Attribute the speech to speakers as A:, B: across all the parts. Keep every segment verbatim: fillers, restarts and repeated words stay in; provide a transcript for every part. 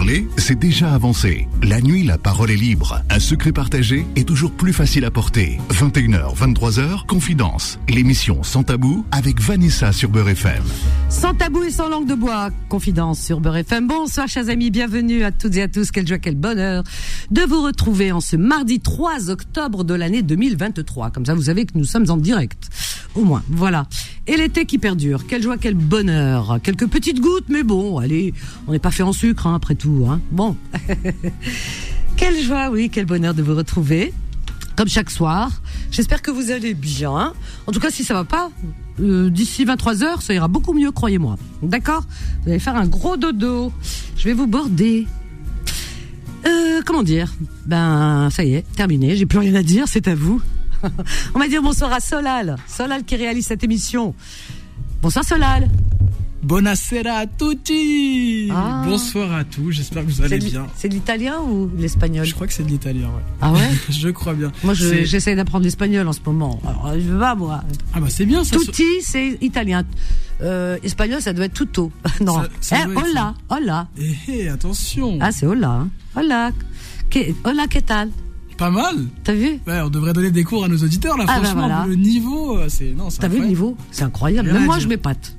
A: Parler, c'est déjà avancé. La nuit, la parole est libre. Un secret partagé est toujours plus facile à porter. vingt et une heures, vingt-trois heures, Confidence. L'émission Sans Tabou avec Vanessa sur Beurre F M.
B: Sans tabou et sans langue de bois, Confidence sur Beurre F M. Bonsoir chers amis, bienvenue à toutes et à tous. Quelle joie, quel bonheur de vous retrouver en ce mardi trois octobre de l'année deux mille vingt-trois. Comme ça, vous savez que nous sommes en direct. Au moins, voilà. Et l'été qui perdure. Quelle joie, quel bonheur. Quelques petites gouttes, mais bon, allez, on n'est pas fait en sucre, hein, après tout. Hein. Bon. Quelle joie, oui, quel bonheur de vous retrouver. Comme chaque soir. J'espère que vous allez bien. En tout cas, si ça va pas, euh, d'ici vingt-trois heures, ça ira beaucoup mieux, croyez-moi. D'accord ? Vous allez faire un gros dodo. Je vais vous border. Euh, comment dire ? Ben, ça y est, terminé. J'ai plus rien à dire, c'est à vous. On va dire bonsoir à Solal. Solal qui réalise cette émission. Bonsoir Solal.
C: Buonasera a tutti.
B: Ah.
C: Bonsoir à tous, j'espère que vous allez
B: c'est
C: bien.
B: C'est de l'italien ou de l'espagnol ?
C: Je crois que c'est de l'italien, ouais.
B: Ah ouais ?
C: Je crois bien.
B: Moi, je,
C: c'est...
B: j'essaie d'apprendre l'espagnol en ce moment. Alors, je veux pas, moi.
C: Ah bah c'est bien ça.
B: Tutti, c'est italien. Euh, espagnol, ça doit être tutto. Non.
C: Ça, ça
B: eh,
C: doit être...
B: hola, hola.
C: Eh, hey, attention.
B: Ah, c'est hola. Hein. Hola. Que... Hola, que tal ?
C: Pas mal.
B: T'as vu ?
C: Ouais, on devrait donner des cours à nos auditeurs là.
B: Ah
C: Franchement,
B: bah voilà.
C: Le niveau, c'est non. C'est
B: T'as vu le niveau ? C'est incroyable. Même moi, je m'épate.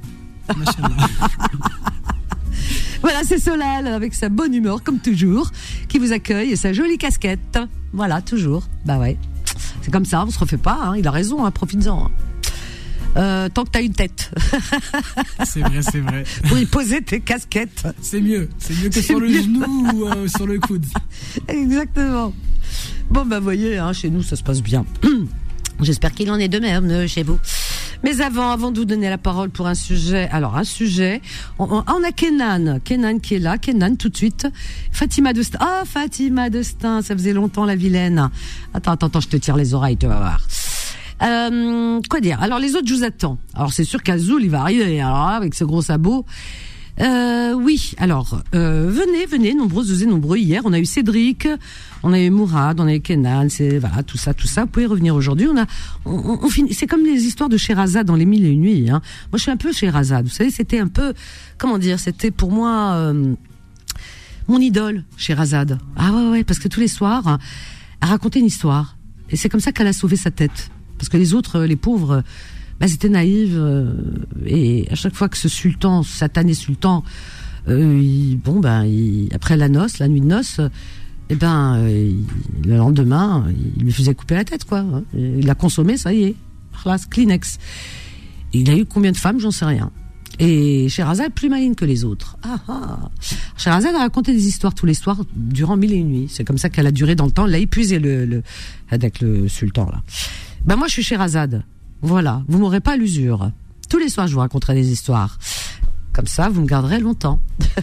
B: Voilà, c'est Solal avec sa bonne humeur comme toujours qui vous accueille et sa jolie casquette. Voilà, toujours. Bah ouais, c'est comme ça, on se refait pas. Hein. Il a raison, hein, profites-en. Hein. Euh, tant que t'as une tête.
C: C'est vrai, c'est vrai.
B: Pour y poser tes casquettes.
C: C'est mieux, c'est mieux que
B: c'est
C: sur
B: mieux.
C: le genou ou euh, sur le coude.
B: Exactement. Bon bah voyez, hein, chez nous ça se passe bien. J'espère qu'il en est de même chez vous. Mais avant, avant de vous donner la parole pour un sujet, alors un sujet, on, on, on a Kenan, Kenan qui est là, Kenan tout de suite, Fatima Destin, ah oh, Fatima Destin, ça faisait longtemps la vilaine. Attends, attends, attends, je te tire les oreilles, tu vas voir. Euh, quoi dire ? Alors les autres, je vous attends. Alors c'est sûr qu'Azoul, il va arriver, alors avec ce gros sabot. Euh, oui, alors euh, venez, venez, nombreuses et nombreux. Hier, on a eu Cédric, on a eu Mourad, on a eu Kenan, c'est voilà tout ça, tout ça. Vous pouvez revenir aujourd'hui. On a, on, on, on finit. C'est comme les histoires de Sherazade dans les Mille et une nuits. Hein. Moi, je suis un peu Sherazade. Vous savez, c'était un peu, comment dire, c'était pour moi euh, mon idole, Sherazade. Ah ouais, ouais, parce que tous les soirs, hein, elle racontait une histoire, et c'est comme ça qu'elle a sauvé sa tête. Parce que les autres, les pauvres. Bah, c'était naïve euh, et à chaque fois que ce sultan, satané sultan, euh, il, bon ben, il, après la noce, la nuit de noces, euh, et ben euh, il, le lendemain, il lui faisait couper la tête quoi. Hein. Il l'a consommé, ça y est, classe Kleenex. Il a eu combien de femmes, j'en sais rien. Et Sherazade plus maligne que les autres. Ah ah. Sherazade a raconté des histoires tous les soirs durant mille et une nuits. C'est comme ça qu'elle a duré dans le temps. Elle a épuisé le, le avec le sultan là. Ben moi je suis Sherazade. Voilà, vous m'aurez pas à l'usure. Tous les soirs, je vous raconterai des histoires. Comme ça, vous me garderez longtemps.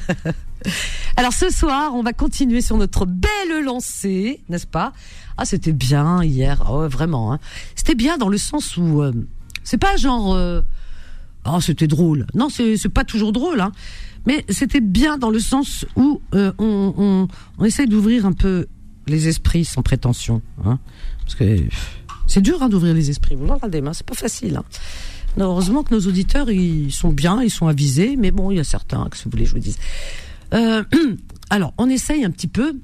B: Alors ce soir, on va continuer sur notre belle lancée, n'est-ce pas ? Ah, c'était bien hier, oh, vraiment. Hein. C'était bien dans le sens où euh, c'est pas genre, euh, oh c'était drôle. Non, c'est c'est pas toujours drôle, hein. Mais c'était bien dans le sens où euh, on, on on essaie d'ouvrir un peu les esprits sans prétention, hein, parce que. C'est dur hein, d'ouvrir les esprits, vous regardez, hein, c'est pas facile. Hein. Non, heureusement que nos auditeurs, ils sont bien, ils sont avisés, mais bon, il y a certains, que si vous voulez, je vous dise. Euh, alors, on essaye un petit peu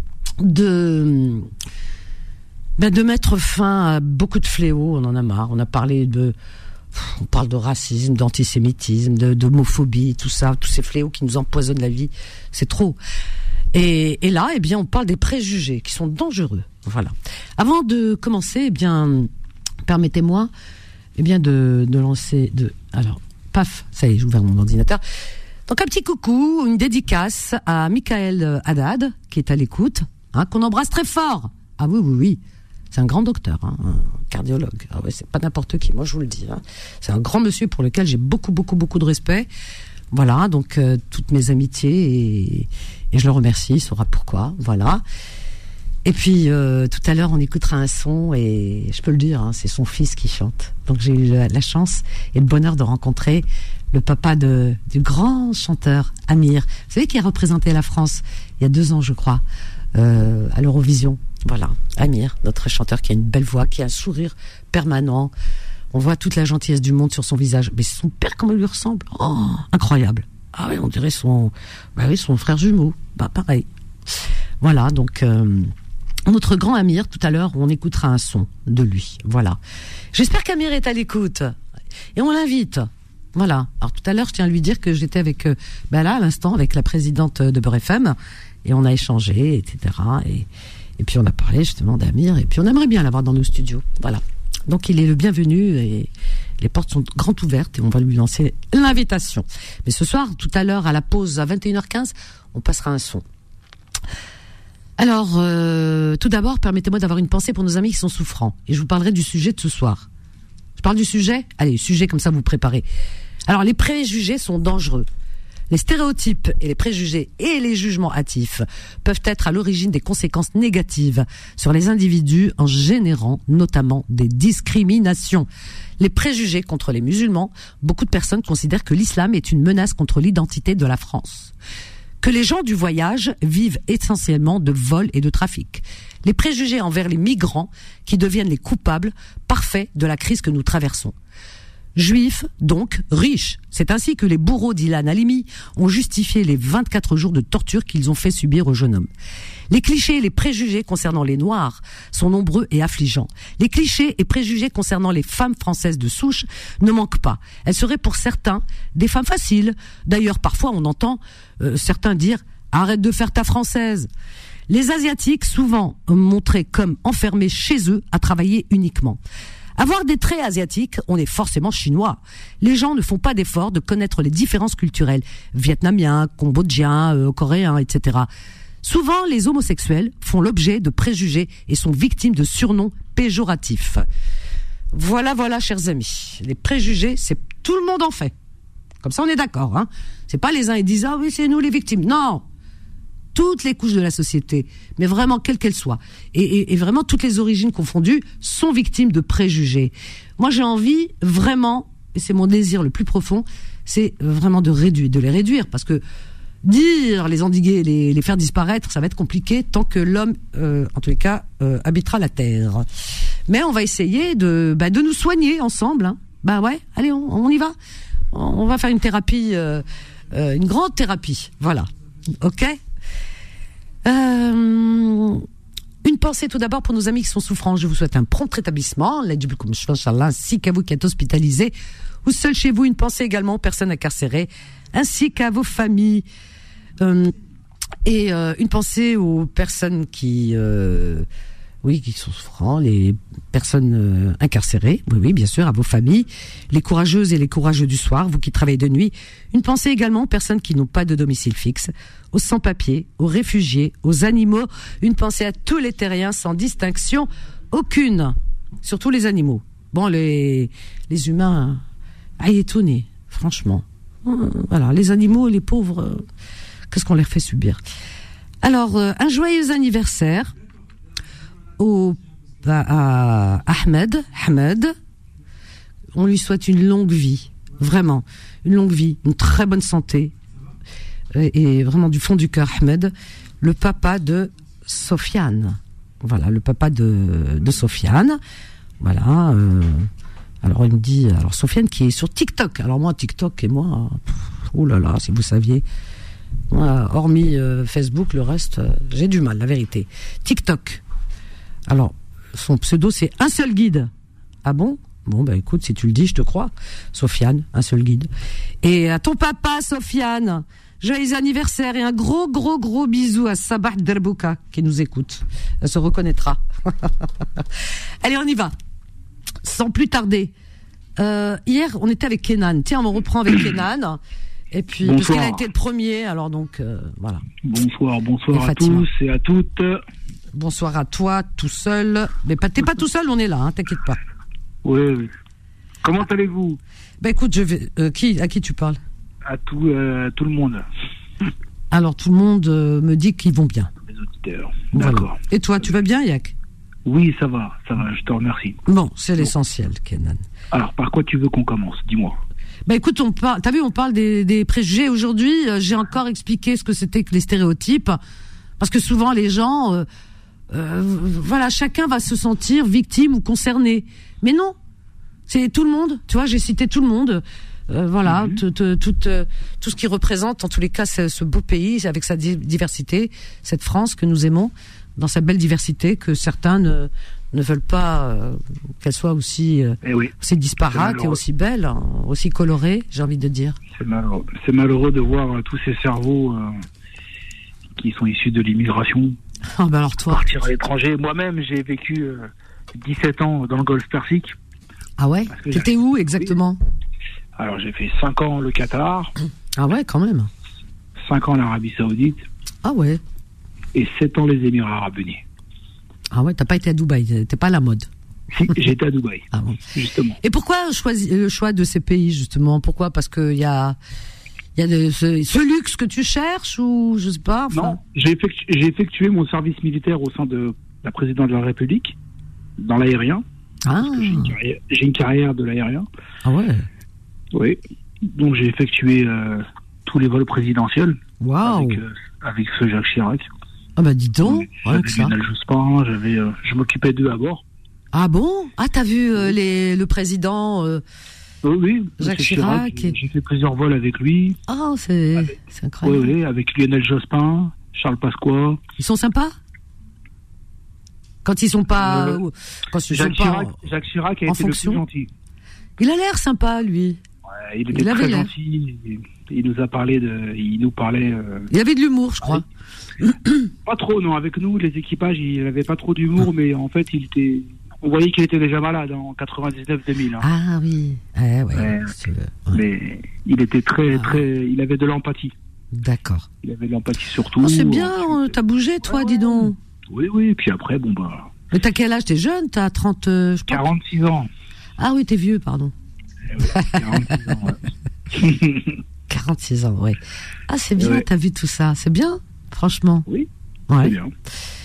B: de, ben, de mettre fin à beaucoup de fléaux, on en a marre. On a parlé de, on parle de racisme, d'antisémitisme, de, d'homophobie, tout ça, tous ces fléaux qui nous empoisonnent la vie, c'est trop. Et, et là, eh bien, on parle des préjugés qui sont dangereux. Voilà. Avant de commencer, eh bien, permettez-moi, eh bien, de, de lancer, de, alors, paf, ça y est, j'ai ouvert mon ordinateur. Donc, un petit coucou, une dédicace à Michael Haddad, qui est à l'écoute, hein, qu'on embrasse très fort. Ah oui, oui, oui. C'est un grand docteur, hein, un cardiologue. Ah ouais, c'est pas n'importe qui, moi, je vous le dis, hein. C'est un grand monsieur pour lequel j'ai beaucoup, beaucoup, beaucoup de respect. Voilà, donc, euh, toutes mes amitiés et, et je le remercie, il saura pourquoi, voilà. Et puis, euh, tout à l'heure, on écoutera un son, et je peux le dire, hein, c'est son fils qui chante. Donc, j'ai eu la, la chance et le bonheur de rencontrer le papa de, du grand chanteur, Amir. Vous savez, qui a représenté la France il y a deux ans, je crois, euh, à l'Eurovision. Voilà, Amir, notre chanteur qui a une belle voix, qui a un sourire permanent. On voit toute la gentillesse du monde sur son visage. Mais son père, comment il lui ressemble. Oh, incroyable. Ah oui, on dirait son, bah oui, son frère jumeau. Bah pareil. Voilà, donc euh, notre grand Amir, tout à l'heure, on écoutera un son de lui. Voilà. J'espère qu'Amir est à l'écoute. Et on l'invite. Voilà. Alors tout à l'heure, je tiens à lui dire que j'étais avec, euh, bah là, à l'instant, avec la présidente de Beurre F M, et on a échangé, et cetera. Et, et puis on a parlé justement d'Amir, et puis on aimerait bien l'avoir dans nos studios. Voilà. Donc il est le bienvenu, et les portes sont grandes ouvertes, et on va lui lancer l'invitation. Mais ce soir, tout à l'heure, à la pause, à vingt et une heures quinze, on passera un son. Alors, euh, tout d'abord, permettez-moi d'avoir une pensée pour nos amis qui sont souffrants. Et je vous parlerai du sujet de ce soir. Je parle du sujet ? Allez, sujet comme ça, vous préparez. Alors, les préjugés sont dangereux. Les stéréotypes et les préjugés et les jugements hâtifs peuvent être à l'origine des conséquences négatives sur les individus en générant notamment des discriminations. Les préjugés contre les musulmans, beaucoup de personnes considèrent que l'islam est une menace contre l'identité de la France. Que les gens du voyage vivent essentiellement de vol et de trafic. Les préjugés envers les migrants qui deviennent les coupables parfaits de la crise que nous traversons. Juifs, donc, riches. C'est ainsi que les bourreaux d'Ilan Halimi ont justifié les vingt-quatre jours de torture qu'ils ont fait subir au jeune homme. Les clichés et les préjugés concernant les Noirs sont nombreux et affligeants. Les clichés et préjugés concernant les femmes françaises de souche ne manquent pas. Elles seraient pour certains des femmes faciles. D'ailleurs, parfois, on entend euh, certains dire « Arrête de faire ta française ». Les Asiatiques, souvent montrés comme enfermés chez eux à travailler uniquement. Avoir des traits asiatiques, on est forcément chinois. Les gens ne font pas d'effort de connaître les différences culturelles, vietnamiens, cambodgiens, euh, coréens, et cetera. Souvent, les homosexuels font l'objet de préjugés et sont victimes de surnoms péjoratifs. Voilà, voilà, chers amis. Les préjugés, c'est tout le monde en fait. Comme ça, on est d'accord, hein. C'est pas les uns qui disent ah oui, c'est nous les victimes. Non. Toutes les couches de la société, mais vraiment quelles qu'elles soient, et, et, et vraiment toutes les origines confondues, sont victimes de préjugés. Moi, j'ai envie vraiment, et c'est mon désir le plus profond, c'est vraiment de réduire, de les réduire, parce que dire, les endiguer, les, les faire disparaître, ça va être compliqué tant que l'homme, euh, en tous les cas, euh, habitera la terre. Mais on va essayer de, bah, de nous soigner ensemble. Hein. Bah ouais, allez, on, on y va. On va faire une thérapie, euh, euh, une grande thérapie. Voilà. Ok. Euh, une pensée tout d'abord pour nos amis qui sont souffrants. Je vous souhaite un prompt rétablissement, ainsi qu'à vous qui êtes hospitalisés ou seuls chez vous. Une pensée également aux personnes incarcérées, ainsi qu'à vos familles. Euh, et euh, une pensée aux personnes qui, euh, oui, qui sont souffrants, les personnes euh, incarcérées. Oui, oui, bien sûr, à vos familles, les courageuses et les courageux du soir, vous qui travaillez de nuit. Une pensée également aux personnes qui n'ont pas de domicile fixe, aux sans-papiers, aux réfugiés, aux animaux. Une pensée à tous les terriens sans distinction aucune. Surtout les animaux. Bon, les, les humains, ayetounés, franchement. Voilà, les animaux, les pauvres, euh, qu'est-ce qu'on leur fait subir? Alors, euh, un joyeux anniversaire au, à, à Ahmed, Ahmed. On lui souhaite une longue vie, vraiment, une longue vie, une très bonne santé. Et vraiment du fond du cœur, Ahmed, le papa de Sofiane. Voilà, le papa de, de Sofiane. Voilà. Euh, alors il me dit, alors Sofiane qui est sur TikTok. Alors moi TikTok et moi, pff, oh là là, si vous saviez, moi, hormis euh, Facebook, le reste, euh, j'ai du mal, la vérité. TikTok. Alors son pseudo c'est un seul guide. Ah bon? Bon bah écoute, si tu le dis, je te crois. Sofiane, un seul guide. Et à ton papa, Sofiane. Joyeux anniversaire et un gros, gros, gros bisou à Sabah Derbouka qui nous écoute. Elle se reconnaîtra. Allez, on y va. Sans plus tarder. Euh, hier, on était avec Kenan. Tiens, on reprend avec Kenan. Et puis, bonsoir. Parce qu'il a été le premier, alors donc, euh, voilà.
D: Bonsoir, bonsoir à tous et à toutes.
B: Bonsoir à toi, tout seul. Mais pas, t'es pas tout seul, on est là, hein, t'inquiète pas.
D: Oui, oui. Comment allez-vous?
B: Ben écoute, je vais. Euh, qui, à qui tu parles?
D: À tout, euh, tout le monde.
B: Alors tout le monde euh, me dit qu'ils vont bien.
D: Les auditeurs.
B: Voilà.
D: D'accord.
B: Et toi, tu vas bien, Yak?
D: Oui, ça va, ça va. Je te remercie.
B: Bon, c'est bon. L'essentiel, Kenan.
D: Alors, par quoi tu veux qu'on commence? Dis-moi.
B: Bah écoute, on parle. T'as vu, on parle des, des préjugés aujourd'hui. Euh, j'ai encore expliqué ce que c'était que les stéréotypes, parce que souvent les gens, euh, euh, voilà, chacun va se sentir victime ou concerné. Mais non, c'est tout le monde. Tu vois, j'ai cité tout le monde. euh, voilà,
D: Mhm.
B: tout, tout, tout, euh, tout ce qui représente, en tous les cas, ce, ce beau pays avec sa di- diversité, cette France que nous aimons, dans sa belle diversité, que certains ne, ne veulent pas euh, qu'elle soit aussi, euh,
D: Eh oui,
B: aussi disparate et
D: malheureux.
B: aussi belle, hein, aussi colorée, j'ai envie de dire.
D: c'est malheureux. C'est malheureux de voir euh, tous ces cerveaux euh, qui sont issus de l'immigration
B: Ah ben alors toi,
D: partir à l'étranger. Moi-même, j'ai vécu euh, dix-sept ans dans le Golfe Persique.
B: ah ouais,
D: Parce que
B: t'étais où exactement?
D: Alors, j'ai fait cinq ans le Qatar,
B: Ah ouais, quand même.
D: cinq ans l'Arabie Saoudite
B: Ah ouais,
D: et sept ans les Émirats Arabes Unis.
B: ah ouais, t'as pas été à Dubaï, t'es pas à la mode.
D: Si, j'étais à Dubaï,
B: Ah bon.
D: justement.
B: Et pourquoi choisi- le choix de ces pays justement? Pourquoi? Parce qu'il y a, il y a de, ce, ce luxe que tu cherches ou je sais pas. Enfin...
D: Non, j'ai effectué, j'ai effectué mon service militaire au sein de la présidente de la République, dans l'aérien.
B: Ah.
D: Parce que J'ai une carrière, j'ai une carrière de l'aérien.
B: Ah ouais.
D: Oui. Donc j'ai effectué euh, tous les vols présidentiels
B: Waouh.
D: avec, euh, avec feu Jacques Chirac.
B: Ah bah dis donc.
D: J'avais
B: Ouais, que ça.
D: Lionel Jospin, j'avais, euh, je m'occupais d'eux à bord.
B: Ah bon? Ah t'as vu euh, les, le président? Euh...
D: Oui, oui.
B: Jacques
D: Monsieur
B: Chirac
D: J'ai j'ai fait plusieurs vols avec lui.
B: Ah c'est,
D: Avec-
B: c'est
D: Oui,
B: incroyable.
D: oui, avec Lionel Jospin, Charles Pasqua.
B: Ils sont sympas? Quand ils sont pas,
D: Euh,
B: quand ils
D: Jacques
B: sont pas.
D: Chirac, Jacques Chirac a
B: en
D: été
B: fonction.
D: le plus gentil.
B: Il a l'air sympa lui.
D: Ouais, il était
B: Il avait
D: très
B: l'air.
D: gentil. Il, il nous a parlé de, il nous parlait. euh,
B: Il avait de l'humour, je crois.
D: Pas trop, non. Avec nous, les équipages, il avait pas trop d'humour, mais en fait, il était. On voyait qu'il était déjà malade en quatre-vingt-dix-neuf deux mille. Hein.
B: Ah oui. Eh ouais.
D: Ouais.
B: si tu veux. Ouais.
D: Mais il était très,
B: Ah.
D: très. Il avait de l'empathie.
B: D'accord.
D: Il avait de l'empathie surtout.
B: Oh, c'est bien.
D: Ensuite-
B: euh, T'as bougé toi,
D: Ouais,
B: dis
D: ouais.
B: donc.
D: Oui, oui. Et puis après, bon bah,
B: Mais t'as quel âge? T'es jeune? T'as trente, euh, je sais pas.
D: quarante-six ans.
B: Ah oui, t'es vieux, pardon.
D: Eh ouais, quarante-six ans. Ouais.
B: quarante-six ans, ouais. Ah, c'est bien,
D: Ouais.
B: t'as vu tout ça. C'est bien, franchement.
D: Oui,
B: Ouais.
D: c'est bien.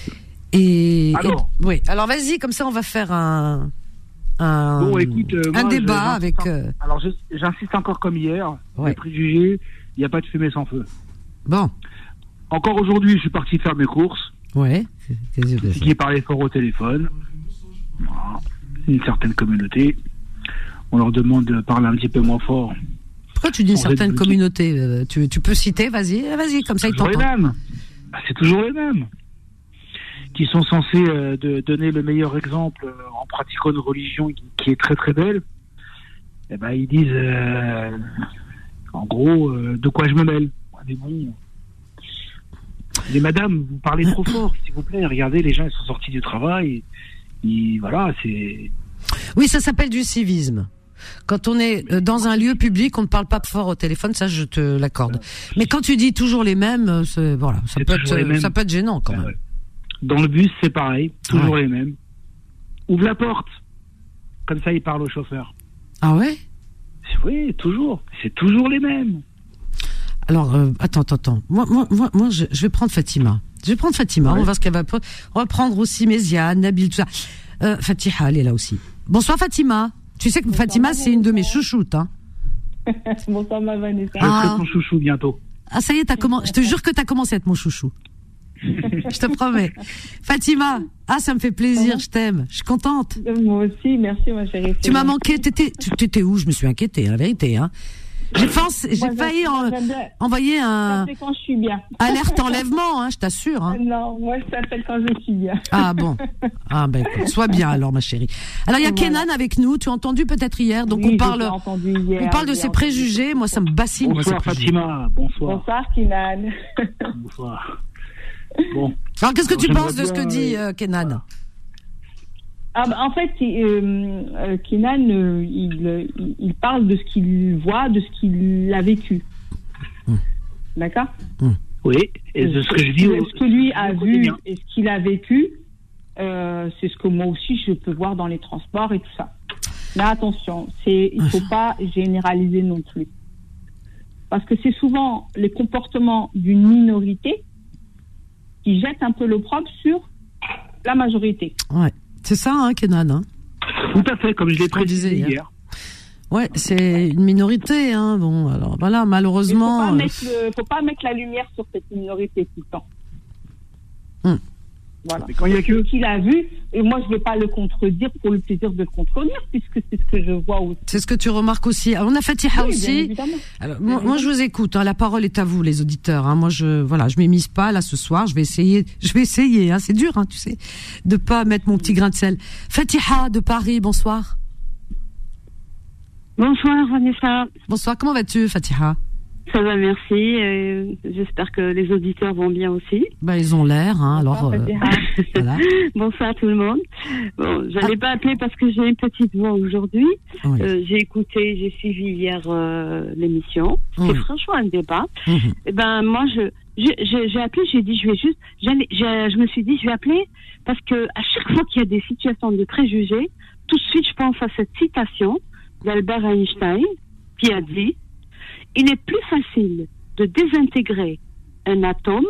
B: Et,
D: Alors.
B: et- oui. Alors vas-y, comme ça, on va faire un, un,
D: Bon, écoute, euh,
B: un
D: moi,
B: débat
D: je-
B: avec. euh,
D: Alors, je- j'insiste encore comme hier.
B: Ouais.
D: Les préjugés, il n'y a pas de fumée sans feu.
B: Bon,
D: Encore aujourd'hui, je suis parti faire mes courses.
B: ouais. Qu'est-ce que
D: Ce
B: c'est
D: qui parlait fort au téléphone. Voilà. Une certaine communauté. On leur demande de parler un petit peu moins fort.
B: Pourquoi tu dis une
D: Sans
B: certaine
D: être
B: communauté? euh, tu, tu peux citer, vas-y, vas-y, comme ça ils
D: Toujours les
B: t'entendent.
D: mêmes. Bah, c'est toujours les mêmes. Qui sont censés euh, de donner le meilleur exemple euh, en pratiquant une religion qui, qui est très très belle. Et ben ils disent, euh, en gros, euh, de quoi je me mêle. Ouais, mais bon. Mais madame, vous parlez trop fort, s'il vous plaît. Regardez, les gens ils sont sortis du travail. Et, et voilà, c'est.
B: Oui, ça s'appelle du civisme. Quand on est euh, dans un lieu public, on ne parle pas fort au téléphone, ça je te l'accorde. Mais quand tu dis toujours les mêmes, euh, c'est, voilà, ça
D: C'est
B: peut
D: toujours les
B: être,
D: mêmes.
B: ça peut être gênant quand
D: Ouais,
B: même.
D: ouais. Dans le bus, c'est pareil, toujours les mêmes. Ouvre la porte. Comme ça, ils parlent au chauffeur.
B: Ah ouais?
D: Oui, toujours. C'est toujours les mêmes.
B: Alors, euh, attends, attends, attends. Moi, moi, moi, moi je, je vais prendre Fatima. Je vais prendre Fatima.
D: Ouais.
B: On va voir ce qu'elle va prendre. On va prendre aussi Méziane, Nabil, tout ça. Euh, Fatiha, elle est là aussi. Bonsoir Fatima. Tu sais que
E: Bonsoir,
B: Fatima, c'est une de mes
E: Vanessa.
B: chouchoutes, hein.
E: Bonsoir ma Vanessa.
D: Je
B: Ah.
D: serai ton chouchou bientôt.
B: Ah, ça y est, t'as commencé. Je te jure que t'as commencé à être mon chouchou. Je te promets. Fatima. Ah, ça me fait plaisir. Je t'aime. Je suis contente.
E: Moi aussi, merci ma chérie.
B: Tu m'as manqué. T'étais, tu t'étais où? Je me suis inquiétée, la vérité, hein. J'ai, pense, j'ai
E: Moi,
B: failli
E: j'aime-
B: en-
E: j'aime bien
B: envoyer un
E: t'appeler quand je suis bien.
B: alerte enlèvement, hein, je t'assure, hein.
E: Non, moi je t'appelle quand je suis bien.
B: Ah bon. Ah ben écoute, sois bien alors ma chérie. Alors il y a
E: Voilà.
B: Kenan avec nous, tu as entendu peut-être hier, donc
E: Oui,
B: on
E: je
B: parle
E: l'ai entendu hier,
B: on parle de
E: j'ai
B: ses
E: entendu.
B: préjugés, moi ça me bassine moi, ces
D: Bonsoir
B: préjugés.
D: Fatima. Bonsoir.
E: Bonsoir Kinan.
D: Bonsoir. Bon.
B: Alors qu'est-ce que
D: Alors,
B: tu
D: j'aimerais
B: penses de ce que
D: bien,
B: dit
D: euh,
B: euh, Kenan?
E: Ah, bah, en fait, euh, euh, Kinan, euh, il, euh, il- il parle de ce qu'il voit, de ce qu'il a vécu.
B: Hum.
E: D'accord?
D: Oui. Et de ce que je dis au,
E: Ce que lui a
D: au
E: vu
D: quotidien.
E: et ce qu'il a vécu, euh, c'est ce que moi aussi je peux voir dans les transports et tout ça. Mais attention, c'est, il ne faut pas généraliser non plus. Parce que c'est souvent les comportements d'une minorité qui jettent un peu l'opprobre sur la majorité.
B: Ouais, c'est ça hein Kenan hein.
D: Tout à fait, comme je l'ai
B: qu'on disait
D: précisé
B: hier.
D: hier.
B: Ouais, c'est une minorité hein. Bon, alors voilà,
E: Il ne faut,
B: malheureusement
E: pas
B: euh,
E: mettre le- faut pas mettre la lumière sur cette minorité tout le temps. Voilà.
D: Mais quand il y a que...
E: Qu'il a vu, et moi je ne vais pas le contredire pour le plaisir de le contredire, puisque c'est ce que je vois aussi.
B: C'est ce que tu remarques aussi. Alors, on a Fatiha
E: Oui, bien
B: aussi.
E: évidemment.
B: Alors, moi, moi, je vous écoute. Hein, la parole est à vous, les auditeurs. Hein. Moi, je voilà, je m'émise pas là ce soir. Je vais essayer. Je vais essayer. Hein, c'est dur, hein, tu sais, de pas mettre mon petit grain de sel. Fatiha de Paris. Bonsoir.
F: Bonsoir Vanessa.
B: Bonsoir. Comment vas-tu, Fatiha?
F: Ça va, merci. Euh, j'espère que les auditeurs vont bien aussi.
B: Ben, ils ont l'air. Hein, alors, euh, voilà.
F: Bonsoir tout le monde. Bon, j'allais ah. pas appeler parce que j'ai une petite voix aujourd'hui. Oui. Euh, j'ai écouté, j'ai suivi hier euh, l'émission. Mmh. C'est franchement un débat. Mmh. Et ben moi, je, je, je j'ai appelé, j'ai dit, je vais juste, j'allais, je, je me suis dit, je vais appeler parce que à chaque fois qu'il y a des situations de préjugés, tout de suite, je pense à cette citation d'Albert Einstein qui a dit: il est plus facile de désintégrer un atome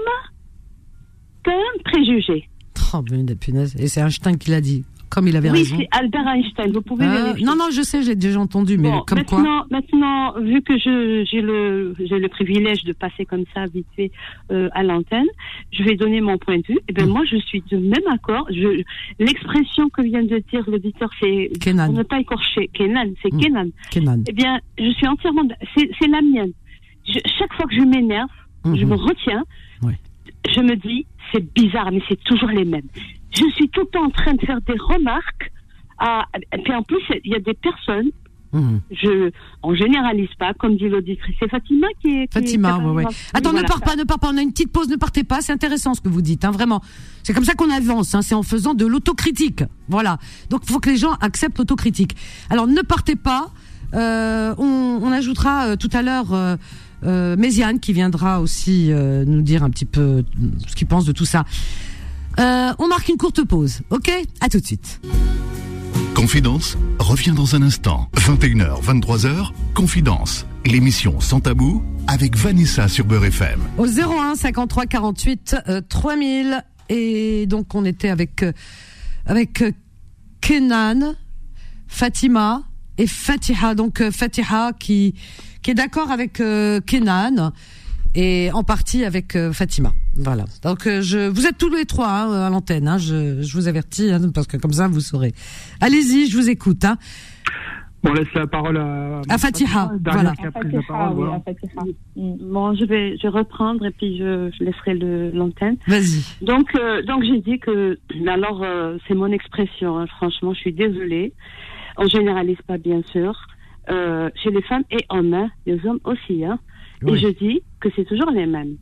F: qu'un préjugé.
B: Oh, ben, punaise. Et c'est Einstein qui l'a dit, comme il avait
F: oui,
B: raison.
F: Oui, c'est Albert Einstein, vous pouvez
B: euh,
F: vérifier.
B: Non, non, je sais, j'ai déjà entendu, mais
F: bon,
B: comme
F: maintenant,
B: quoi
F: Maintenant, vu que je, j'ai, le, j'ai le privilège de passer comme ça, vite fait, euh, à l'antenne, je vais donner mon point de vue. Eh bien, mmh. moi, je suis de même accord. Je, l'expression que vient de dire l'auditeur, c'est...
B: Kenan.
F: Pour ne pas écorcher. Kenan, c'est mmh. Kenan.
B: Kenan.
F: Eh bien, je suis entièrement... C'est, c'est la mienne. Je, chaque fois que je m'énerve, mmh. je me retiens. Ouais. Je me dis, c'est bizarre, mais c'est toujours les mêmes. Je suis tout le temps en train de faire des remarques. À, et puis en plus, il y a des personnes, mmh. je, on généralise pas, comme dit l'auditrice. C'est Fatima qui est... Qui
B: Fatima,
F: est,
B: oui, oui. Attends, voilà. ne pars pas, ne pars pas. On a une petite pause, ne partez pas. C'est intéressant ce que vous dites, hein, vraiment. C'est comme ça qu'on avance, hein, c'est en faisant de l'autocritique. Voilà. Donc, il faut que les gens acceptent l'autocritique. Alors, ne partez pas. Euh, on, on ajoutera euh, tout à l'heure... Euh, Euh, Méziane qui viendra aussi euh, nous dire un petit peu ce qu'il pense de tout ça. Euh, on marque une courte pause, ok ? À tout de suite.
A: Confidence revient dans un instant. vingt et une heures, vingt-trois heures, Confidence, l'émission sans tabou avec Vanessa sur Beurre F M.
B: Au zéro un cinquante-trois quarante-huit euh, trois mille, et donc on était avec euh, avec euh, Kenan, Fatima et Fatiha. Donc euh, Fatiha qui qui est d'accord avec euh, Kenan et en partie avec euh, Fatima. Voilà. Donc euh, je, vous êtes tous les trois hein, à l'antenne. Hein, je, je vous avertis hein, parce que comme ça vous saurez. Allez-y, je vous écoute. Hein.
D: On laisse la parole à,
B: à Fatiha. Voilà.
E: À Fatiha, parole, oui, voilà. à Fatiha.
F: Bon, je vais, je vais reprendre et puis je, je laisserai le, l'antenne.
B: Vas-y.
F: Donc, euh, donc j'ai dit que, alors euh, c'est mon expression. Hein, franchement, je suis désolée. On généralise pas bien sûr. Euh, chez les femmes et hommes, hein, les hommes aussi. Hein. Oui. Et je dis que c'est toujours les mêmes.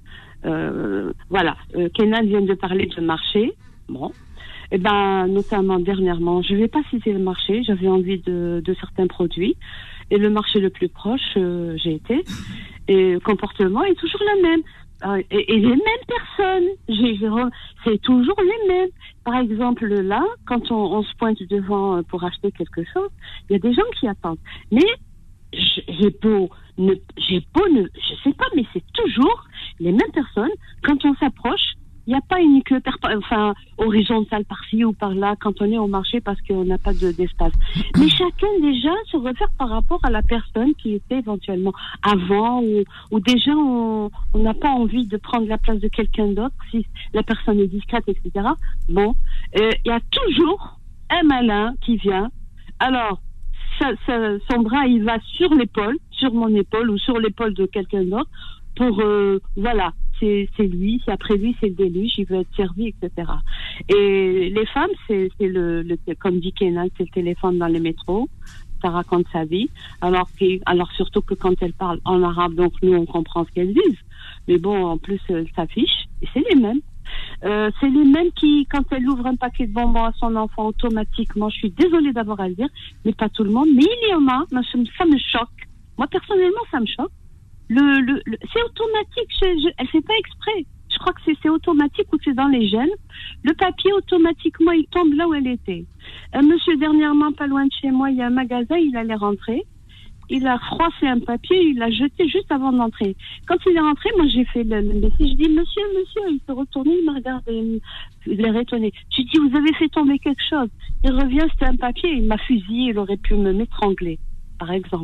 F: Euh, voilà. Euh, Kenan vient de parler de marché. Bon. Et ben, notamment dernièrement, je ne vais pas citer le marché. J'avais envie de, de certains produits. Et le marché le plus proche, euh, j'ai été. Et le comportement est toujours le même. Euh, et, et les mêmes personnes. J'ai, c'est toujours les mêmes. Par exemple, là, quand on, on se pointe devant pour acheter quelque chose, il y a des gens qui attendent. Mais j'ai beau ne, j'ai beau ne, je sais pas, mais c'est toujours les mêmes personnes. Quand on s'approche, il n'y a pas une queue perp- enfin, horizontale par-ci ou par-là quand on est au marché parce qu'on n'a pas de, d'espace. Mais chacun déjà se réfère par rapport à la personne qui était éventuellement avant ou, ou déjà on n'a pas envie de prendre la place de quelqu'un d'autre si la personne est discrète, et cetera. Bon, il euh, y a toujours un malin qui vient. Alors, ça, ça, son bras, il va sur l'épaule, sur mon épaule ou sur l'épaule de quelqu'un d'autre pour, euh, voilà. C'est, c'est lui, c'est après lui, c'est le déluge, il veut être servi, et cetera. Et les femmes, c'est, c'est le, le, comme dit Kenan, c'est le téléphone dans les métros, ça raconte sa vie, alors que, alors surtout que quand elles parlent en arabe, donc nous on comprend ce qu'elles disent, mais bon, en plus, elles s'affichent, et c'est les mêmes. Euh, c'est les mêmes qui, quand elles ouvrent un paquet de bonbons à son enfant, automatiquement, je suis désolée d'avoir à le dire, mais pas tout le monde, mais il y en a, ça me choque. Moi, personnellement, ça me choque. Le, le, le, c'est automatique, je, je, elle fait pas exprès. Je crois que c'est, c'est automatique ou c'est dans les gènes. Le papier, automatiquement, il tombe là où elle était. Un monsieur, dernièrement, pas loin de chez moi, il y a un magasin, il allait rentrer. Il a froissé un papier, il l'a jeté juste avant d'entrer. Quand il est rentré, moi, j'ai fait le, le messie. Je dis, monsieur, monsieur, il s'est retourné, il m'a regardé, il l'air étonné. Je dis, vous avez fait tomber quelque chose. Il revient, c'était un papier, il m'a fusillé, il aurait pu me m'étrangler, par exemple.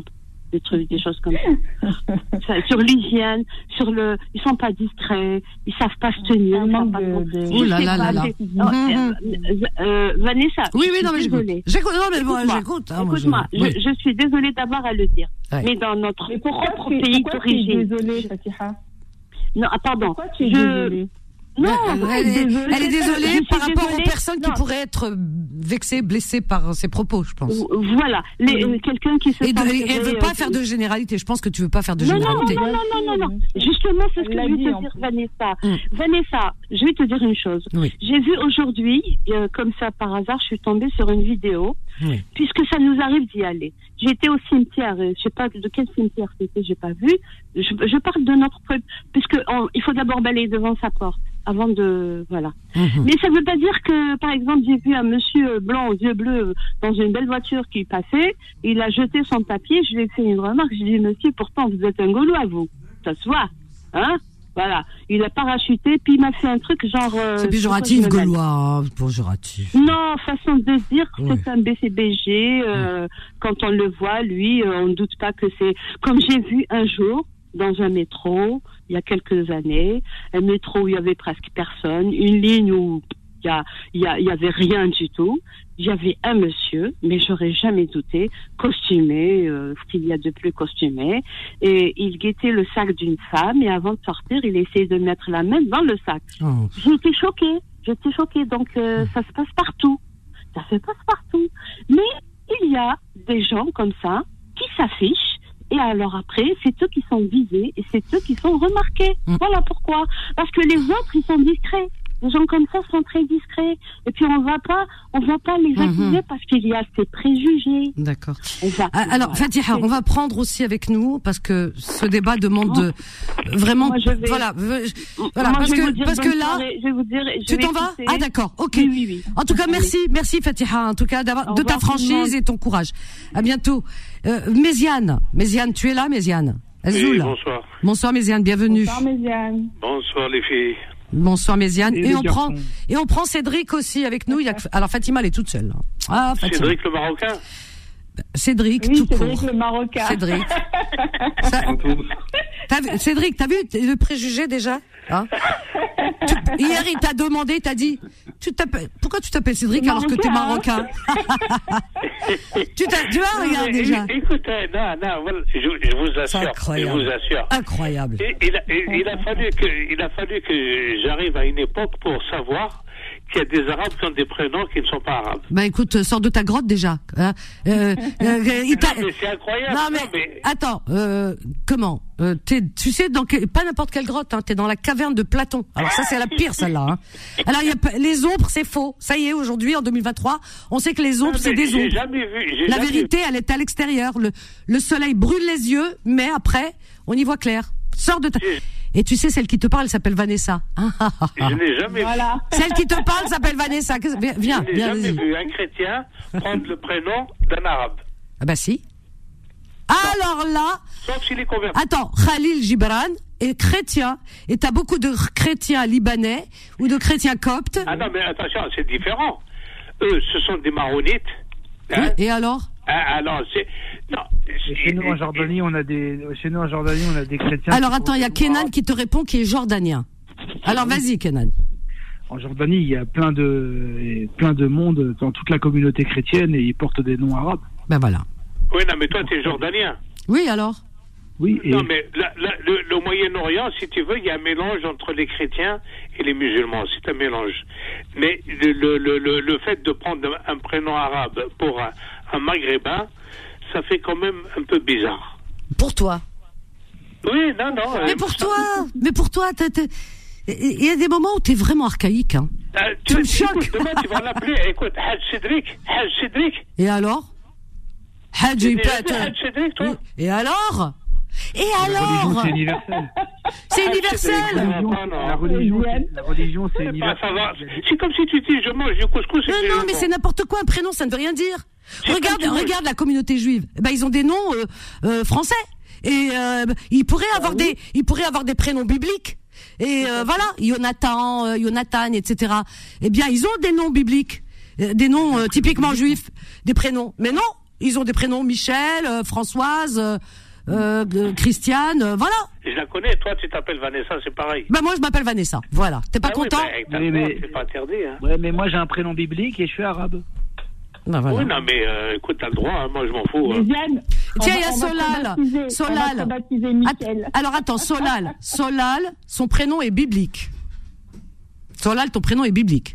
F: des trucs, des choses comme ça. ça sur l'hygiène, sur le, ils sont pas discrets, ils savent pas se tenir. Ils savent pas
E: de, de...
B: Oh là là là là.
F: Oh, euh, euh, Vanessa.
B: Oui, oui, non, mais
F: j'écoute.
B: J'écoute, non, mais moi,
F: Écoute-moi,
B: j'écoute. Hein,
F: Écoute-moi,
B: je...
F: je,
B: oui.
F: je suis désolée d'avoir à le dire.
B: Ouais.
F: Mais dans notre
E: Mais pourquoi
F: propre
E: tu,
F: pays
E: pourquoi tu es
F: d'origine.
E: désolée, Fatiha?
F: Non, ah, pardon.
E: Pourquoi tu es
F: je...
E: désolée?
F: Non,
B: elle, elle, est,
F: désolée.
B: elle est désolée
F: Je suis
B: par rapport
F: désolée.
B: aux personnes qui
F: Non.
B: pourraient être vexées, blessées par ses propos, je pense.
F: Voilà, les, euh, quelqu'un qui se
B: Et, de,
F: sent-
B: et elle veut pas
F: euh,
B: faire de généralité. Je pense que tu veux pas faire de
F: Non, non, non,
B: généralité.
F: non, non, non, non, non. Justement, c'est ce que
E: Elle l'a
F: je vais
E: dit,
F: te
E: en
F: dire,
E: plus.
F: Vanessa.
B: Mm.
F: Vanessa, je vais te dire une chose.
B: Oui.
F: J'ai vu aujourd'hui, euh, comme ça par hasard, je suis tombée sur une vidéo,
B: Oui.
F: puisque ça nous arrive d'y aller. J'étais au cimetière, euh, je sais pas de quel cimetière c'était, j'ai pas vu. Je, je parle de notre peuple, puisque on- il faut d'abord balayer devant sa porte avant de, voilà.
B: Mhm.
F: Mais ça veut pas dire que, par exemple, j'ai vu un monsieur blanc aux yeux bleus dans une belle voiture qui passait, il a jeté son papier, je lui ai fait une remarque, je lui ai dit, monsieur, pourtant, vous êtes un Gaulois, vous. Ça se voit, hein? Voilà. Il a parachuté, puis il m'a fait un truc genre... euh,
B: C'est péjoratif, gaulois. Hein, péjoratif.
F: Non, façon de dire,
B: Ouais.
F: c'est un B C B G, euh, quand on le voit, lui, euh, on ne doute pas que c'est... Comme j'ai vu un jour, dans un métro, il y a quelques années, un métro où il y avait presque personne, une ligne où il y a, il y a, il y avait rien du tout. Il y avait un monsieur, mais j'aurais jamais douté, costumé, euh, ce qu'il y a de plus costumé, et il guettait le sac d'une femme, et avant de sortir, il essayait de mettre la main dans le sac.
B: Oh.
F: J'étais choquée, j'étais choquée, donc euh, ça se passe partout, ça se passe partout. Mais il y a des gens comme ça qui s'affichent, et alors après, c'est eux qui sont visés, et c'est eux qui sont remarqués.
B: Mm.
F: Voilà pourquoi. Parce que les autres, ils sont discrets. Les gens comme ça sont très discrets. Et puis on va pas, on va pas les accuser
B: Mhm.
F: parce qu'il y a ces préjugés.
B: D'accord.
F: On va,
B: Ah, Alors,
F: voilà.
B: Fatiha, on va prendre aussi avec nous, parce que ce débat demande de, vraiment,
F: Moi, je vais-
B: voilà, euh,
F: Moi,
B: voilà, parce
F: je vais
B: que,
F: vous dire
B: parce
F: bonne
B: que là,
F: soirée. Je vais vous dire, je
B: tu
F: vais
B: t'en vas?
F: quitter.
B: Ah, d'accord, ok.
F: Oui, oui, oui.
B: En tout cas,
F: Allez.
B: merci, merci Fatiha, en tout cas, d'avoir,
F: Au
B: de ta
F: revoir, tout le
B: franchise
F: monde.
B: et ton courage. À bientôt. Euh, Méziane, Méziane, tu es là, Méziane?
G: Oui,
B: Azul.
G: bonsoir.
B: Bonsoir, Méziane, bienvenue.
E: Bonsoir, Méziane.
G: Bonsoir les filles.
B: Bonsoir, Méziane.
D: Et
B: Et,
D: les
B: on prend,
D: garçons.
B: et on prend Cédric aussi avec nous. Il y a que- alors, Fatima, elle est toute seule. Ah, Fatima.
G: Cédric le Marocain.
B: Cédric,
E: Oui,
B: tout
E: Cédric
B: court.
E: le Marocain.
B: Cédric. Ça- t'as vu- Cédric, t'as vu le préjugé déjà, hein? Tu- Hier, il t'a demandé, il t'a dit, tu t'appelles, pourquoi tu t'appelles Cédric alors que t'es marocain? tu t'as, tu vois,
G: Non,
B: regarde
G: mais,
B: déjà.
G: é- Écoutez, non, non, voilà, je, je vous
B: C'est
G: assure, je
B: incroyable.
G: vous assure.
B: Incroyable.
G: Et- Il a, il, il a fallu que, il a fallu que j'arrive à une époque pour savoir qu'il y a des Arabes qui ont des prénoms qui ne sont pas arabes.
B: Bah écoute, euh, sors de ta grotte déjà. Hein. Euh, euh, il t'a-
G: Non, mais c'est incroyable.
B: Non mais, attends, euh, comment euh, t'es, tu sais dans quel- pas n'importe quelle grotte, hein, t'es dans la caverne de Platon. Alors ça c'est la pire celle-là. Hein. Alors il y a pas- les ombres c'est faux. Ça y est aujourd'hui en deux mille vingt-trois, on sait que les ombres
G: Non,
B: c'est
G: mais
B: des
G: j'ai
B: ombres.
G: jamais vu. j'ai
B: La
G: jamais
B: vérité elle est à l'extérieur. Le, le soleil brûle les yeux, mais après on y voit clair. Sors de ta. Et tu sais celle qui te parle elle s'appelle Vanessa. Ah, ah, ah, ah.
G: Je n'ai jamais,
E: Voilà.
B: Celle qui te parle s'appelle Vanessa. Qu'est-ce- Viens, viens,
G: je n'ai
B: viens,
G: jamais
B: vas-y.
G: vu un chrétien prendre le prénom d'un arabe.
B: Ah bah si. Alors là.
G: Sauf s'il est converti.
B: Attends, Khalil Gibran est chrétien, et t'as beaucoup de chrétiens libanais ou de chrétiens coptes.
G: Ah non, mais attention, c'est différent. Eux, ce sont des maronites. Hein.
B: Et alors
G: Ah, alors, c'est... Non.
D: Et chez nous en Jordanie, on a des, chez nous en Jordanie, on a des chrétiens.
B: Alors
D: qui
B: attends, il y a
D: sont-
B: Kenan qui te répond qui est jordanien. Alors vas-y Kenan.
D: En Jordanie, il y a plein de, plein de monde dans toute la communauté chrétienne et ils portent des noms arabes.
B: Ben voilà.
G: Oui, non, mais toi, t'es jordanien.
B: Oui alors.
D: Oui, et
G: Non, mais la- la- le, le Moyen-Orient, si tu veux, il y a un mélange entre les chrétiens et les musulmans. C'est un mélange. Mais le, le, le, le, le fait de prendre un prénom arabe pour un, un maghrébin, ça fait quand même un peu bizarre.
B: Pour toi.
G: Oui, non, non.
B: Mais
G: euh,
B: pour toi. Mais pour toi, t'es- t'es- il y a des moments où t'es vraiment archaïque. Hein.
G: euh,
B: tu me
G: écoute,
B: choques.
G: Demain, tu vas l'appeler, écoute, Haj Cédric, Haj Cédric.
B: Et alors Hadj,
G: Tu
B: il
G: es
B: peut être-
G: Haj Cédric, toi?
B: Oui. Et alors Et
D: la religion,
B: alors
D: c'est universel.
B: C'est
G: Ah,
B: universel.
G: c'est-
D: La religion,
G: Ah, non.
D: la religion, c'est- la religion, c'est
G: Bah,
D: universel.
G: ça va. C'est comme si tu dis, je mange du couscous et
B: Non,
G: du
B: non,
G: jambon.
B: mais c'est n'importe quoi, un prénom, ça ne veut rien dire.
G: C'est
B: Regarde,
G: comme tu veux.
B: regarde la communauté juive. Eh ben, ils ont des noms euh, euh, français. Et euh, ils pourraient avoir des, ils pourraient avoir des prénoms bibliques. Et euh, voilà, Jonathan, euh, Jonathan, et cetera. Eh bien, ils ont des noms bibliques, euh, des noms euh, typiquement juifs, des prénoms. Mais non, Ils ont des prénoms Michel, euh, Françoise, euh, euh, Christiane, euh, voilà.
G: Je la connais, toi tu t'appelles Vanessa, c'est pareil.
B: Bah moi je m'appelle Vanessa, voilà. T'es pas
G: Ah oui,
B: content?
G: bah,
D: Oui, mais-
G: c'est pas interdit. Hein.
D: Ouais, mais moi j'ai un prénom biblique et je suis arabe.
B: Bah voilà.
G: Oui, non, mais euh, écoute, t'as le droit, hein, moi je m'en fous.
E: Mais
G: Hein.
E: Diane,
B: Tiens,
E: on
B: il y a
E: va- on va
B: Solal.
E: te baptiser,
B: Solal.
E: On va te baptiser Michel.
B: Att- alors attends, Solal, Solal, son prénom est biblique. Solal, ton prénom est biblique.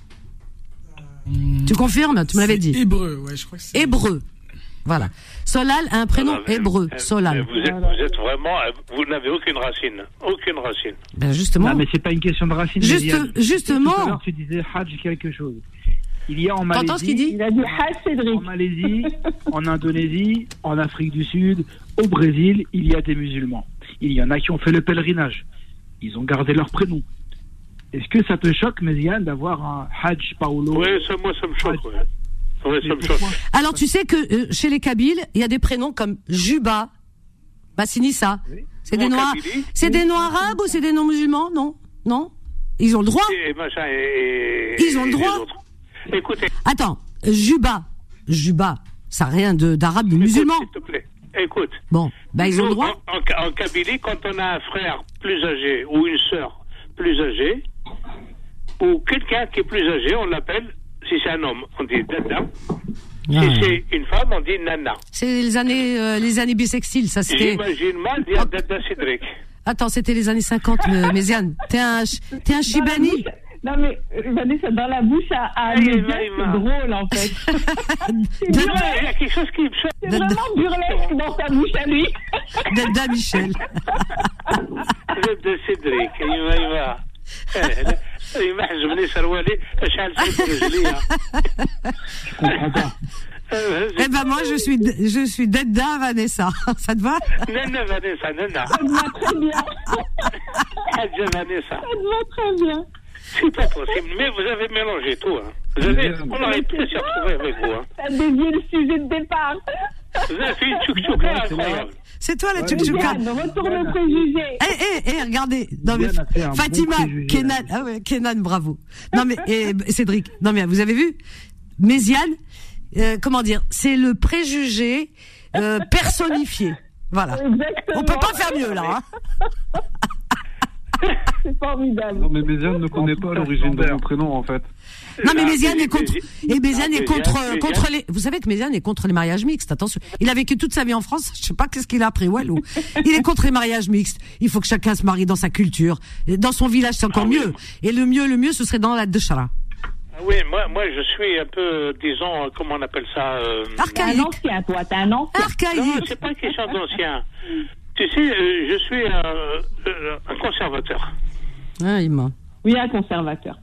C: Hum,
B: Tu confirmes? Tu me l'avais
C: c'est
B: dit.
C: Hébreu, ouais, je crois que c'est.
B: Hébreu. Voilà. Solal a un prénom
G: Non, non, mais-
B: hébreu.
G: euh,
B: Solal.
G: Vous êtes, vous êtes vraiment, euh, vous n'avez aucune racine, aucune racine.
B: Ben justement.
D: Non, mais c'est pas une question de racine.
B: Juste-
D: Méziane.
B: justement.
D: Tout à l'heure, tu disais Hajj quelque chose. Il y a en
B: T'entends ce qu'il
D: Malaisie,
B: dit?
E: Il a dit Haj Cédric.
D: en Malaisie, en Indonésie, en Afrique du Sud, au Brésil, il y a des musulmans. Il y en a qui ont fait le pèlerinage. Ils ont gardé leur prénom. Est-ce que ça te choque, Méziane, d'avoir un Hajj Paolo?
G: Oui, ça, moi ça me choque, ouais. Ouais, ça
D: Mais
G: me choque.
D: pourquoi?
B: Alors tu sais que euh, chez les Kabyles, il y a des prénoms comme Juba, Bassinissa.
D: Oui.
B: C'est des
G: En
B: noms,
G: Kabylie
B: c'est des noms arabes ou c'est des noms musulmans? Non, non. Ils ont le droit.
G: Et machin, et,
B: Ils ont le
G: et
B: droit.
G: les autres. Écoutez,
B: Attends, Juba, Juba, ça n'a rien de d'arabe ni musulman.
G: écoute, s'il te plaît, écoute.
B: Bon, bah ils ont
G: Nous,
B: le droit.
G: En, en, en Kabylie, quand on a un frère plus âgé ou une sœur plus âgée, ou quelqu'un qui est plus âgé, on l'appelle, si c'est un homme, on dit dada.
B: Ah.
G: Si c'est une femme, on dit nana.
B: C'est les années, euh, les années bissextiles, ça c'était.
G: J'imagine mal dire dada Cédric.
B: Attends, c'était les années cinquante, mais- Méziane. T'es un, ch- t'es un
E: Dans la
B: Chibani.
E: bouche- Non mais euh, Vanessa, dans la bouche à, à
G: Aïe,
E: Méziane,
G: aïe,
E: c'est
G: aïe,
E: drôle en fait. C'est
B: Dada-
E: burlesque.
G: Il y a quelque chose qui me choque.
E: C'est vraiment burlesque dans sa bouche à lui.
B: Dada Michel.
G: دادا Cédric. ايوا ايوا اي ما حجبني سروالي شحال في رجليها.
D: Je comprends pas.
B: Eh ben moi je suis, je suis Dada Vanessa. Ça te va?
G: نانا فانيسا نانا
E: Ça te va très bien.
G: حاجة فانيسا.
E: Ça te va très bien.
G: C'est pas possible, mais vous avez mélangé tout. Hein. Vous avez, on aurait pu s'y retrouver avec vous. Hein.
E: T'as dévié le sujet de départ.
G: Vous avez fait une tchouk-tchouka incroyable.
B: C'est toi la
D: Ouais,
B: tchouk-tchouka.
E: Diane, retourne le préjugé.
B: Eh, eh, eh, regardez. Non, mais
D: Diane a fait un
B: Fatima,
D: bon préjugé,
B: Kenan,
D: là.
B: ah ouais, Kenan, bravo. Non, mais, et, Cédric, non, mais vous avez vu? Méziane, euh, comment dire, c'est le préjugé, euh, personnifié. Voilà.
E: Exactement.
B: On peut pas faire mieux, là, hein.
E: C'est formidable.
H: Non, mais Méziane ne connaît pas l'origine de mon prénom, en fait.
B: Non, mais
G: Ah,
B: Méziane
G: mais-
B: est contre,
G: mais-
B: et Méziane
G: ah,
B: est
G: Méziane,
B: contre,
G: Méziane.
B: contre les, vous savez que Méziane est contre les mariages mixtes, attention. Il a vécu toute sa vie en France, je sais pas qu'est-ce qu'il a appris, Walou. Il est contre les mariages mixtes. Il faut que chacun se marie dans sa culture. Dans son village, c'est encore
G: Ah oui.
B: mieux. Et le mieux, le mieux, ce serait dans la Deshara.
G: Ah oui, moi, moi, je suis un peu, disons, comment on appelle ça euh...
E: T'es un
B: Archaïque.
E: ancien, toi. T'es un ancien.
G: Non,
B: Archaïque.
G: c'est pas une question d'ancien. Tu sais, euh, je suis un, euh, un conservateur.
B: Ah, il m'a.
E: Oui, un conservateur.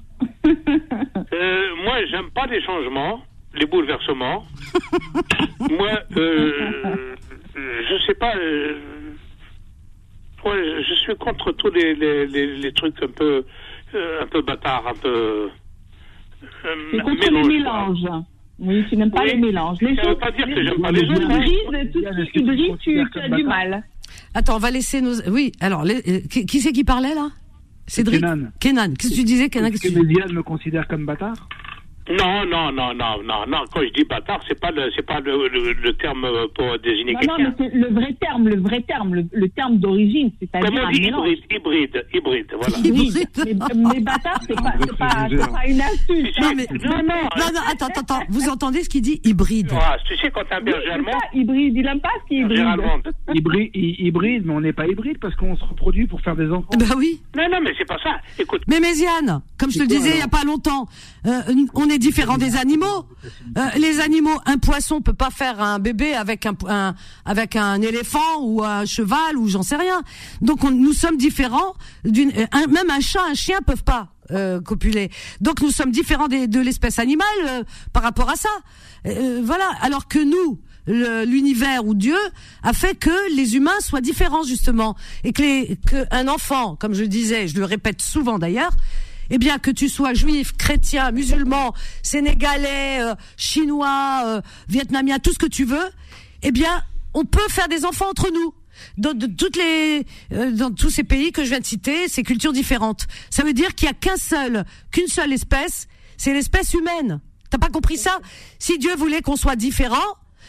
G: Euh, moi, j'aime pas les changements, les bouleversements. Moi, euh, je sais pas. Euh, ouais, je suis contre tous les, les, les, les trucs un peu, euh, un peu bâtards, un peu. Euh,
E: C'est contre
G: mélange,
E: les
G: quoi.
E: mélanges. Oui, tu n'aimes pas
G: Oui,
E: les mélanges. Les
G: ça veut
E: choses-
G: pas dire que j'aime pas les
E: les
G: autres. hein.
E: hybrides, tout ce qui est hybride, tu, tu as du mal.
B: Attends, on va laisser nos. Oui, alors, les- euh, qui, qui c'est qui parlait là? Cédric.
D: Kenan.
B: Kenan. Qu'est-ce que tu disais, Kenan?
D: Est-ce
B: Qu'est-ce
D: que
B: que tu...
D: Méziane me considère comme bâtard?
G: Non, non, non, non, non, non. Quand je dis bâtard, c'est pas le, c'est pas le, le, le terme pour désigner
E: Non, non,
G: quelqu'un.
E: mais c'est le vrai terme, le vrai terme, le, le terme d'origine, c'est-à-dire
G: Comment on
E: un
G: dit
E: mélange.
G: hybride, hybride, hybride, voilà.
E: Hybride. Mais, mais bâtard, c'est pas, c'est pas, c'est pas une insulte.
B: Non, mais.
G: Non, non,
B: Non, non, attends, attends, attends. Vous entendez ce qu'il dit? Hybride.
G: Ah, tu sais, quand un
E: Oui,
G: berger
E: c'est
G: allemand,
E: ça, hybride. Il aime pas ce qui est
G: berger
E: hybride.
G: allemande.
D: Hybride, hy- hybride, mais on n'est pas hybride parce qu'on se reproduit pour faire des enfants.
B: Bah oui.
G: Non, non, mais c'est pas ça. Écoute,
B: Mais Méziane, comme je te le
D: quoi,
B: disais il y a
D: alors
B: pas longtemps, euh, on est différent des animaux. Euh, les animaux, un poisson peut pas faire un bébé avec un, un avec un éléphant ou un cheval ou j'en sais rien. Donc on, nous sommes différents. D'une, un, même un chat, un chien peuvent pas euh, copuler. Donc nous sommes différents des, de l'espèce animale euh, par rapport à ça. Euh, voilà. Alors que nous, le- l'univers ou Dieu a fait que les humains soient différents justement et que, les, que un enfant, comme je le disais, je le répète souvent d'ailleurs. Eh bien, que tu sois juif, chrétien, musulman, sénégalais, euh, chinois, euh, vietnamien, tout ce que tu veux, eh bien, on peut faire des enfants entre nous. Dans de toutes les, euh, dans tous ces pays que je viens de citer, ces cultures différentes. Ça veut dire qu'il y a qu'un seul, qu'une seule espèce, c'est l'espèce humaine. T'as pas compris ça? Si Dieu voulait qu'on soit différents,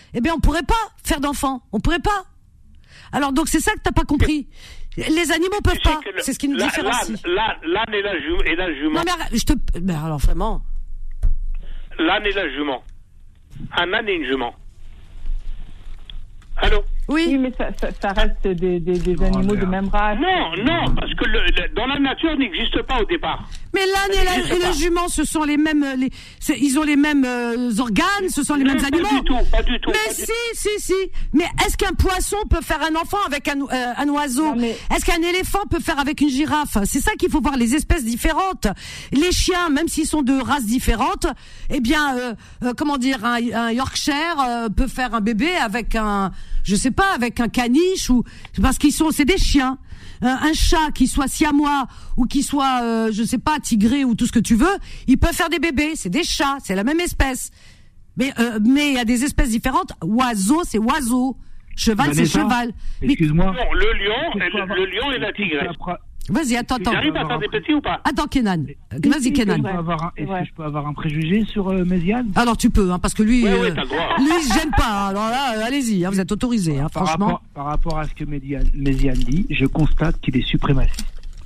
B: eh bien, on pourrait pas faire d'enfants. On pourrait pas. Alors, donc, c'est ça que t'as pas compris. Les animaux peuvent pas. Le, c'est ce qui nous
G: la,
B: différencie.
G: L'âne, l'âne et la jument. Et la jument.
B: Non, mais arrête, je te, mais alors, vraiment.
G: L'âne et la jument. Un âne et une jument. Allô?
B: Oui.
E: Oui, mais ça, ça, ça reste des, des, des oh, animaux de même race.
G: Non, non, parce que le, le, dans la nature, n'existe pas au départ.
B: Mais l'âne et, la, et le jument, ce sont les mêmes, les, ils ont les mêmes euh, organes, ce sont les
G: non,
B: mêmes
G: pas
B: animaux.
G: Du tout, pas du tout.
B: Mais
G: pas
B: si,
G: du...
B: si, si. Mais est-ce qu'un poisson peut faire un enfant avec un, euh, un oiseau? Non, mais... Est-ce qu'un éléphant peut faire avec une girafe? C'est ça qu'il faut voir, les espèces différentes. Les chiens, même s'ils sont de races différentes, eh bien, euh, euh, comment dire, un, un Yorkshire euh, peut faire un bébé avec un, je sais pas, avec un caniche ou parce qu'ils sont, c'est des chiens. Un chat qui soit siamois ou qui soit, euh, je sais pas, tigré ou tout ce que tu veux, ils peuvent faire des bébés. C'est des chats, c'est la même espèce. Mais euh, mais il y a des espèces différentes. Oiseau, c'est oiseau. Cheval, Vanessa, c'est cheval.
D: Excuse-moi.
G: Non, le lion, et le, le lion et la tigresse.
B: Vas-y, attends, attends.
G: J'arrive à faire des petits ou pas?
B: Attends, Kenan. Vas-y, Kenan.
D: Est-ce que je peux avoir un préjugé sur euh, Méziane?
B: Alors, tu peux, hein, parce que lui,
G: ouais,
B: euh,
G: ouais, t'as le droit.
B: lui, il se gêne pas. Alors là, euh, allez-y, hein, vous êtes autorisé, hein,
D: par
B: franchement.
D: Rapport, par rapport à ce que Méziane, Méziane dit, je constate qu'il est suprémaciste.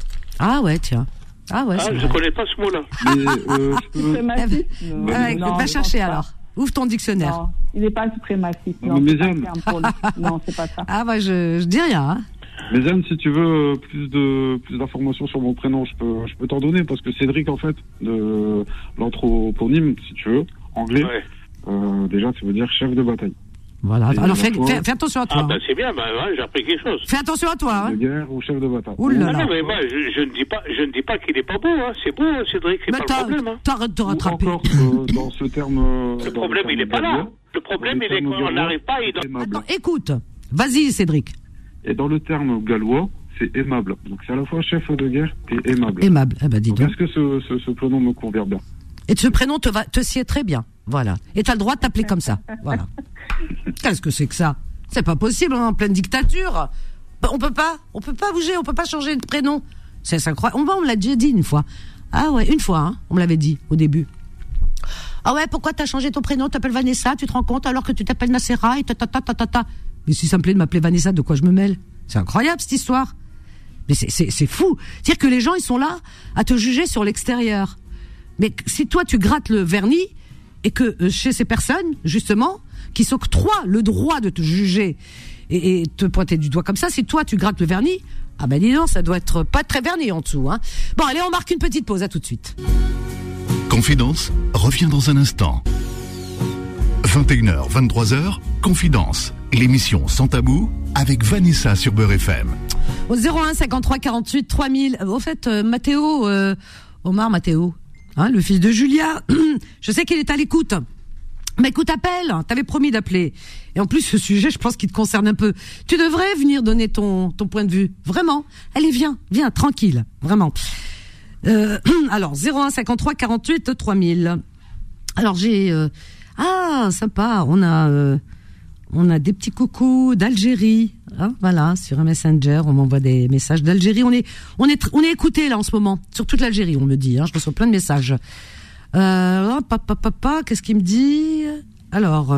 B: Ah ouais, tiens. Ah ouais.
G: Ah,
B: c'est
G: je
B: vrai.
G: connais pas ce mot-là.
H: Mais, euh, je peux...
E: Suprémaciste?
B: Eh ben, euh, écoute, va chercher alors. Ouvre ton dictionnaire.
E: Non, il n'est pas suprémaciste.
H: Non,
E: Non,
H: mais
E: c'est pas
H: Méziane.
E: un terme pour lui. Non, c'est pas ça.
B: Ah ouais, je, je dis rien. Hein.
H: Mais Anne, si tu veux euh, plus de plus d'informations sur mon prénom, je peux je peux t'en donner parce que Cédric en fait de l'anthroponyme, si tu veux, anglais,
G: Ouais.
H: euh, déjà ça veut dire chef de bataille.
B: Voilà.
H: Et
B: Alors fais,
H: toi
B: fais, fais attention à toi.
G: Ah, bah
B: hein.
G: c'est bien, bah, ouais, j'ai appris quelque chose.
B: Fais attention à toi.
H: De
B: Hein.
H: guerre ou chef de bataille.
B: Ouh là
G: Ah
B: là.
G: non, mais moi, je, je ne dis pas, je ne dis pas qu'il est pas beau, hein. C'est beau, hein, Cédric, c'est
B: Mais
G: pas le
B: t'as-
G: problème, hein.
B: t'arrêtes de te
H: Ou
B: rattraper.
H: encore euh, dans ce terme. euh,
G: Le
H: dans
G: problème,
H: terme
G: il est pas là.
H: gallois,
G: Le problème,
H: dans
G: il
H: le
G: est
H: terme
G: qu'on
H: gallois,
G: n'arrive pas à
H: c'est
G: identifier.
H: aimable.
B: Attends, écoute. Vas-y, Cédric.
H: Et dans le terme gallois, c'est aimable. Donc c'est à la fois chef de guerre et aimable.
B: Aimable. Eh ben, dis
H: Donc
B: donc.
H: est-ce que ce, ce, ce prénom me convient bien?
B: Et ce prénom te va, te sied très bien. Voilà. Et t'as le droit de t'appeler comme ça. Voilà. Qu'est-ce que c'est que ça? C'est pas possible, on est en pleine dictature. On peut pas, on peut pas bouger, on peut pas changer de prénom. C'est c'est incroyable. On va, on me l'a déjà dit une fois. Ah ouais, une fois, hein, on me l'avait dit au début. Ah ouais, pourquoi t'as changé ton prénom? Tu t'appelles Vanessa, tu te rends compte, alors que tu t'appelles Nacera et ta ta ta ta ta ta. Mais si ça me plaît de m'appeler Vanessa, de quoi je me mêle? C'est incroyable cette histoire. Mais c'est c'est c'est fou. C'est-à-dire que les gens ils sont là à te juger sur l'extérieur. Mais si toi tu grattes le vernis et que euh, chez ces personnes justement qui s'octroient le droit de te juger et, et te pointer du doigt comme ça, si toi tu grattes le vernis, ah ben dis donc, ça doit être pas très verni en dessous, hein. Bon allez, on marque une petite pause, à tout de suite.
A: Confidence revient dans un instant. vingt et une heures, vingt-trois heures, Confidence, l'émission sans tabou avec Vanessa sur Beurre F M.
B: Au zéro un cinquante-trois quarante-huit trois mille. Au fait, euh, Mathéo, euh, Omar Mathéo, hein, le fils de Julia, je sais qu'il est à l'écoute. Mais écoute, appelle, t'avais promis d'appeler. Et en plus, ce sujet, je pense qu'il te concerne un peu. Tu devrais venir donner ton, ton point de vue. Vraiment. Allez, viens, viens, tranquille. Vraiment. Euh, alors, zéro un cinquante-trois quarante-huit trois mille. Alors, j'ai... Euh, ah, sympa, on a... Euh, on a des petits coucous d'Algérie, hein, voilà, sur un Messenger, on m'envoie des messages d'Algérie. On est, on est, on est écouté là en ce moment, sur toute l'Algérie, on me dit. Hein, je reçois plein de messages. Euh, papa, papa, qu'est-ce qu'il me dit? Alors,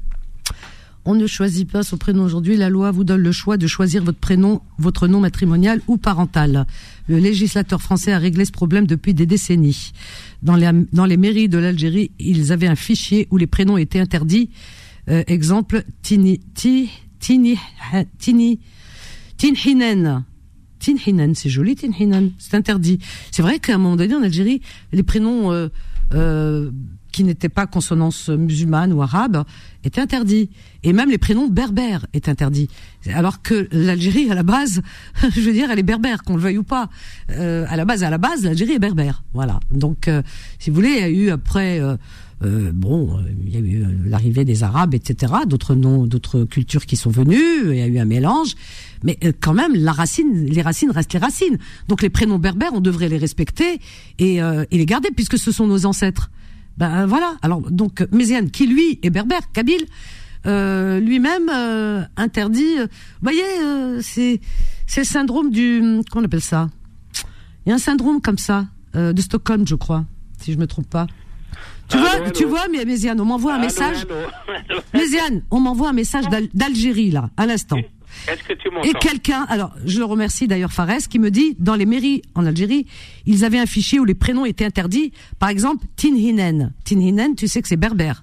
B: on ne choisit pas son prénom aujourd'hui. La loi vous donne le choix de choisir votre prénom, votre nom matrimonial ou parental. Le législateur français a réglé ce problème depuis des décennies. Dans les, dans les mairies de l'Algérie, ils avaient un fichier où les prénoms étaient interdits. Euh, exemple, Tini, Ti, Tini, Tini, Tinhinen. Tinhinen, c'est joli, Tinhinen, c'est interdit. C'est vrai qu'à un moment donné, en Algérie, les prénoms euh, euh, qui n'étaient pas consonance musulmane ou arabe étaient interdits. Et même les prénoms berbères étaient interdits. Alors que l'Algérie, à la base, je veux dire, elle est berbère, qu'on le veuille ou pas. Euh, à la base, à la base, l'Algérie est berbère. Voilà. Donc, euh, si vous voulez, il y a eu après... Euh, Euh, bon, il y a eu l'arrivée des Arabes, et cetera, d'autres noms, d'autres cultures qui sont venues, il y a eu un mélange, mais euh, quand même, la racine, les racines restent les racines. Donc les prénoms berbères, on devrait les respecter et, euh, et les garder puisque ce sont nos ancêtres. Ben voilà. Alors donc Méziane, qui lui est berbère, kabyle, euh, lui-même euh, interdit. Euh, vous voyez, euh, c'est c'est le syndrome du, comment on appelle ça? Il y a un syndrome comme ça euh, de Stockholm, je crois, si je me trompe pas. Tu
G: Allô,
B: vois,
G: allô.
B: tu vois, mais Méziane, on m'envoie un
G: Allô,
B: message.
G: allô.
B: Méziane, on m'envoie un message d'Al- d'Algérie, là, à l'instant.
G: Est-ce que tu
B: Et
G: m'entends?
B: quelqu'un, alors je le remercie d'ailleurs Fares, qui me dit, dans les mairies en Algérie, ils avaient un fichier où les prénoms étaient interdits. Par exemple, Tinhinen. Tinhinen, tu sais que c'est berbère.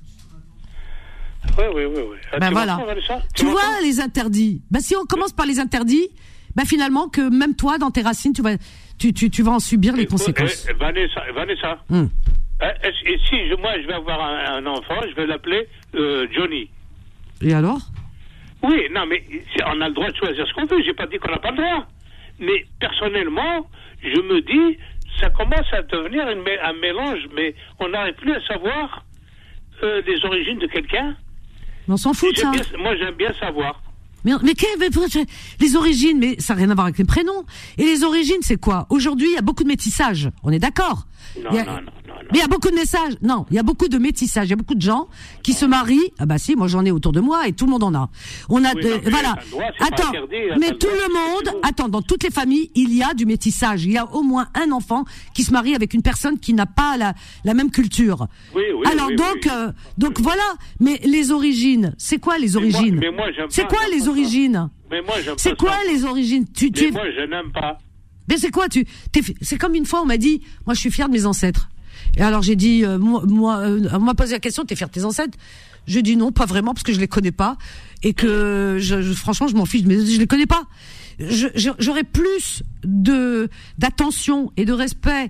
G: Oui, oui, oui. oui. Ah,
B: Ben
G: tu
B: voilà.
G: m'entends, Vanessa?
B: Tu
G: m'entends?
B: vois les interdits. Ben si on commence par les interdits, ben finalement que même toi, dans tes racines, tu vas, tu, tu, tu vas en subir les
G: Eh,
B: conséquences.
G: eh, Vanessa, Vanessa.
B: Hum.
G: Eh, est-ce- et si je- moi je vais avoir un, un enfant, je vais l'appeler euh, Johnny.
B: Et alors?
G: Oui, non, mais c'est- on a le droit de choisir ce qu'on veut. J'ai pas dit qu'on n'a pas le droit. Mais personnellement, je me dis, ça commence à devenir une mé- un mélange, mais on n'arrive plus à savoir euh, les origines de quelqu'un.
B: Mais on s'en fout de ça.
G: J'aime bien- moi, j'aime bien savoir.
B: Mais, mais, qu'est- mais pourquoi tu- les origines, mais ça n'a rien à voir avec les prénoms. Et les origines, c'est quoi? Aujourd'hui, il y a beaucoup de métissage. On est d'accord?
G: Non,
B: Il y a-
G: non, non, non, non.
B: Mais il y a beaucoup de messages. Non, il y a beaucoup de métissage. Il y a beaucoup de gens qui se marient. Ah bah si, moi j'en ai autour de moi et tout le monde en a. On a
G: Oui,
B: de,
G: non, mais
B: voilà.
G: t'as le droit, c'est pas
B: Attends,
G: interdit, t'as
B: mais
G: le
B: tout
G: droit,
B: le
G: c'est
B: monde,
G: tout.
B: attends, dans toutes les familles, il y a du métissage. Il y a au moins un enfant qui se marie avec une personne qui n'a pas la, la même culture.
G: Oui, oui,
B: Alors
G: oui,
B: donc,
G: oui.
B: euh, donc voilà. Mais les origines, c'est quoi les
G: Mais moi-
B: origines?
G: mais moi, j'aime
B: C'est
G: pas,
B: quoi
G: j'aime
B: les
G: pas ça.
B: origines?
G: Mais moi, j'aime
B: C'est
G: pas
B: quoi
G: ça.
B: les origines? Tu, tu
G: Mais
B: es-
G: moi, je n'aime pas.
B: mais c'est quoi tu t'es fi- C'est comme une fois on m'a dit, moi je suis fière de mes ancêtres. Et alors j'ai dit, euh, moi, moi euh, on m'a posé la question, t'es fière de tes ancêtres? Je dis non, pas vraiment, parce que je les connais pas et que je, je- franchement je m'en fiche, mais je les connais pas. Je- je- J'aurais plus de d'attention et de respect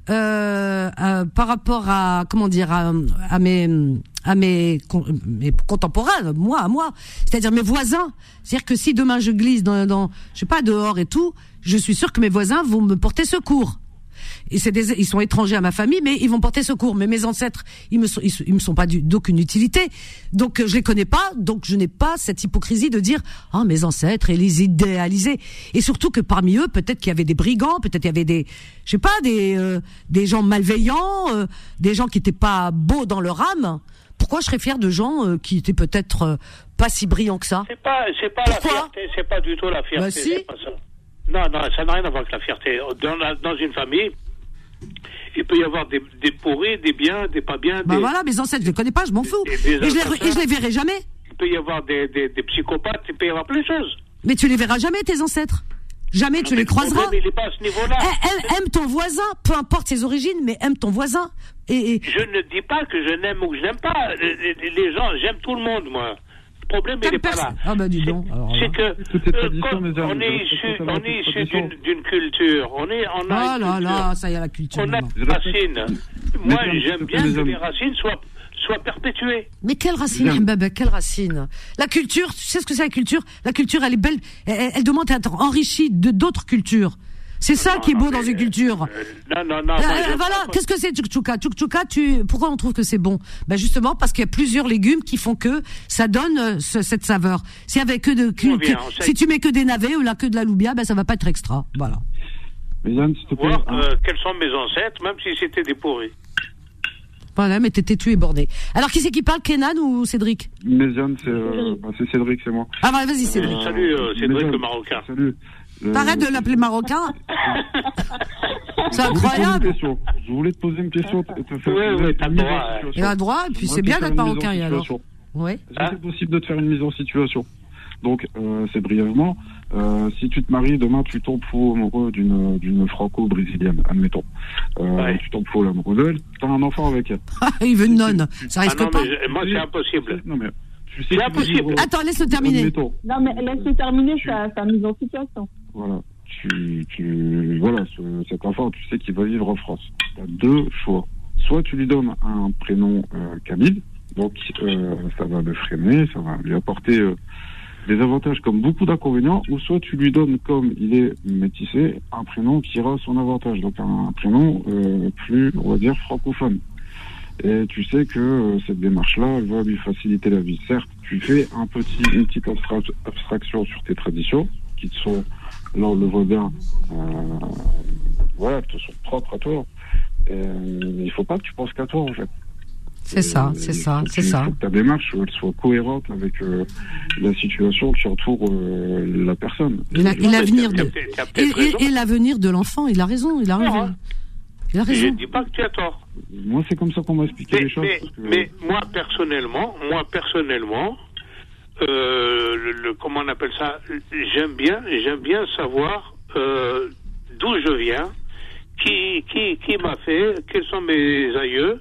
B: euh, euh, par rapport à comment dire à, à mes à mes, con- mes contemporains, moi à moi, c'est-à-dire mes voisins. C'est-à-dire que si demain je glisse dans, dans je sais pas dehors et tout, je suis sûre que mes voisins vont me porter secours. Et c'est des, ils sont étrangers à ma famille, mais ils vont porter secours. Mais mes ancêtres, ils me sont, ils, ils me sont pas du- d'aucune utilité. Donc euh, je les connais pas, donc je n'ai pas cette hypocrisie de dire ah mes ancêtres et les idéaliser. Et surtout que parmi eux, peut-être qu'il y avait des brigands, peut-être qu'il y avait des, je sais pas, des euh, des gens malveillants, euh, des gens qui étaient pas beaux dans leur âme. Pourquoi je serais fière de gens euh, qui étaient peut-être euh, pas si brillants que ça?
G: C'est pas, c'est pas la
B: Pourquoi?
G: fierté, c'est pas du tout la fierté.
B: Bah, si.
G: C'est pas ça. Non, non, ça n'a rien à voir avec la fierté. Dans, la- dans une famille, il peut y avoir des, des pourris, des biens, des pas biens.
B: Bah
G: des,
B: voilà, mes ancêtres, je les connais pas, je m'en fous.
G: des- des
B: Et je les,
G: assassins.
B: et je les verrai jamais.
G: Il peut y avoir des, des, des psychopathes, il peut y avoir plein de choses.
B: Mais tu les verras jamais, tes ancêtres. Jamais, tu
G: Mais
B: les
G: le
B: croiseras.
G: problème, il n'est pas à ce niveau-là.
B: Eh, aime, aime ton voisin, peu importe ses origines, mais aime ton voisin. Et, et
G: Je ne dis pas que je n'aime ou que je n'aime pas. Les, les- les gens, j'aime tout le monde, moi. Le problème, il
B: t'aimes
G: n'est pas là.
B: personne. Ah bah dis donc. alors là.
G: C'est que
H: Toutes les
G: euh,
H: traditions,
G: quand
H: mes amis,
G: on
H: je
G: est
H: respecte
G: issu,
H: totalement
G: on
H: toutes
G: est
H: les
G: issu
H: traditions.
G: d'une d'une culture. On est, on a
B: Ah
G: une
B: là
G: culture.
B: là, ça y est, la culture.
G: On a
B: maintenant.
H: Je
G: des
H: respecte-
G: racines.
H: Mais
G: Moi,
H: j'aime
G: j'aime
H: tout
G: bien
H: les
G: que
H: hommes.
G: les racines soient, soient perpétuées.
B: Mais quelle racine,
H: J'aime.
B: Mbaba, quelle racine? La culture, tu sais ce que c'est la culture? La culture, elle est belle, elle, elle demande à être enrichie de d'autres cultures. C'est ça
G: Non,
B: qui est
G: non,
B: beau
G: mais,
B: dans une culture.
G: Euh, non, non, non.
B: Euh,
G: moi,
B: euh,
G: j'aime
B: voilà,
G: pas-
B: qu'est-ce que c'est tchoukchouka? Tchoukchouka, tu, pourquoi on trouve que c'est bon? Ben justement parce qu'il y a plusieurs légumes qui font que ça donne euh, ce- cette saveur. Si avec que de, que-
G: On vient,
B: que-
G: on sait.
B: si tu mets que des navets ou là que de la loubia, ben ça va pas être extra. Voilà.
H: Mais Yann, s'il te plaît.
G: Voir
H: hein,
G: euh, quels sont mes ancêtres, même si c'était des pourris.
B: Voilà, mais t'es têtu et borné. Alors qui c'est qui parle, Kenan ou Cédric?
H: Méziane, c'est euh, bah, c'est Cédric, c'est moi.
B: Ah bah, vas-y Cédric.
G: Euh, Salut, euh, Cédric,
H: Méziane,
G: le Marocain.
H: Salut. Euh,
B: T'arrêtes de l'appeler marocain. C'est
H: je voulais te poser une
B: incroyable.
H: question. Je voulais te poser une question. te- te faire
G: Oui,
H: une-
G: oui,
H: une
G: t'as le
H: mise en
G: droit, ouais.
H: situation.
B: Il a le droit, et puis
H: J'aimerais
B: c'est
H: te
B: bien
H: faire
B: d'être
H: une mise en
B: marocain, et alors.
H: situation.
B: Ouais.
H: Est-ce
G: Hein
H: que c'est possible de te faire une mise en situation? Donc, euh, c'est brièvement, euh, si tu te maries, demain tu tombes fou amoureux d'une d'une franco-brésilienne, admettons. Euh,
G: Ouais.
H: Tu tombes fou amoureux d'elle, t'as un enfant avec elle.
B: Il veut une nonne. Ça
G: Ah
B: risque
G: non,
B: pas.
G: mais je- moi, c'est impossible.
H: Non, mais tu sais
G: C'est
H: que tu
G: impossible.
H: vas vivre-
B: Attends, laisse-le terminer.
H: Admettons,
E: Non, mais laisse-le terminer sa, sa mise en situation.
H: voilà. Tu, tu, voilà, ce- cet enfant, tu sais qu'il va vivre en France. Tu as deux choix. Soit tu lui donnes un prénom euh, Camille, donc euh, ça va le freiner, ça va lui apporter euh, des avantages comme beaucoup d'inconvénients, ou soit tu lui donnes, comme il est métissé, un prénom qui ira à son avantage, donc un, un prénom euh, plus, on va dire, francophone. Et tu sais que euh, cette démarche-là, elle va lui faciliter la vie. Certes, tu fais un petit, une petite abstra- abstraction sur tes traditions, qui te sont, là on le voit bien, euh, voilà, qui te sont propres à toi. Et, il faut pas que tu penses qu'à toi, en fait.
B: C'est ça,
H: Euh,
B: c'est
H: il
B: ça,
H: faut que
B: c'est
H: tu-
B: ça.
H: faut que ta démarche elle soit cohérente avec euh, la situation qui entoure euh, la personne.
B: Et la- et l'avenir de,
G: T'as
B: et,
G: peut-être raison.
B: et- et l'avenir de l'enfant, il a raison, il a
G: Non,
B: raison.
G: hein.
B: Il a raison.
G: Je ne dis pas que tu as tort.
H: Moi, c'est comme ça qu'on m'a expliqué
G: Mais,
H: les choses.
G: mais,
H: parce que-
G: mais moi, personnellement, moi, personnellement, euh, le, le- comment on appelle ça, j'aime bien, j'aime bien savoir euh, d'où je viens, qui, qui, qui m'a fait, quels sont mes aïeux,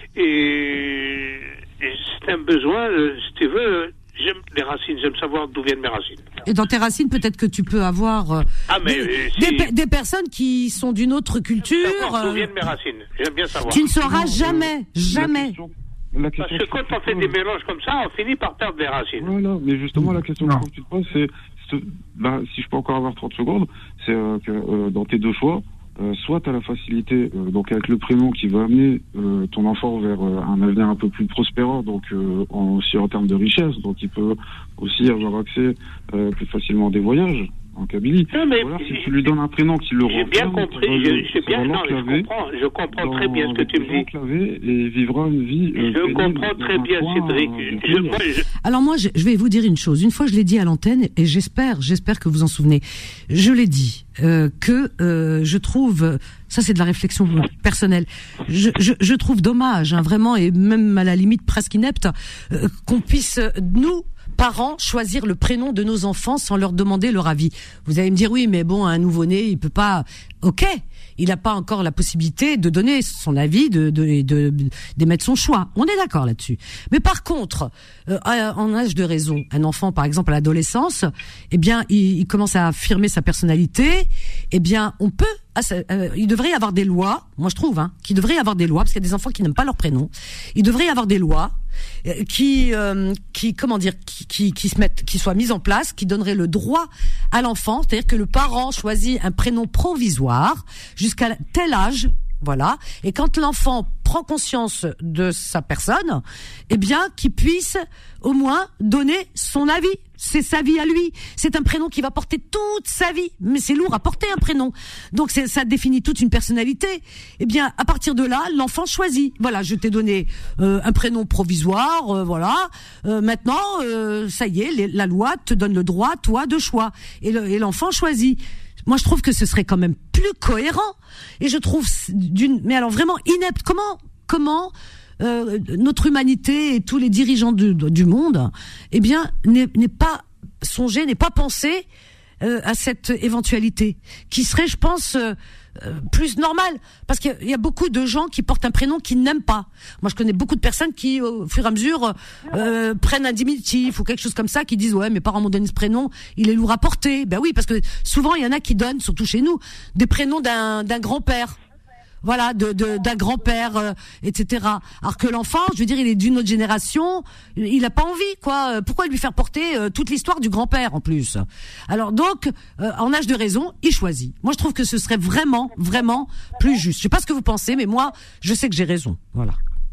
G: et, et c'est un besoin, euh, si tu veux, j'aime les racines, j'aime savoir d'où viennent mes racines.
B: Et dans tes racines, peut-être que tu peux avoir euh,
G: Ah, mais
B: des,
G: euh,
B: des
G: si,
B: pe- des personnes qui sont d'une autre culture.
G: savoir d'où
B: euh,
G: viennent mes racines, j'aime bien savoir.
B: tu ne sauras
H: Non,
B: jamais,
H: euh,
B: jamais.
H: La question, la question
G: Parce que quand on fait des mélanges comme ça, on finit par perdre des racines.
H: Voilà, mais justement, la question
D: Non.
H: que tu te poses, c'est, ce- bah, si je peux encore avoir trente secondes, c'est euh, que euh, dans tes deux choix, euh, soit tu as la facilité, euh, donc avec le prénom qui va amener euh, ton enfant vers euh, un avenir un peu plus prospérant, donc euh, en, aussi en termes de richesse, donc il peut aussi avoir accès euh, plus facilement à des voyages en Kabylie.
G: Non, mais
H: Voilà, si tu lui donnes un prénom qui le
G: j'ai bien
H: renferme,
G: compris,
H: ça va
G: je-
H: le-
G: j'ai
H: ça
G: bien,
H: va
G: non, je
H: l'enclaver
G: comprends, je comprends très
H: dans-
G: bien ce que tu me dis.
H: l'enclaver et vivra une vie. euh,
G: Je
H: pénible
G: comprends
H: dans
G: très
H: un
G: bien,
H: coin,
G: Cédric.
H: euh, du
G: Je,
H: pays.
G: moi, je-
B: Alors moi, je, je vais vous dire une chose. Une fois, je l'ai dit à l'antenne, et j'espère, j'espère que vous en souvenez. Je l'ai dit euh, que euh, je trouve, ça c'est de la réflexion personnelle. Je, je, je trouve dommage, hein, vraiment, et même à la limite presque inepte, euh, qu'on puisse euh, nous parents choisir le prénom de nos enfants sans leur demander leur avis. Vous allez me dire oui, mais bon, un nouveau-né, il peut pas. Ok, il n'a pas encore la possibilité de donner son avis, de de de d'émettre son choix. On est d'accord là-dessus. Mais par contre, euh, en âge de raison, un enfant, par exemple, à l'adolescence, eh bien, il, il commence à affirmer sa personnalité. Eh bien, on peut. Ah, ça, euh, il devrait y avoir des lois. Moi, je trouve, hein, qu'il devrait y avoir des lois parce qu'il y a des enfants qui n'aiment pas leur prénom. Il devrait y avoir des lois euh, qui, euh, qui, comment dire, qui, qui, qui se mettent, qui soient mises en place, qui donneraient le droit à l'enfant, c'est-à-dire que le parent choisit un prénom provisoire jusqu'à tel âge. Voilà. Et quand l'enfant prend conscience de sa personne, eh bien, qu'il puisse au moins donner son avis. C'est sa vie à lui. C'est un prénom qui va porter toute sa vie. Mais c'est lourd à porter un prénom. Donc c'est, ça définit toute une personnalité. Eh bien, à partir de là, l'enfant choisit. Voilà, je t'ai donné euh, un prénom provisoire. Euh, voilà. Euh, maintenant, euh, ça y est, les, la loi te donne le droit, toi, de choix. Et, le, et l'enfant choisit. Moi, je trouve que ce serait quand même plus cohérent. Et je trouve d'une, mais alors vraiment inepte. Comment, comment euh, notre humanité et tous les dirigeants du, du monde, eh bien, n'est, n'est pas songé, n'est pas pensé euh, à cette éventualité, qui serait, je pense, euh, euh, plus normale. Parce qu'il y a, il y a beaucoup de gens qui portent un prénom qu'ils n'aiment pas. Moi, je connais beaucoup de personnes qui, au fur et à mesure, euh, prennent un diminutif ou quelque chose comme ça, qui disent ouais, mes parents m'ont donné ce prénom, il est lourd à porter. Ben oui, parce que souvent il y en a qui donnent, surtout chez nous, des prénoms d'un, d'un grand-père. Voilà, de, de d'un grand-père, euh, et cetera. Alors que l'enfant, je veux dire, il est d'une autre génération, il a pas envie, quoi. Pourquoi lui faire porter euh, toute l'histoire du grand-père en plus? Alors donc, euh, en âge de raison, il choisit. Moi, je trouve que ce serait vraiment, vraiment plus juste. Je sais pas ce que vous pensez, mais moi, je sais que j'ai raison. Voilà.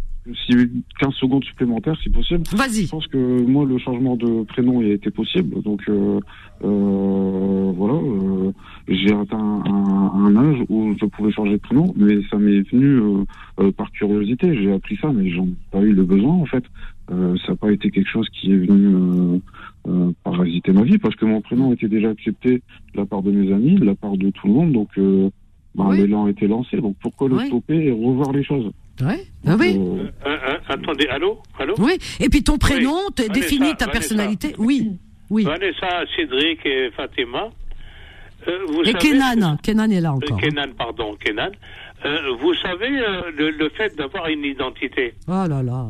H: Si quinze secondes supplémentaires, si possible.
B: Vas-y.
H: Je pense que moi, le changement de prénom a été possible. Donc, euh, euh, voilà, euh, j'ai atteint un, un âge où je pouvais changer de prénom, mais ça m'est venu euh, euh, par curiosité. J'ai appris ça, mais j'en ai pas eu le besoin, en fait. Euh, ça n'a pas été quelque chose qui est venu euh, euh, parasiter ma vie, parce que mon prénom était déjà accepté de la part de mes amis, de la part de tout le monde. Donc, euh, ben,
B: Oui.
H: l'élan a été lancé. Donc, pourquoi le
B: Oui.
H: stopper et revoir les choses?
B: Ouais. Ah oui.
H: Euh,
G: Euh, euh, attendez, allô, allô.
B: Oui. Et puis ton prénom
G: Oui.
B: te
G: Vanessa,
B: définit ta
G: Vanessa.
B: personnalité. Oui. Oui.
G: Vanessa, Cédric et Fatima. Euh, vous
B: Et
G: savez,
B: Kenan, Kenan est là
G: Euh,
B: encore.
G: Kenan, pardon, Kenan. Euh, vous savez euh, le, le fait d'avoir une identité.
B: Oh là là.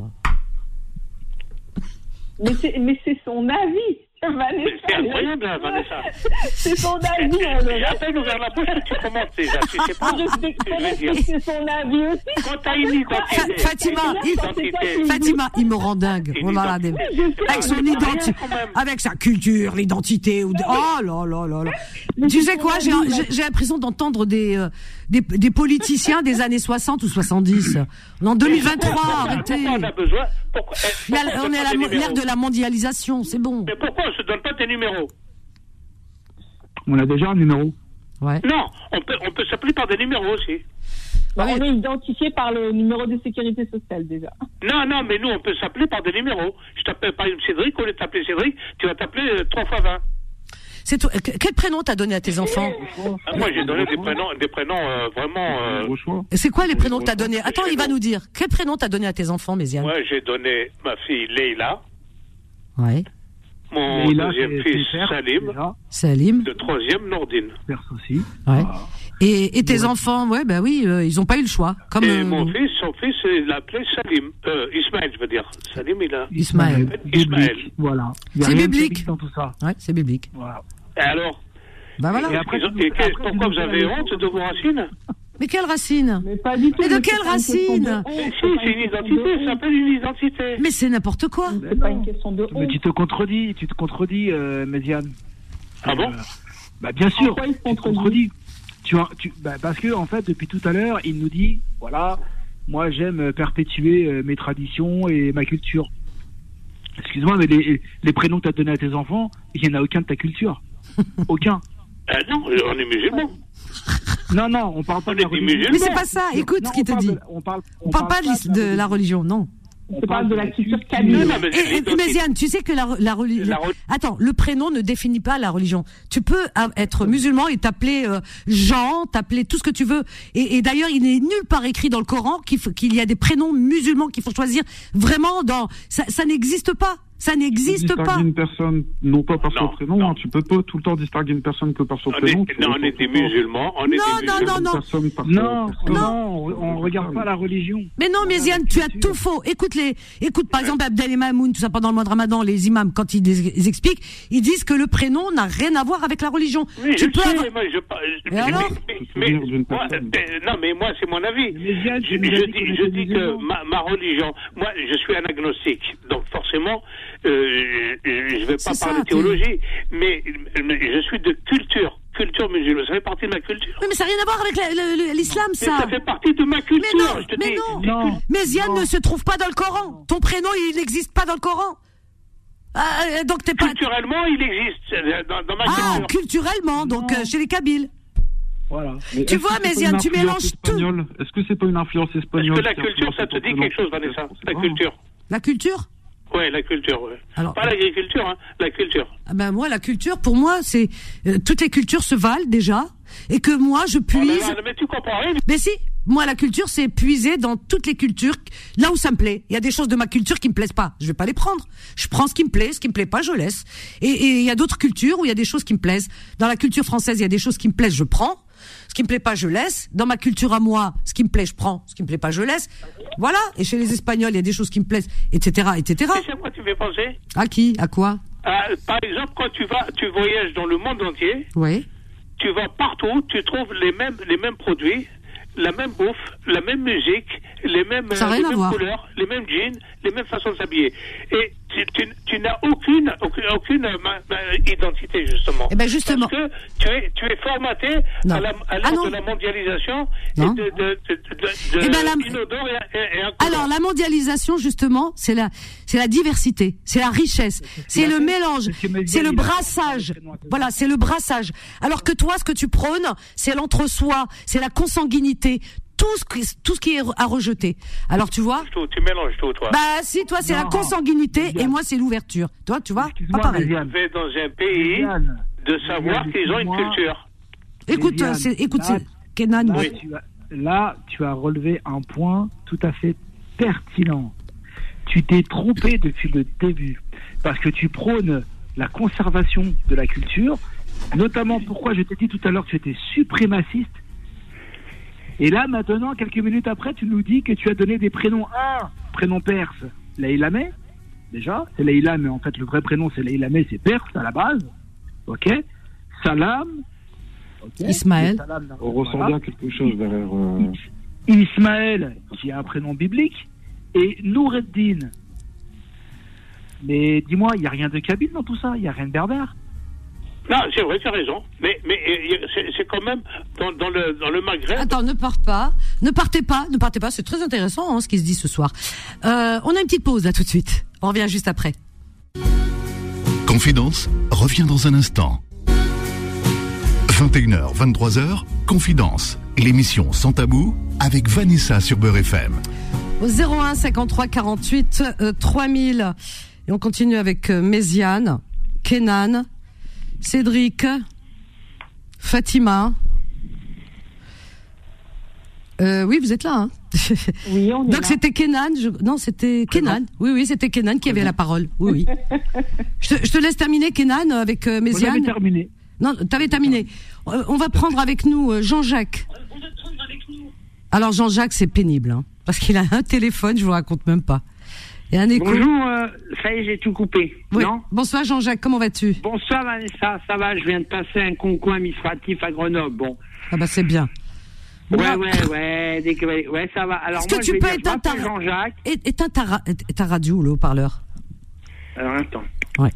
E: Mais c'est, mais c'est son avis, Vanessa.
G: Mais c'est incroyable, hein, Vanessa.
E: C'est son avis, on
G: J'ai
E: le
G: à peine ouvert la bouche que tu commences déjà. Tu sais pas
E: Ah, je
G: ce
E: sais
G: que je veux dire.
E: que c'est son avis aussi.
G: Quand t'as une identité,
B: Fa- Fatima,
G: une
B: il-
G: identité,
B: Fatima, il me rend dingue.
G: Une
B: Oh là là, des-
G: identité.
B: avec son
G: Rien,
B: identité,
G: quand même.
B: avec sa culture, l'identité. Ou... Oh là là là là. Tu sais quoi, j'ai, j'ai, j'ai l'impression d'entendre des, euh, des, des politiciens des années soixante ou soixante-dix. En deux mille vingt-trois, arrêtez.
G: Pourquoi on a besoin pourquoi, eh,
B: Il y a-
G: pourquoi
B: on
G: se
B: est à
G: donne
B: la-
G: pas des
B: l'ère de
G: numéros
B: la mondialisation, c'est bon.
G: Mais pourquoi on se donne pas tes numéros?
D: On a déjà un numéro.
B: Ouais.
G: Non, on peut, on peut s'appeler par des numéros aussi.
E: Bah,
B: Ouais.
E: on est identifié par le numéro de sécurité sociale déjà.
G: Non, non, mais nous, on peut s'appeler par des numéros. Je t'appelle par exemple Cédric, au lieu de t'appeler Cédric, tu vas t'appeler euh, trois fois vingt.
B: C'est tout. Quel prénom t'as donné à tes enfants?
G: Ah, moi, j'ai donné des prénoms, des prénoms euh, vraiment. Euh...
B: C'est quoi les prénoms que t'as donné? Attends, il va nous dire. Quel prénom t'as donné à tes enfants, Méziane?
G: Moi, j'ai donné ma fille Leïla.
B: Ouais.
G: Mon
D: Leïla,
G: deuxième
D: c'est-
G: fils
D: c'est père,
G: Salim.
D: déjà.
B: Salim.
G: Le troisième Nordine.
D: Perse aussi.
B: Ouais. Et, et tes enfants, ouais, bah oui, euh, ils ont pas eu le choix. Comme
G: Et
B: euh,
G: mon fils, son fils, il l'appelait Salim. Euh, Ismaël, je veux dire. Salim, il a.
B: Ismaël.
G: Ismaël.
D: Voilà. Il y a
B: C'est
D: rien de
B: biblique.
D: biblique dans tout ça.
B: Ouais, c'est biblique.
D: Voilà.
G: Et alors?
B: Bah voilà.
G: Et après, et qu'est-
D: après,
G: pourquoi
D: vous
G: vous
D: nous
G: avez
D: faites la
G: honte
D: leçon
G: de vos racines?
B: Mais quelle racine?
E: Mais pas du tout.
B: Mais de
E: c'est
B: quelle
E: pas une question
B: racine?
E: de honte,
G: Si,
E: c'est
G: c'est
E: pas
G: une
E: question de
G: identité, ça
E: honte.
G: s'appelle une identité.
B: Mais c'est n'importe quoi.
E: C'est pas une question de
D: Mais
E: honte.
D: tu te contredis, tu te contredis, euh, Méziane.
G: Ah bon?
D: Euh, Bah bien sûr,
E: Pourquoi il se
D: tu te
E: contredit?
D: contredis. Tu, as- tu, bah, parce que en fait, depuis tout à l'heure, il nous dit, voilà, moi j'aime perpétuer euh, mes traditions et ma culture. Excuse-moi, mais les, les prénoms que tu as donnés à tes enfants, il n'y en a aucun de ta culture. Aucun.
G: Ah non, on est musulmans.
D: Non, non, on parle pas
G: On
D: de la
G: est des
D: religion.
G: musulmans.
B: Mais c'est pas ça. Écoute
D: Non,
B: ce qu'il
D: on
B: te
D: parle
B: dit.
D: de- on parle,
B: On parle pas de, l'is- de la religion, non.
D: On
E: Je parle de la culture
G: Non,
E: kabyle.
G: non, mais c'est
B: Et, et
G: l'identité.
B: Méziane, tu sais que la, la religion.
G: La re-
B: Attends, le prénom ne définit pas la religion. Tu peux a- être musulman et t'appeler euh, Jean, t'appeler tout ce que tu veux. Et, et d'ailleurs, il n'est nulle part écrit dans le Coran qu'il, faut- qu'il y a des prénoms musulmans qu'il faut choisir vraiment dans. Ça, ça n'existe pas. Ça n'existe
H: Distinguer
B: pas.
H: une personne, non pas par
G: Non,
H: son prénom,
G: non.
H: hein, tu peux pas tout le temps distinguer une personne que par son
G: On est,
H: prénom. tu
G: non,
H: vois,
G: on est
H: tout
G: des
H: le temps
G: musulmans. On est
B: Non,
G: des
B: non,
G: musulmans.
B: non,
H: une
B: non.
H: personne par
D: Non,
H: son-
D: non, on, on regarde pas la religion.
B: Mais non, Méziane, tu as tout faux. Écoute les, écoute par exemple Abdel et Mamoun, tout ça pendant le mois de Ramadan, les imams quand ils, ils expliquent, ils disent que le prénom n'a rien à voir avec la religion.
G: Oui,
B: tu
G: je
B: peux
G: sais,
B: avoir-
G: moi, je, par- je-
B: Et alors
G: mais,
H: Se
G: mais-
H: souvenir d'une
G: moi,
H: personne.
G: euh, non, mais moi, c'est mon avis.
D: Mais Yann,
G: Je,
D: tu nous as
G: je
D: dit
G: dis,
D: qu'on
G: je
D: était
G: dis que
D: musulmans.
G: ma, ma religion, moi, je suis un agnostique, donc forcément, euh, je ne vais pas
B: C'est ça,
G: parler
B: t'es-
G: théologie, mais, mais je suis de culture, culture musulmane. Ça fait partie de ma culture.
B: Oui, mais ça n'a rien à voir avec la- le- le- l'islam,
G: Mais
B: ça.
G: ça fait partie de ma culture.
B: Mais non,
G: je te
B: mais
G: dis.
B: non.
D: Non.
B: Méziane
D: Non.
B: ne se trouve pas dans le Coran. Ton prénom, il n'existe pas dans le Coran. Ah, euh, donc t'es pas.
G: Culturellement, il existe euh, dans, dans ma
B: Ah,
G: culture.
B: culturellement, donc
D: Non.
B: euh, chez les Kabyles.
D: Voilà.
H: Mais
B: Tu
H: est-ce
B: vois,
H: que c'est pas
B: Méziane,
H: une
B: tu
H: influence
B: mélanges tout.
H: espagnole Est-ce que c'est pas une influence
G: Est-ce
H: espagnole
G: que la
H: qui a
G: culture, ça
H: influencé
G: te
H: ton
G: dit
H: prénom?
G: quelque chose, Vanessa?
H: Je sais
G: La
H: pas.
G: culture.
B: La culture.
G: Oui, la culture, ouais.
B: Alors-
G: Pas l'agriculture, hein, la culture.
B: Ah ben moi, la culture, pour moi, c'est euh, toutes les cultures se valent déjà, et que moi, je
G: Oh là
B: puise.
G: là, mais tu comprends rien.
B: Mais si, moi, la culture, c'est puiser dans toutes les cultures, là où ça me plaît. Il y a des choses de ma culture qui me plaisent pas. Je vais pas les prendre. Je prends ce qui me plaît, ce qui me plaît pas, je laisse. Et, et il y a d'autres cultures où il y a des choses qui me plaisent. Dans la culture française, il y a des choses qui me plaisent, je prends. Ce qui me plaît pas, je laisse. Dans ma culture à moi, ce qui me plaît, je prends. Ce qui me plaît pas, je laisse. Voilà. Et chez les Espagnols, il y a des choses qui me plaisent, et cetera, et cetera.
G: Tu sais à quoi tu fais penser?
B: À qui? À quoi?
G: Ah, par exemple, quand tu vas, tu voyages dans le monde entier,
B: Oui.
G: tu vas partout, tu trouves les mêmes, les mêmes produits, la même bouffe, la même musique, les mêmes,
B: Ça a
G: euh,
B: rien
G: les
B: à
G: mêmes
B: voir.
G: couleurs, les mêmes jeans, les mêmes façons de s'habiller. Et tu, tu, tu n'as aucune, aucune, aucune euh, ma- ma- identité, justement.
B: Eh ben, justement.
G: Parce que tu es, tu es formaté
B: Non.
G: à la, à
B: Ah
G: l'ère
B: non.
G: de la mondialisation
B: Non.
G: et de, de, de, de, de
B: Eh ben, la-
G: inodore et, et, et incolore.
B: Alors la mondialisation justement, c'est la c'est la diversité, c'est la richesse, c'est le mélange,
D: c'est ce que Méziane,
B: c'est le
D: il a-
B: brassage. Voilà, c'est le brassage. Alors que toi, ce que tu prônes, c'est l'entre-soi, c'est la consanguinité, tout ce qui, tout ce qui est à rejeter. Alors tu vois?
G: Tout, tu mélanges tout, toi.
B: Bah si, toi c'est la
D: Non.
B: consanguinité et
D: Méziane.
B: moi c'est l'ouverture. Toi, tu vois? Pas
D: Excuse-moi,
B: pareil.
D: Méziane.
G: Tu es dans un pays
D: Méziane.
G: de savoir
D: Méziane,
G: qu'ils ont une
D: excuse-moi.
G: culture.
B: Écoute,
D: Méziane,
B: c'est, écoute,
D: là,
B: c'est Kenan.
D: Là,
B: oui.
D: tu as, là, tu as relevé un point tout à fait pertinent. Tu t'es trompé depuis le début, parce que tu prônes la conservation de la culture, notamment pourquoi je t'ai dit tout à l'heure que tu étais suprémaciste. Et là, maintenant, quelques minutes après, tu nous dis que tu as donné des prénoms. Un prénom perse, Leïlamé, déjà. C'est Leïla, mais en fait, le vrai prénom, c'est Leïlamé, c'est perse à la base. Ok. Salam. ok.
B: Ismaël.
D: Et Salam,
H: On ressent
D: voilà.
H: bien quelque chose derrière. euh,
D: Ismaël, qui est un prénom biblique, et Noureddin. Mais dis-moi, il n'y a rien de kabyle dans tout ça, il n'y a rien de berbère.
G: Non, c'est vrai, tu as raison. Mais, mais euh, c'est, c'est quand même dans, dans, le, dans le Maghreb.
B: Attends, ne parte pas, ne partez pas, ne partez pas. C'est très intéressant hein, ce qui se dit ce soir. Euh, on a une petite pause là tout de suite. On revient juste après.
A: Confidence revient dans un instant. vingt et une heures, vingt-trois heures, Confidence, l'émission Sans Tabou avec Vanessa sur Beurre F M.
B: Au zéro un cinquante-trois quarante-huit euh, trois mille. Et on continue avec euh, Méziane, Kenan Cédric, Fatima. Euh, oui, vous êtes là. Hein.
E: Oui, on est
B: Donc
E: là.
B: c'était Kenan. Je... Non, c'était Kenan. Oui, oui, c'était Kenan qui avait la parole. Oui, oui. je, te, je te laisse terminer, Kenan, avec euh,
D: Vous avez
B: Méziane.
D: terminé.
B: Non, t'avais terminé. Euh, on va prendre avec nous euh, Jean-Jacques. Alors Jean-Jacques, c'est pénible, hein, parce qu'il a un téléphone, je vous raconte même pas. Et un écho.
I: Bonjour, euh, ça y est, j'ai tout coupé.
B: Oui.
I: Non
B: Bonsoir Jean-Jacques, comment vas-tu?
I: Bonsoir Vanessa, ça va, je viens de passer un concours administratif à Grenoble. Bon.
B: Ah bah c'est bien.
I: Ouais,
B: Moi-
I: ouais, ouais, dès que- ouais, ça va. Alors
B: Est-ce que
I: moi,
B: tu
I: je vais
B: peux
I: dire, je
B: éteindre ta-
I: m'appelle Jean-Jacques.
B: É- Éteins ta, ra- é- ta radio, le haut-parleur.
I: Alors, attends.
B: Ouais.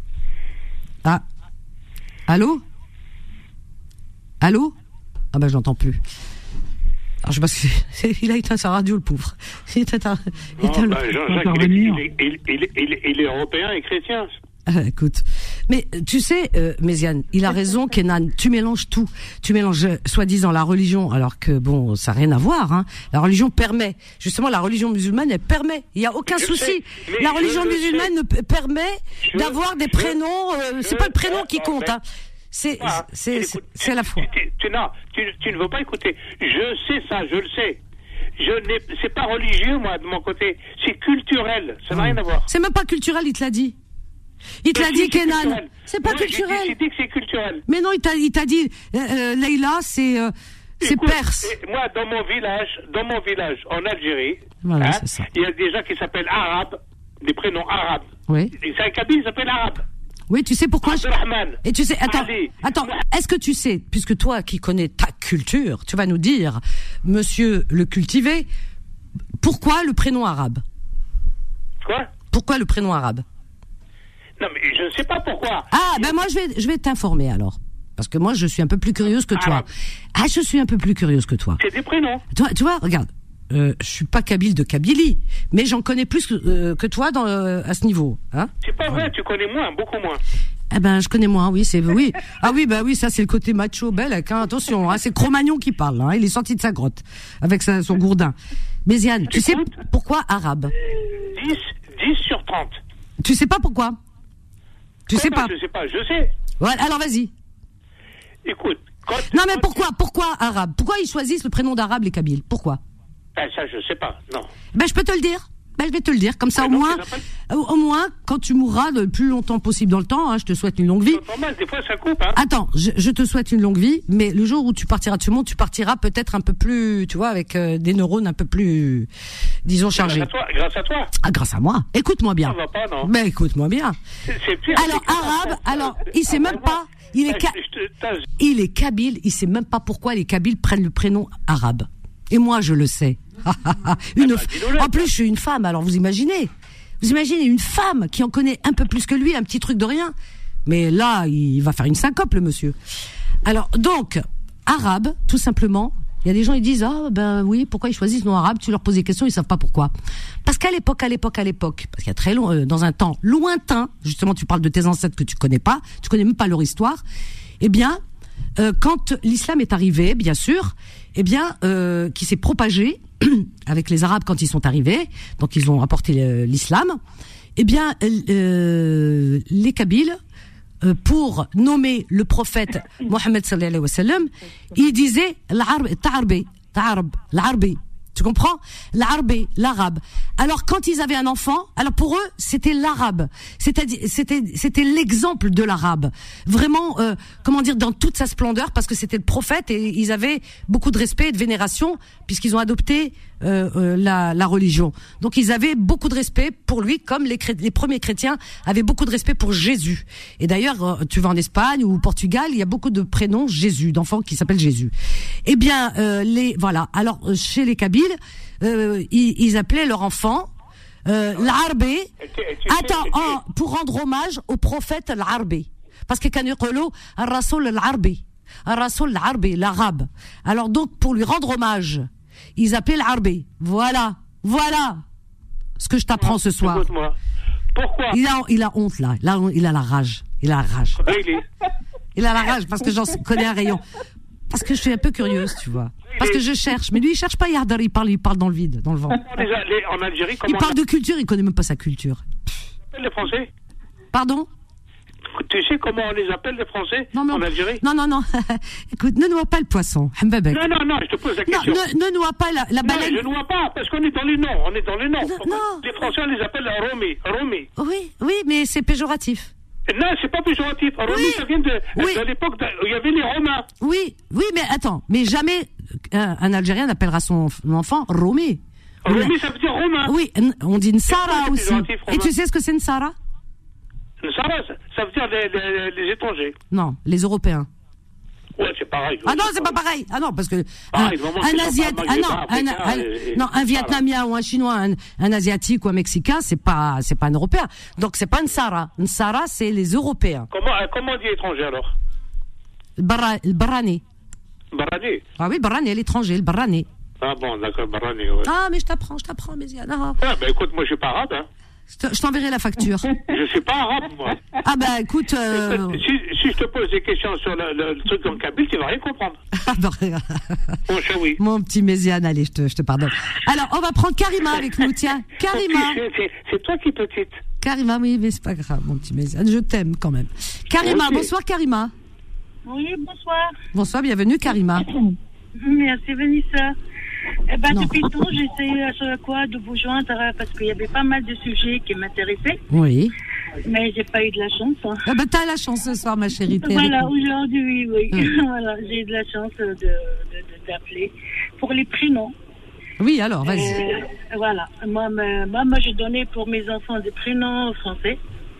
B: Ah. Allô? Allô? Ah bah je l'entends plus. Alors, je sais pas si c'est- il a éteint sa radio, le pauvre. Il a éteint, il a
G: Non,
B: éteint le-
G: bah, Jean-Jacques, il, est- il, est- il, il, il, il est européen et chrétien.
B: Ah, écoute, mais euh, tu sais, euh, Méziane, il a raison, Kenan. Tu mélanges tout. Tu mélanges, euh, soi-disant, la religion, alors que bon, ça n'a rien à voir. Hein. La religion permet, justement, la religion musulmane, elle permet. Il y a aucun
G: Je
B: souci.
G: sais, mais
B: La
G: je
B: religion
G: le
B: musulmane
G: sais.
B: ne permet
G: Je-
B: d'avoir des
G: je-
B: prénoms. Euh, c'est
G: je-
B: pas le prénom qui
G: en
B: compte.
G: fait,
B: Hein. C'est,
G: Ah,
B: c'est,
G: tu
B: c'est,
G: écoutes,
B: c'est la
G: tu-
B: foi.
G: Tu, tu, non, tu, tu ne veux pas écouter. Je sais ça, je le sais. Je n'ai, c'est pas religieux, moi, de mon côté. C'est culturel. Ça n'a rien à voir.
B: C'est même pas culturel, il te l'a dit. Il te
G: Mais
B: l'a
G: si,
B: dit,
G: c'est
B: Kenan.
G: culturel.
B: C'est pas
G: Moi, j'ai
B: culturel.
G: dit- J'ai dit que c'est culturel.
B: Mais non, il t'a, il t'a dit, euh, euh, Leïla, c'est, euh, c'est
G: Écoute,
B: perse.
G: et moi, dans mon village, dans mon village, en Algérie,
B: Voilà,
G: hein,
B: c'est ça.
G: il y a des gens qui s'appellent arabes, des prénoms arabes.
B: Oui.
G: Et c'est un kabyle, il s'appelle arabe.
B: Oui, tu sais pourquoi je...
G: Abdelrahman.
B: Et tu sais, attends,
G: Ali.
B: attends, est-ce que tu sais, puisque toi qui connais ta culture, tu vas nous dire, monsieur le cultivé, pourquoi le prénom arabe?
G: Quoi?
B: Pourquoi le prénom arabe?
G: Non, mais je ne sais pas pourquoi.
B: Ah, ben moi je vais, je vais t'informer alors. Parce que moi je suis un peu plus curieuse que toi.
G: Arabe.
B: Ah, je suis un peu plus curieuse que toi.
G: C'est des prénoms.
B: Toi, tu vois, regarde, euh, je suis pas kabyle de Kabylie, mais j'en connais plus que, euh, que toi dans, euh, à ce niveau. Hein?
G: C'est pas vrai, tu connais moins, beaucoup moins.
B: Eh ben, je connais moins, oui, c'est oui. Ah oui, bah oui, ça c'est le côté macho, Belek, hein, attention, hein, c'est Cro-Magnon qui parle, hein, il est sorti de sa grotte avec sa, son gourdin. Méziane, tu sais
G: Écoute.
B: pourquoi arabe?
G: dix, dix sur trente.
B: Tu sais pas pourquoi? Tu sais
G: Comment
B: pas?
G: Je sais pas, je sais.
B: Voilà, alors vas-y.
G: Écoute, quand...
B: Non mais
G: quand-
B: pourquoi? Pourquoi arabe? Pourquoi ils choisissent le prénom d'arabe les Kabyles? Pourquoi?
G: Ah, ça, je sais pas, non.
B: Ben je peux te le dire. Ben je vais te le dire, comme ça
G: Mais
B: au
G: non,
B: moins,
G: c'est
B: au, au moins quand tu mourras le plus longtemps possible dans le temps, hein, je te souhaite une longue vie.
G: C'est normal, des fois ça coupe, hein.
B: Attends, je, je te souhaite une longue vie, mais le jour où tu partiras de ce monde, tu partiras peut-être un peu plus, tu vois, avec euh, des neurones un peu plus, disons, chargés.
G: Grâce à toi, grâce à toi.
B: Ah, grâce à moi. Écoute-moi bien.
G: Ça va pas, non.
B: Ben écoute-moi bien.
G: C'est, c'est pire.
B: Alors
G: c'est que-
B: arabe, alors il sait
G: Ah,
B: même
G: vraiment.
B: pas, il est,
G: Ah,
B: ca-
G: je- je te- t'as-
B: il est kabyle, il sait même pas pourquoi les kabyles prennent le prénom arabe. Et moi je le sais. une,
G: bah, dis-nous-le.
B: en plus je suis une femme, alors vous imaginez, vous imaginez une femme qui en connaît un peu plus que lui, un petit truc de rien. Mais là il va faire une syncope le monsieur. Alors donc arabe, tout simplement. Il y a des gens, ils disent, ah, ben oui, pourquoi ils choisissent le nom arabe? Tu leur poses des questions, ils savent pas pourquoi. Parce qu'à l'époque, à l'époque, à l'époque, parce qu'il y a très long, euh, dans un temps lointain, justement, tu parles de tes ancêtres que tu connais pas, tu connais même pas leur histoire, eh bien, euh, quand l'islam est arrivé, bien sûr, eh bien, euh, qui s'est propagé, avec les Arabes quand ils sont arrivés, donc ils ont apporté le- l'islam, eh bien, euh, les Kabyles, euh, pour nommer le prophète Mohammed sallallahu alayhi wa sallam, il disait l'arabe, ta'arbi, ta'arab, l'arabi. Tu comprends? L'arabe, l'arabe. Alors quand ils avaient un enfant, alors pour eux c'était l'arabe, c'est-à-dire c'était c'était l'exemple de l'arabe, vraiment euh, comment dire, dans toute sa splendeur, parce que c'était le prophète et ils avaient beaucoup de respect et de vénération puisqu'ils ont adopté euh, euh, la, la religion. Donc ils avaient beaucoup de respect pour lui, comme les, cré- les premiers chrétiens avaient beaucoup de respect pour Jésus. Et d'ailleurs, euh, tu vas en Espagne ou au Portugal, il y a beaucoup de prénoms Jésus, d'enfants qui s'appellent Jésus. Eh bien, euh, les voilà. Alors euh, chez les Kabyles, euh, ils, ils appelaient leur enfant euh, l'Arbe.
G: Et tu- et tu sais-
B: Attends,
G: et tu-
B: oh, pour rendre hommage au prophète l'Arbe, parce que quand يقولوا الرسول العربي, الرسول العربي, l'arabe. Alors donc pour lui rendre hommage, ils appelaient l'Arbe. Voilà, voilà ce que je t'apprends ce soir.
G: Écoute-moi. Pourquoi?
B: Il a, il a honte là, là il a la rage, il a la rage.
G: Ah, il est-
B: Il a la rage parce que j'en connais un rayon. Parce que je suis un peu curieuse, tu vois. Parce que je cherche. Mais lui, il cherche pas Yardar, il parle, il parle dans le vide, dans le vent.
G: Déjà, les- en Algérie,
B: Il
G: comment
B: parle de culture, il connaît même pas sa culture.
G: on appelle les Français?
B: Pardon?
G: Tu sais comment on les appelle, les Français,
B: non, non.
G: en Algérie?
B: Non, non, non. Écoute, ne noie pas le poisson. Hambabek.
G: Non, non, non, je te pose la question.
B: Non, ne, ne noie pas la, la baleine.
G: Non, je ne noie pas, parce qu'on est dans les noms. On est dans les noms.
B: Non, non.
G: Les Français, on les appelle Romi. Romi.
B: Oui, oui, mais c'est péjoratif.
G: Non, c'est pas péjoratif. Romi,
B: oui.
G: ça vient de,
B: oui.
G: de l'époque où il y avait les Romains.
B: Oui, oui, mais attends. Mais jamais un, un Algérien n'appellera son enfant Romi.
G: Romi, ça veut dire Romain.
B: Oui, on dit Nsara aussi. Et tu sais ce que c'est Nsara?
G: Nsara, ça veut dire les, les, les étrangers.
B: Non, les Européens.
G: Ouais, c'est pareil.
B: Ah non, c'est pas pareil. Ah non, parce que
G: pareil,
B: un,
G: vraiment,
B: un asiatique, ah non, un, un,
G: et,
B: non, un Vietnamien ou un Chinois, un, un asiatique ou un Mexicain, c'est pas, c'est pas un Européen. Donc c'est pas Nsara. Nsara, c'est les Européens.
G: Comment, comment on dit étranger alors?
B: Le barra, le barrané.
G: Barrané.
B: Ah oui, barrané, l'étranger, le barrané.
G: Ah bon, d'accord, barrané, ouais.
B: Ah mais je t'apprends, je t'apprends, Méziane. Ah
G: ben bah, écoute, moi je suis pas arabe, hein.
B: Je t'enverrai la facture.
G: Je suis pas arabe, moi.
B: Ah bah écoute... Euh...
G: Si, si je te pose des questions sur le, le, le truc en Kabyle, tu vas rien comprendre.
B: Ah bah,
G: bon, oui.
B: Mon petit Méziane, allez, je te, je te pardonne. Alors, on va prendre Karima avec nous, tiens. Karima.
G: C'est, c'est toi qui es petite.
B: Karima, oui, mais c'est pas grave, mon petit Méziane. Je t'aime quand même. Karima, okay. Bonsoir Karima.
J: Oui, bonsoir.
B: Bonsoir, bienvenue Karima.
J: Merci Vanessa. Eh ben, depuis tôt, j'essaie à chaque fois de vous joindre parce qu'il y avait pas mal de sujets qui m'intéressaient.
B: Oui.
J: Mais j'ai pas eu de la chance. Hein.
B: Ah ben, t'as la chance ce soir, ma chérie.
J: Voilà, aujourd'hui, oui. Hum. Voilà, j'ai eu de la chance de, de, de t'appeler. Pour les prénoms.
B: Oui, alors, vas-y.
J: Euh, voilà. Moi, moi, moi, j'ai donné pour mes enfants des prénoms français.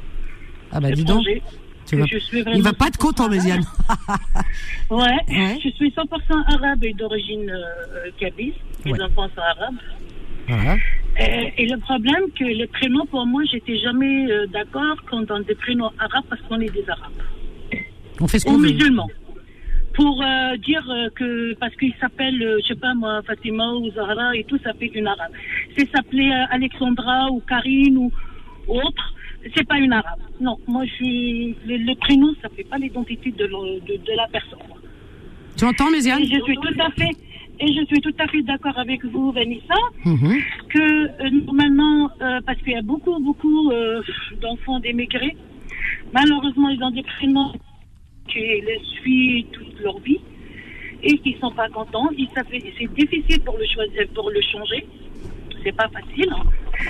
B: Ah bah, dis donc. Tu vas... Il va pas être content, Méziane.
J: ouais, ouais, je suis cent pour cent arabe et d'origine euh, kabyle. Mes ouais. enfants sont arabes.
B: Ouais.
J: Et, et le problème, que les prénoms, pour moi, j'étais jamais euh, d'accord quand on des prénoms arabes parce qu'on est des arabes.
B: On fait ce qu'on
J: Ou
B: veut.
J: musulmans. Pour euh, dire euh, que, parce qu'ils s'appellent, euh, je sais pas moi, Fatima ou Zahra et tout, ça fait une arabe. C'est s'appeler euh, Alexandra ou Karine ou, ou autre. C'est pas une arabe. Non, moi je suis. Le, le prénom, ça fait pas l'identité de, le, de, de la personne.
B: Tu entends, Méziane?
J: Et je suis tout à fait. Et je suis tout à fait d'accord avec vous, Vanessa,
B: mm-hmm.
J: que euh, normalement, euh, parce qu'il y a beaucoup, beaucoup euh, d'enfants d'émigrés, malheureusement, ils ont des prénoms qui les suivent toute leur vie et qui sont pas contents. Et ça fait, c'est difficile pour le choisir, pour le changer. C'est pas facile. Hein.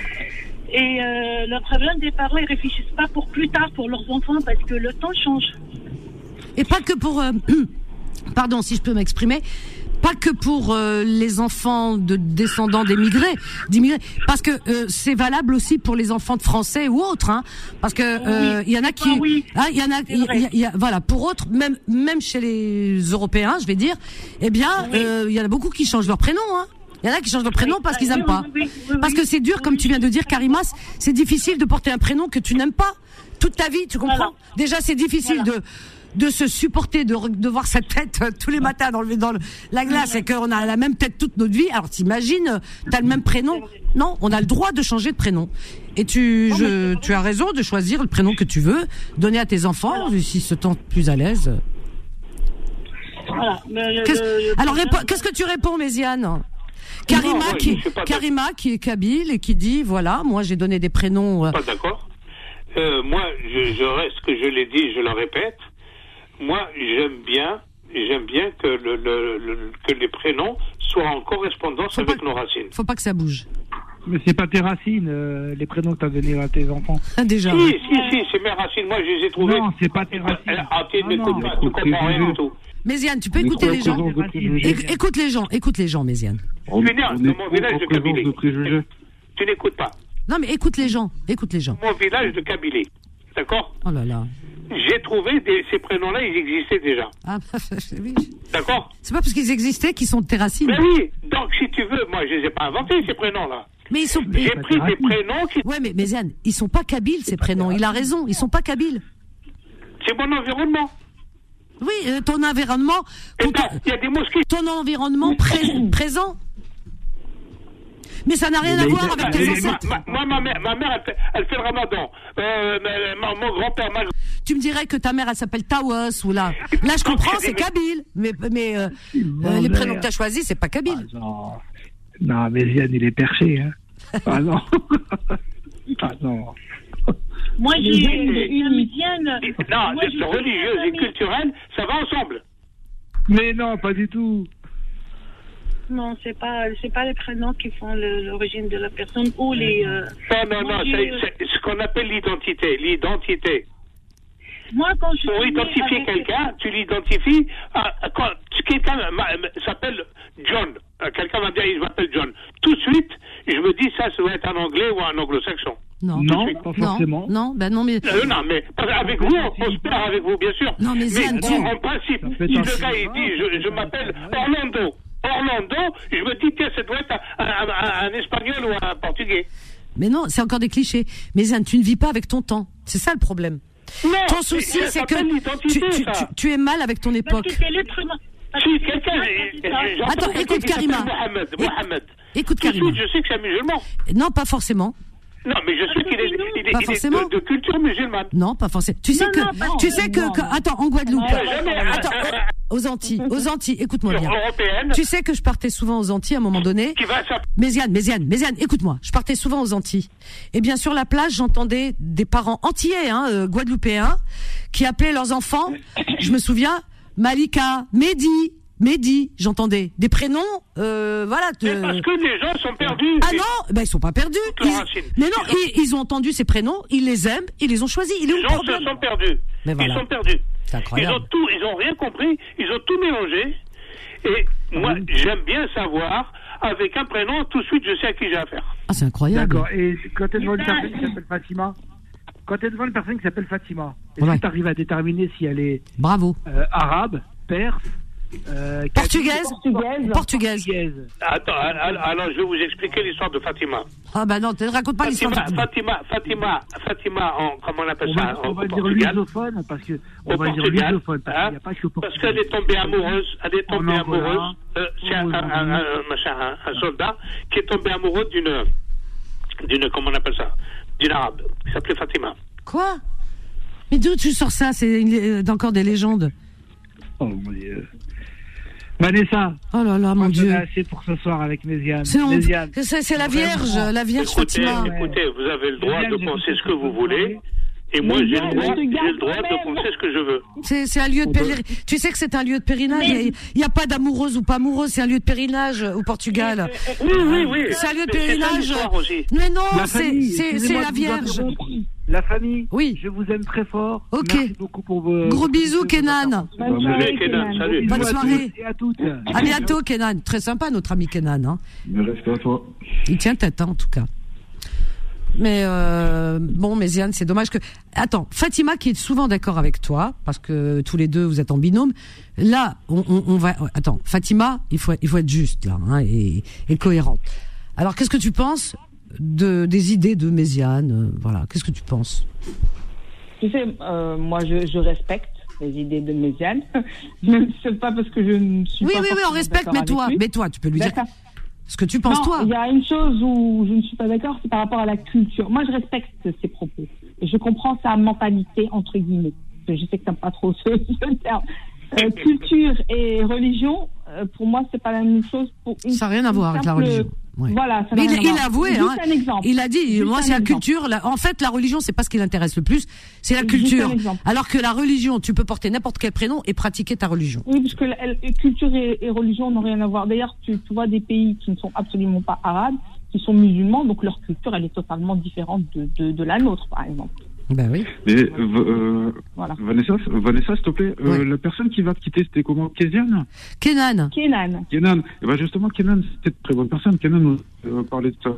J: Et euh, le problème des parents, ils réfléchissent pas pour plus tard pour leurs enfants parce que le temps change.
B: Et pas que pour, euh, pardon si je peux m'exprimer, pas que pour euh, les enfants de descendants d'émigrés, d'immigrés, parce que euh, c'est valable aussi pour les enfants de Français ou autres, hein, parce que il oui. y en a qui, il ah, oui. hein, y en a, il y, y, y a, voilà, pour autres, même même chez les Européens, je vais dire, eh bien, il oui. euh, y en a beaucoup qui changent leur prénom, hein. Il y en a qui changent leur prénom parce qu'ils n'aiment pas.
J: Oui, oui, oui,
B: parce que c'est dur, comme tu viens de dire, Karimas, c'est difficile de porter un prénom que tu n'aimes pas toute ta vie, tu comprends? Voilà. Déjà, c'est difficile voilà. de de se supporter, de, de voir sa tête euh, tous les matins dans, le, dans le, la glace et qu'on a la même tête toute notre vie. Alors t'imagines, t'as le même prénom. Non, on a le droit de changer de prénom. Et tu, je, tu as raison de choisir le prénom que tu veux, donner à tes enfants, voilà. s'ils se sentent plus à l'aise.
J: Voilà. Le,
B: qu'est-ce,
J: le,
B: alors, répo- qu'est-ce que tu réponds, Méziane? Karima,
G: non,
B: qui,
G: ouais,
B: Karima qui est kabyle et qui dit, voilà, moi j'ai donné des prénoms... Euh...
G: Pas d'accord. Euh, moi, je, je reste, que je l'ai dit, je le répète, moi j'aime bien, j'aime bien que, le, le, le, que les prénoms soient en correspondance
B: faut
G: avec
B: pas,
G: nos racines.
B: Faut pas que ça bouge.
D: Mais c'est pas tes racines, euh, les prénoms que tu as donnés à tes enfants.
B: Déjà.
G: Si, si, si, c'est mes racines, moi je les ai trouvés.
D: Non, c'est pas tes racines.
G: Ah, tu n'écoutes pas, tu comprends rien du tout.
B: Méziane, tu peux écouter les gens. É- écoute les gens, écoute les gens, Méziane.
G: On est dans mon village de Kabylie. Tu n'écoutes pas.
B: Non, mais écoute les gens, écoute les gens.
G: Mon village de Kabylie, d'accord?
B: Oh là là.
G: J'ai trouvé des, ces prénoms-là, ils existaient déjà.
B: Ah, oui.
G: D'accord?
B: C'est pas parce qu'ils existaient qu'ils sont de tes racines.
G: Mais oui, donc si tu veux, moi je les ai pas inventés ces prénoms-là.
B: Mais ils sont.
G: J'ai pris des prénoms qui.
B: Ouais, mais Méziane, ils sont pas kabyles ces prénoms. Il a raison, ils sont pas kabyles.
G: C'est mon environnement.
B: Oui, euh, ton environnement.
G: Il y a des mosquées.
B: Ton environnement pré- présent. Mais ça n'a rien à voir avec tes ancêtres.
G: Moi, ma, ma, ma mère, ma mère elle, fait, elle fait le ramadan. Euh, ma, mon grand-père, ma...
B: Tu me dirais que ta mère, elle s'appelle Tawas ou là. Là, je comprends, c'est kabyle. Mais, mais euh, euh, les prénoms que tu as choisis, c'est pas kabyle.
D: Ah non, non Méziane, il est perché. Hein. Ah non. Ah non.
J: Moi,
G: Mais
J: j'ai
G: oui,
J: une médiane.
G: Non,
J: Moi, je
G: le
J: suis
G: religieuse et
J: famille.
G: culturelle, ça va ensemble.
D: Mais non, pas du tout.
J: Non, c'est pas, c'est pas les prénoms qui font le- l'origine de la personne ou les. euh,
G: Non, non,
J: moi,
G: non,
J: j'ai-
G: c'est c'est ce qu'on appelle l'identité. L'identité.
J: Moi, quand je
G: Pour
J: suis née
G: identifier
J: avec-
G: quelqu'un, tu l'identifies. à- à- Quand quelqu'un m'a- m'a- s'appelle John, euh, quelqu'un va dire il m'appelle John. Tout de suite, je me dis ça, ça doit être un anglais ou un anglo-saxon.
B: Non,
G: Tout de
D: Non,
G: suite.
D: pas
B: non,
D: forcément.
B: non, ben non, mais
G: Euh, non, mais parce qu'avec vous, on se perd avec vous, bien sûr.
B: Non, mais Zian,
G: en,
B: tu-
G: en principe,
D: Ça peut
G: si
D: être
G: le
D: un
G: gars il
D: Chinois,
G: dit
D: ça peut
G: je, je
D: être un
G: m'appelle
D: Chinois.
G: Orlando, Orlando, je me dis tiens, ça doit être un, un- un- un espagnol ou un portugais.
B: mais non, c'est encore des clichés. Mais Zian, tu ne vis pas avec ton temps. C'est ça le problème.
G: Non,
B: Ton
G: c'est-
B: souci,
G: ça
B: c'est
G: s'appelle
B: que
G: l'identité,
B: tu, tu,
G: ça.
B: tu, tu es mal avec ton
J: Parce
B: époque.
J: que c'est l'être humain. Parce
G: Si
J: que
G: quelqu'un,
J: moi,
G: j'ai-
J: c'est ça.
G: j'ai- j'entends
B: Attends,
G: quelqu'un
B: écoute,
G: qui s'appelle
B: Karima.
G: Mohamed,
B: É-
G: Mohamed.
B: Écoute,
G: Tout de
B: Karima.
G: suite, je sais que c'est un musulman.
B: Non, pas forcément.
G: Non, mais je sais qu'il est, il est,
B: Pas
G: il est
B: forcément.
G: de, de culture musulmane.
B: Non, pas forcément. Tu sais
J: Non,
B: que,
J: non, pas
B: tu
J: non,
B: sais que,
J: non,
B: que-
J: non.
B: attends, en Guadeloupe,
J: Ouais,
G: jamais,
B: attends,
G: euh,
B: euh, aux Antilles, aux Antilles, écoute-moi bien.
G: Européenne.
B: Tu sais que je partais souvent aux Antilles à un moment donné.
G: Qui va s'appeler.
B: Méziane, Méziane, Méziane, écoute-moi. Je partais souvent aux Antilles. Et bien sur la plage, j'entendais des parents antillais, hein, euh, guadeloupéens, qui appelaient leurs enfants. Je me souviens, Malika, Mehdi, Mehdi. J'entendais des prénoms, euh, voilà. De...
G: Mais parce que les gens sont perdus.
B: Ah non, ben ils sont pas perdus.
G: Toute leur
B: Ils-
G: racine.
B: Mais non, ils, ils ont entendu ces prénoms, ils les aiment, ils les ont choisis. Il est où
G: Les
B: le
G: gens se
B: problème?
G: sont perdus.
B: Mais voilà.
G: Ils sont perdus.
B: C'est
G: Ils
B: incroyable.
G: ont tout, ils ont rien compris, ils ont tout mélangé. Et moi, j'aime bien savoir, avec un prénom, tout de suite, je sais à qui j'ai affaire.
B: Ah, c'est incroyable.
D: D'accord. Et quand tu es devant une personne qui s'appelle Fatima, quand tu es devant une personne qui s'appelle Fatima, est-ce
B: Ouais.
D: que tu arrives à déterminer si elle est
B: Bravo.
D: euh, arabe, perse, euh,
B: Portugaise
E: Portugaise.
B: Portugaise.
D: portugaise?
G: Attends, alors, alors, je vais vous expliquer l'histoire de Fatima.
B: Ah bah non, ne raconte pas l'histoire.
G: Fatima,
B: de-
G: Fatima, Fatima, Fatima, en, comment on appelle
D: On
G: ça,
D: va,
G: en-
D: on va
G: au
D: dire
G: Portugal.
D: lusophone parce que on
G: Au
D: va dire
G: Portugal,
D: lusophone parce
G: hein,
D: qu'il n'y a pas que au
G: parce
D: Portugal.
G: qu'elle est tombée amoureuse, elle est tombée
D: En Angola,
G: amoureuse, euh, c'est un,
D: au
G: un, un,
D: Mozambique.
G: un- machin, un, un soldat qui est tombé amoureux d'une, d'une, comment on appelle ça, d'une arabe, qui s'appelait Fatima.
B: Quoi? Mais d'où tu sors ça? C'est une- euh, encore des légendes.
D: Oh mon Dieu. Vanessa,
B: Oh là là, mon
D: moi, j'en ai
B: Dieu.
D: assez pour ce soir avec Méziane.
B: C'est honte.
D: Méziane.
B: C'est c'est la Vierge,
D: Vraiment.
B: la Vierge
G: Écoutez,
B: Fatima.
G: écoutez, vous avez le droit
D: Méziane,
G: de
D: j'ai
G: penser
D: fait
G: ce que vous
D: cette
G: voulez,
D: soirée.
G: et moi j'ai
E: Méziane,
G: le droit,
E: je te
G: j'ai
E: garde
G: le droit
E: quand
G: de
E: même.
G: penser ce que je veux.
B: C'est c'est un lieu de
D: On peut-
B: pèlerinage. Tu sais que c'est un lieu de pèlerinage. Il n'y a, pas d'amoureuse ou pas amoureuse. C'est un lieu de pèlerinage au Portugal.
G: Oui, oui, oui.
B: C'est un lieu de
G: Mais c'est ça
B: pèlerinage.
G: l'histoire aussi.
B: Mais non,
D: La
B: c'est
D: famille,
B: c'est- c'est
D: excusez-moi
B: la
D: de vous
B: Vierge.
D: interrompre. La famille,
B: Oui.
D: je vous aime très fort.
B: Ok.
D: Merci beaucoup pour vos...
B: Gros
D: vos
B: bisous,
D: questions, vos
B: Kenan.
D: interventions.
E: Bonne
G: Salut,
E: soirée,
G: Kenan,
E: Kenan.
G: salut.
D: Bisous
B: Bonne
D: à tous
B: soirée.
D: et à toutes.
B: À bientôt, Kenan. Très sympa, notre ami Kenan. Hein.
H: Mais reste à toi.
B: Il tient tête, hein, en tout cas. Mais euh, bon, Méziane, c'est dommage que... Attends, Fatima, qui est souvent d'accord avec toi, parce que tous les deux, vous êtes en binôme, là, on, on, on va... Attends, Fatima, il faut, il faut être juste, là, hein, et, et cohérente. Alors, qu'est-ce que tu penses de, des idées de Méziane euh, Voilà, qu'est-ce que tu penses?
E: Tu sais, euh, moi, je, je respecte les idées de Méziane. Même si c'est pas parce que je ne suis
B: Oui,
E: pas
B: oui, oui, on
E: forcément
B: respecte,
E: d'accord
B: mais
E: avec
B: toi,
E: lui.
B: mais toi, tu peux lui dire
E: D'accord.
B: ce que tu penses,
E: Non,
B: toi.
E: il y a une chose où je ne suis pas d'accord, c'est par rapport à la culture. Moi, je respecte ses propos. Et je comprends sa mentalité, entre guillemets. Je sais que t'aimes pas trop ce, ce terme. Euh, culture et religion, euh, pour moi, c'est pas la même chose. Pour une,
B: Ça n'a rien à
E: une
B: voir avec la
E: simple-
B: religion. Ouais.
E: Voilà, ça
B: Mais
E: n'a
B: il,
E: rien à
B: il
E: voir.
B: a avoué,
E: Juste
B: hein,
E: un exemple.
B: il a dit,
E: Juste
B: moi
E: un
B: c'est la
E: exemple.
B: culture, la- en fait la religion c'est pas ce qui l'intéresse le plus, c'est la
E: Juste un
B: culture.
E: exemple.
B: Alors que la religion, tu peux porter n'importe quel prénom et pratiquer ta religion.
E: Oui, parce que la, la- culture et, et religion n'ont rien à voir. D'ailleurs, tu, tu vois des pays qui ne sont absolument pas arabes, qui sont musulmans, donc leur culture, elle est totalement différente de, de, de la nôtre, par exemple.
B: Ben oui.
H: Mais euh, euh,
E: Voilà.
H: Vanessa, Vanessa, s'il te plaît, euh,
B: Ouais.
H: la personne qui va te quitter, c'était comment? Kéziane?
B: Kenan.
E: Kenan.
H: Kenan. Et ben justement, Kenan, c'était une très bonne personne. Kenan nous euh, parlait de ça.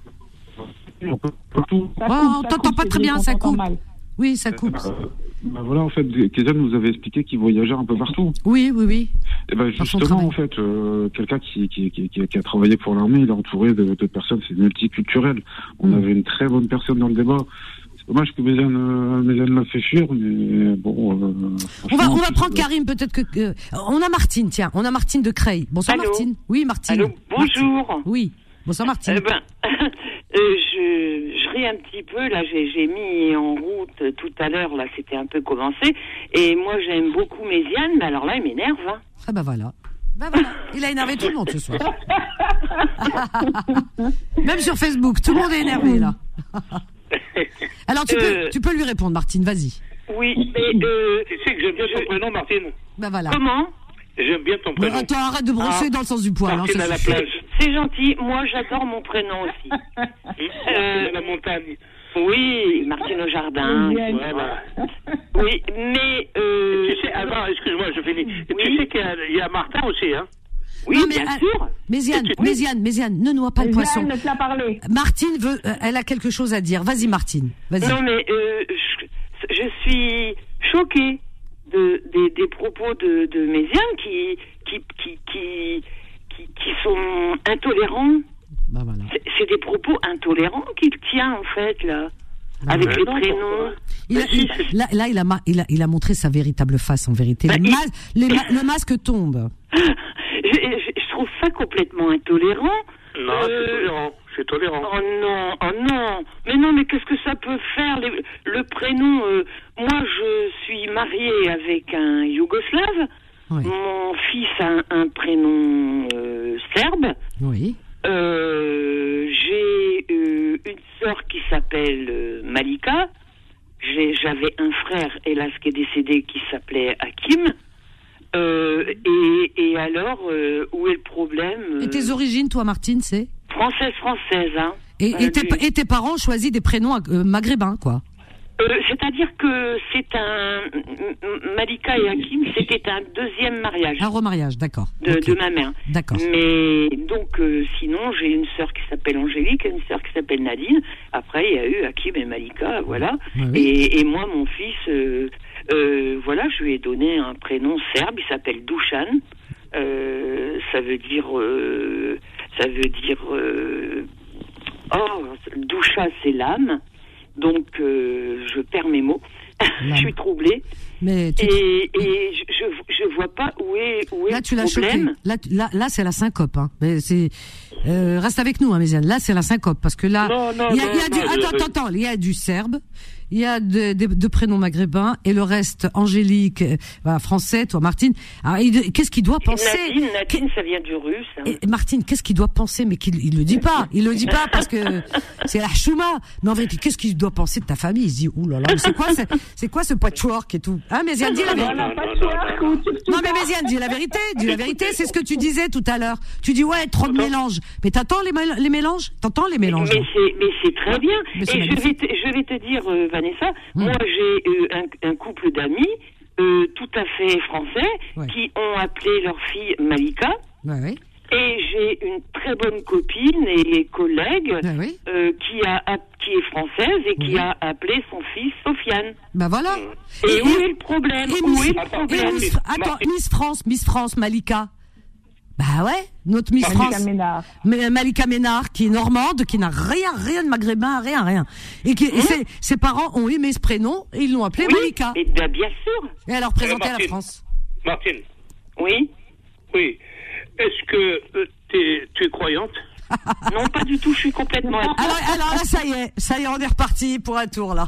H: Un peu partout.
E: Ça
B: Oh,
E: coupe,
B: on
E: ça
B: t'entend
E: coupe,
B: pas
E: c'est
B: très
E: vrai
B: bien,
E: qu'on
B: ça
E: t'entend
B: coupe.
E: mal.
B: Oui, ça coupe.
H: Euh, ben voilà, en fait, Kézian nous avait expliqué qu'il voyageait un peu partout.
B: Oui, oui, oui.
H: Et ben
B: Par son
H: justement,
B: travail.
H: en fait, euh, quelqu'un qui, qui, qui, qui, qui a travaillé pour l'armée, il est entouré de, de personnes, c'est multiculturel. On
B: Mm.
H: avait une très bonne personne dans le débat. C'est dommage que Méziane, euh, Méziane l'a fait fuir, mais bon. Euh,
B: On va, on va
H: franchement,
B: prendre
H: c'est-
B: Karim, peut-être que, que- on a Martine, tiens, on a Martine de Creil. Bonsoir
K: Allô
B: Martine. Oui, Martine.
K: Allô, bonjour.
B: Martine. Oui. Bonsoir Martine.
K: Eh ben, euh, je, je ris un petit peu. Là, j'ai, j'ai mis en route euh, tout à l'heure. Là, c'était un peu commencé. Et moi, j'aime beaucoup Méziane, mais alors là, il m'énerve. Hein.
B: Ah bah voilà. Bah voilà. Il a énervé tout le monde ce soir. Même sur Facebook, tout le monde est énervé là. Alors, tu,
K: Euh,
B: peux, tu peux lui répondre, Martine, vas-y.
K: Oui, mais... Euh,
G: Tu sais que j'aime bien ton prénom, Martine.
B: Ben voilà.
K: Comment?
G: J'aime bien ton prénom.
B: Mais attends, arrête de brosser
K: Ah.
B: dans le sens du poil. Hein,
G: Martine
B: ça
G: à la
B: suffit.
G: plage.
K: C'est gentil. Moi, j'adore mon prénom aussi.
G: Martine à la montagne.
K: Oui, Martine au jardin.
G: Voilà.
K: Oui, mais... Euh,
G: Tu sais, avant, excuse-moi, je finis.
K: Oui.
G: Tu sais qu'il y a, il y a Martin aussi, hein?
K: oui,
B: Non, mais,
K: bien
B: ah,
K: sûr.
B: Méziane, Méziane, Méziane, ne noie pas le poisson.
E: Jeanne, laisse-la parler.
B: Martine veut, euh, elle a quelque chose à dire. Vas-y, Martine. Vas-y.
K: Non, mais euh, je, je suis choquée de, des, des propos de, de Méziane qui, qui, qui, qui, qui, qui sont intolérants.
B: Bah voilà.
K: C'est, c'est des propos intolérants qu'il tient, en fait, là.
B: Ah,
K: avec
G: ouais.
K: les
G: Non,
K: prénoms.
B: Il a, il- là, là, il a, ma- il a, il a montré sa véritable face en vérité.
K: Bah,
B: le,
K: il-
B: mas- les ma- le masque tombe.
K: je, je- je trouve ça complètement intolérant.
G: Non,
K: Euh,
G: c'est tolérant. C'est tolérant.
K: Oh non, oh non. Mais non, mais qu'est-ce que ça peut faire, les- le prénom euh, moi, je suis mariée avec un Yougoslave.
B: Oui.
K: Mon fils a un, un prénom euh, serbe.
B: Oui.
K: Euh, j'ai euh, une sœur qui s'appelle euh, Malika. J'ai, j'avais un frère, hélas, qui est décédé, qui s'appelait Hakim. Euh, et, et alors, euh, où est le problème euh,
B: Et tes origines, toi, Martine, c'est
K: Française, française, hein.
B: et,
K: Euh,
B: et, tes,
K: du-
B: et tes parents ont choisi des prénoms euh, maghrébins, quoi.
K: Euh, c'est-à-dire que c'est un... Malika et Hakim, c'était un deuxième mariage
B: Un remariage, d'accord.
K: de,
B: Ok.
K: de ma mère.
B: D'accord.
K: Mais donc, euh, sinon, j'ai une sœur qui s'appelle Angélique et une sœur qui s'appelle Nadine. Après, il y a eu Hakim et Malika, voilà.
B: Ouais, oui.
K: Et, et moi, mon fils, euh, euh, voilà, je lui ai donné un prénom serbe, il s'appelle Dušan. Euh, ça veut dire... euh, ça veut dire... euh, oh, Duša, c'est l'âme. Donc, euh, je perds mes mots. Je suis troublée.
B: Mais tu-
K: Et, et je, je, je vois pas où est, où est
B: là,
K: le
B: tu l'as choqué.
K: problème.
B: Là, tu- là, là, c'est la syncope. Hein. Mais c'est euh, reste avec nous, hein, Méziane. Là, c'est la syncope parce que là,
G: Non, non,
B: il y a,
G: non,
B: il y a du
G: non,
B: attends,
G: je-
B: attends, attends, il y a du serbe, il y a de, de, de prénoms maghrébins et le reste Angélique, euh, voilà, français. Toi, Martine. Alors, il- qu'est-ce qu'il doit penser?
K: Nadine, Nadine, ça vient du russe. hein.
B: Et Martine, qu'est-ce qu'il doit penser? Mais qu'il il le dit pas. Il le dit pas parce que c'est la chouma. Mais en vérité, qu'est-ce qu'il doit penser de ta famille? Il se dit, ouh là là, mais c'est quoi, c'est, c'est quoi ce patchwork et tout? Hein, Méziane, dis la vérité.
G: non, non, non, non.
B: Non, mais Méziane, dis la vérité. Dis la vérité, c'est ce que tu disais tout à l'heure. Tu dis, ouais, trop de mélange. Mais t'entends les, mél- les mélanges? T'entends les mélanges?
K: Mais c'est, mais c'est très bien.
B: Mais
K: Et
B: c'est
K: je vais,
B: magnifique.
K: te, je vais te dire, euh, Vanessa,
B: Mm.
K: moi j'ai euh, un, un couple d'amis euh, tout à fait français
B: Ouais.
K: qui ont appelé leur fille Malika.
B: Ouais, ouais.
K: Et j'ai une très bonne copine et collègue
B: Ouais, oui.
K: euh, qui, a, qui est française et qui
B: Oui.
K: a appelé son fils Sofiane.
B: Bah voilà.
K: Et, où est le problème
B: et
K: Où
B: Miss,
K: est le
B: et
K: problème
B: Miss- attends, Miss France, Miss France, Malika. Bah ouais, notre Miss
E: Malika
B: France.
E: Ménard.
B: Mais Malika Ménard, qui est normande, qui n'a rien, rien de maghrébin, rien, rien. Et, qui, et ses, ses parents ont aimé ce prénom et ils l'ont appelé
K: Oui,
B: Malika.
K: et bien, bien sûr.
B: Et alors présenter à la
G: Martine.
B: France.
G: Martine,
K: Oui.
G: oui. Est-ce que euh, t'es- tu es croyante?
K: Non, pas du tout, je suis complètement athée.
B: Alors, alors là, ça y est, ça y est, on est reparti pour un tour là.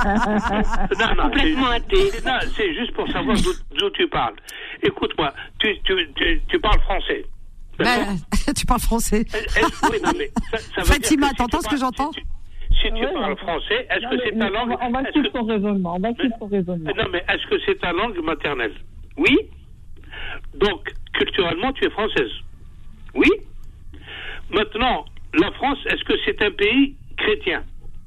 G: Non, non,
K: Complètement
G: c'est-
K: athée.
G: Non, c'est juste pour savoir d'où d'où tu parles. Écoute-moi, tu, tu, tu, tu parles français. D'accord.
B: Bah, tu parles français.
G: Est-ce- est-ce- oui, non, mais ça, ça veut dire
B: Fatima,
G: que si
B: t'entends
G: tu
B: ce que
G: parles-
B: j'entends?
G: Si tu, si tu
E: Ouais,
G: parles
E: j'entends.
G: français, est-ce
E: Non,
G: que
E: mais-
G: c'est ta
E: mais
G: langue
E: On va, on va
G: est-ce
E: suivre
G: que-
E: son raisonnement. On va suivre son raisonnement.
G: Non, mais est-ce que c'est ta langue maternelle?
K: Oui.
G: Donc, culturellement, tu es française.
K: Oui.
G: Maintenant, la France, est-ce que c'est un pays chrétien?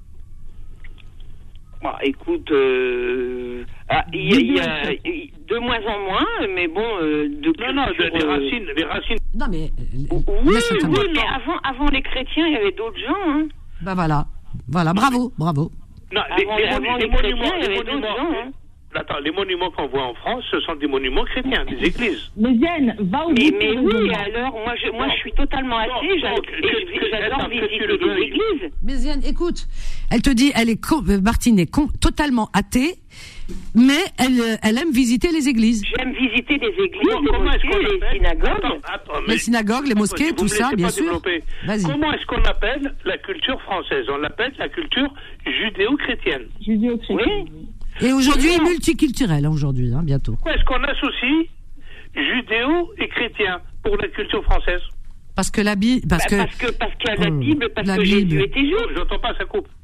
K: Bah, écoute, euh, ah, il y a, il y a- il- de moins en moins, mais bon, euh, de
G: Non, non, de- les
K: culture, euh,
G: racines, les racines.
B: Non mais. euh,
K: Oui,
B: laisse-le tomber.
K: oui, mais avant, avant les chrétiens, il y avait d'autres gens. Hein.
B: Bah voilà, voilà, bravo, bravo.
G: Non, les,
K: Avant-
G: les
K: avant
G: monu-
K: les
G: les monuments,
K: chrétiens, il y
G: les
K: avait d'autres
G: monuments,
K: gens, hein.
G: Attends, les monuments qu'on voit en France, ce sont des monuments chrétiens, des églises.
E: Mais Zen, va au
K: Mais,
E: bout de
K: mais
E: ton
K: oui,
E: raisonnement.
K: alors, moi, je, moi,
G: Non.
K: je suis totalement athée,
G: Non,
K: j'a-
G: non,
K: et
G: que-
K: je-
G: que-
K: j'adore
G: attends, que
K: visiter
G: tu le
K: des
G: veuilles.
K: églises.
B: Mais Ziane, écoute, elle te dit, elle est con- euh, Martine est con- totalement athée, mais elle, euh, elle aime visiter les églises.
K: J'aime visiter les églises,
G: Comment,
K: les
G: comment est-ce
K: mosquées,
G: qu'on
K: les
G: appelle
K: synagogues.
G: Attends, attends, mais-
B: Les synagogues, les
G: Attends,
B: mosquées,
G: si vous
B: tout
G: me
B: ça,
G: laissez
B: bien
G: pas
B: sûr.
G: développer.
B: Vas-y.
G: Comment est-ce qu'on appelle la culture française? On l'appelle la culture judéo-chrétienne.
E: Judéo-chrétien.
K: Oui.
B: Et aujourd'hui, multiculturelle, hein, aujourd'hui, hein, bientôt.
G: Pourquoi est-ce qu'on associe judéo et chrétien pour la culture française?
B: Parce que la Bible, parce
K: Bah,
B: que.
K: parce que parce qu'il y a la
B: Oh,
K: Bible, parce
B: la
K: que
B: Bible.
K: Jésus était
G: Non,
K: juste.
G: j'entends pas, ça coupe.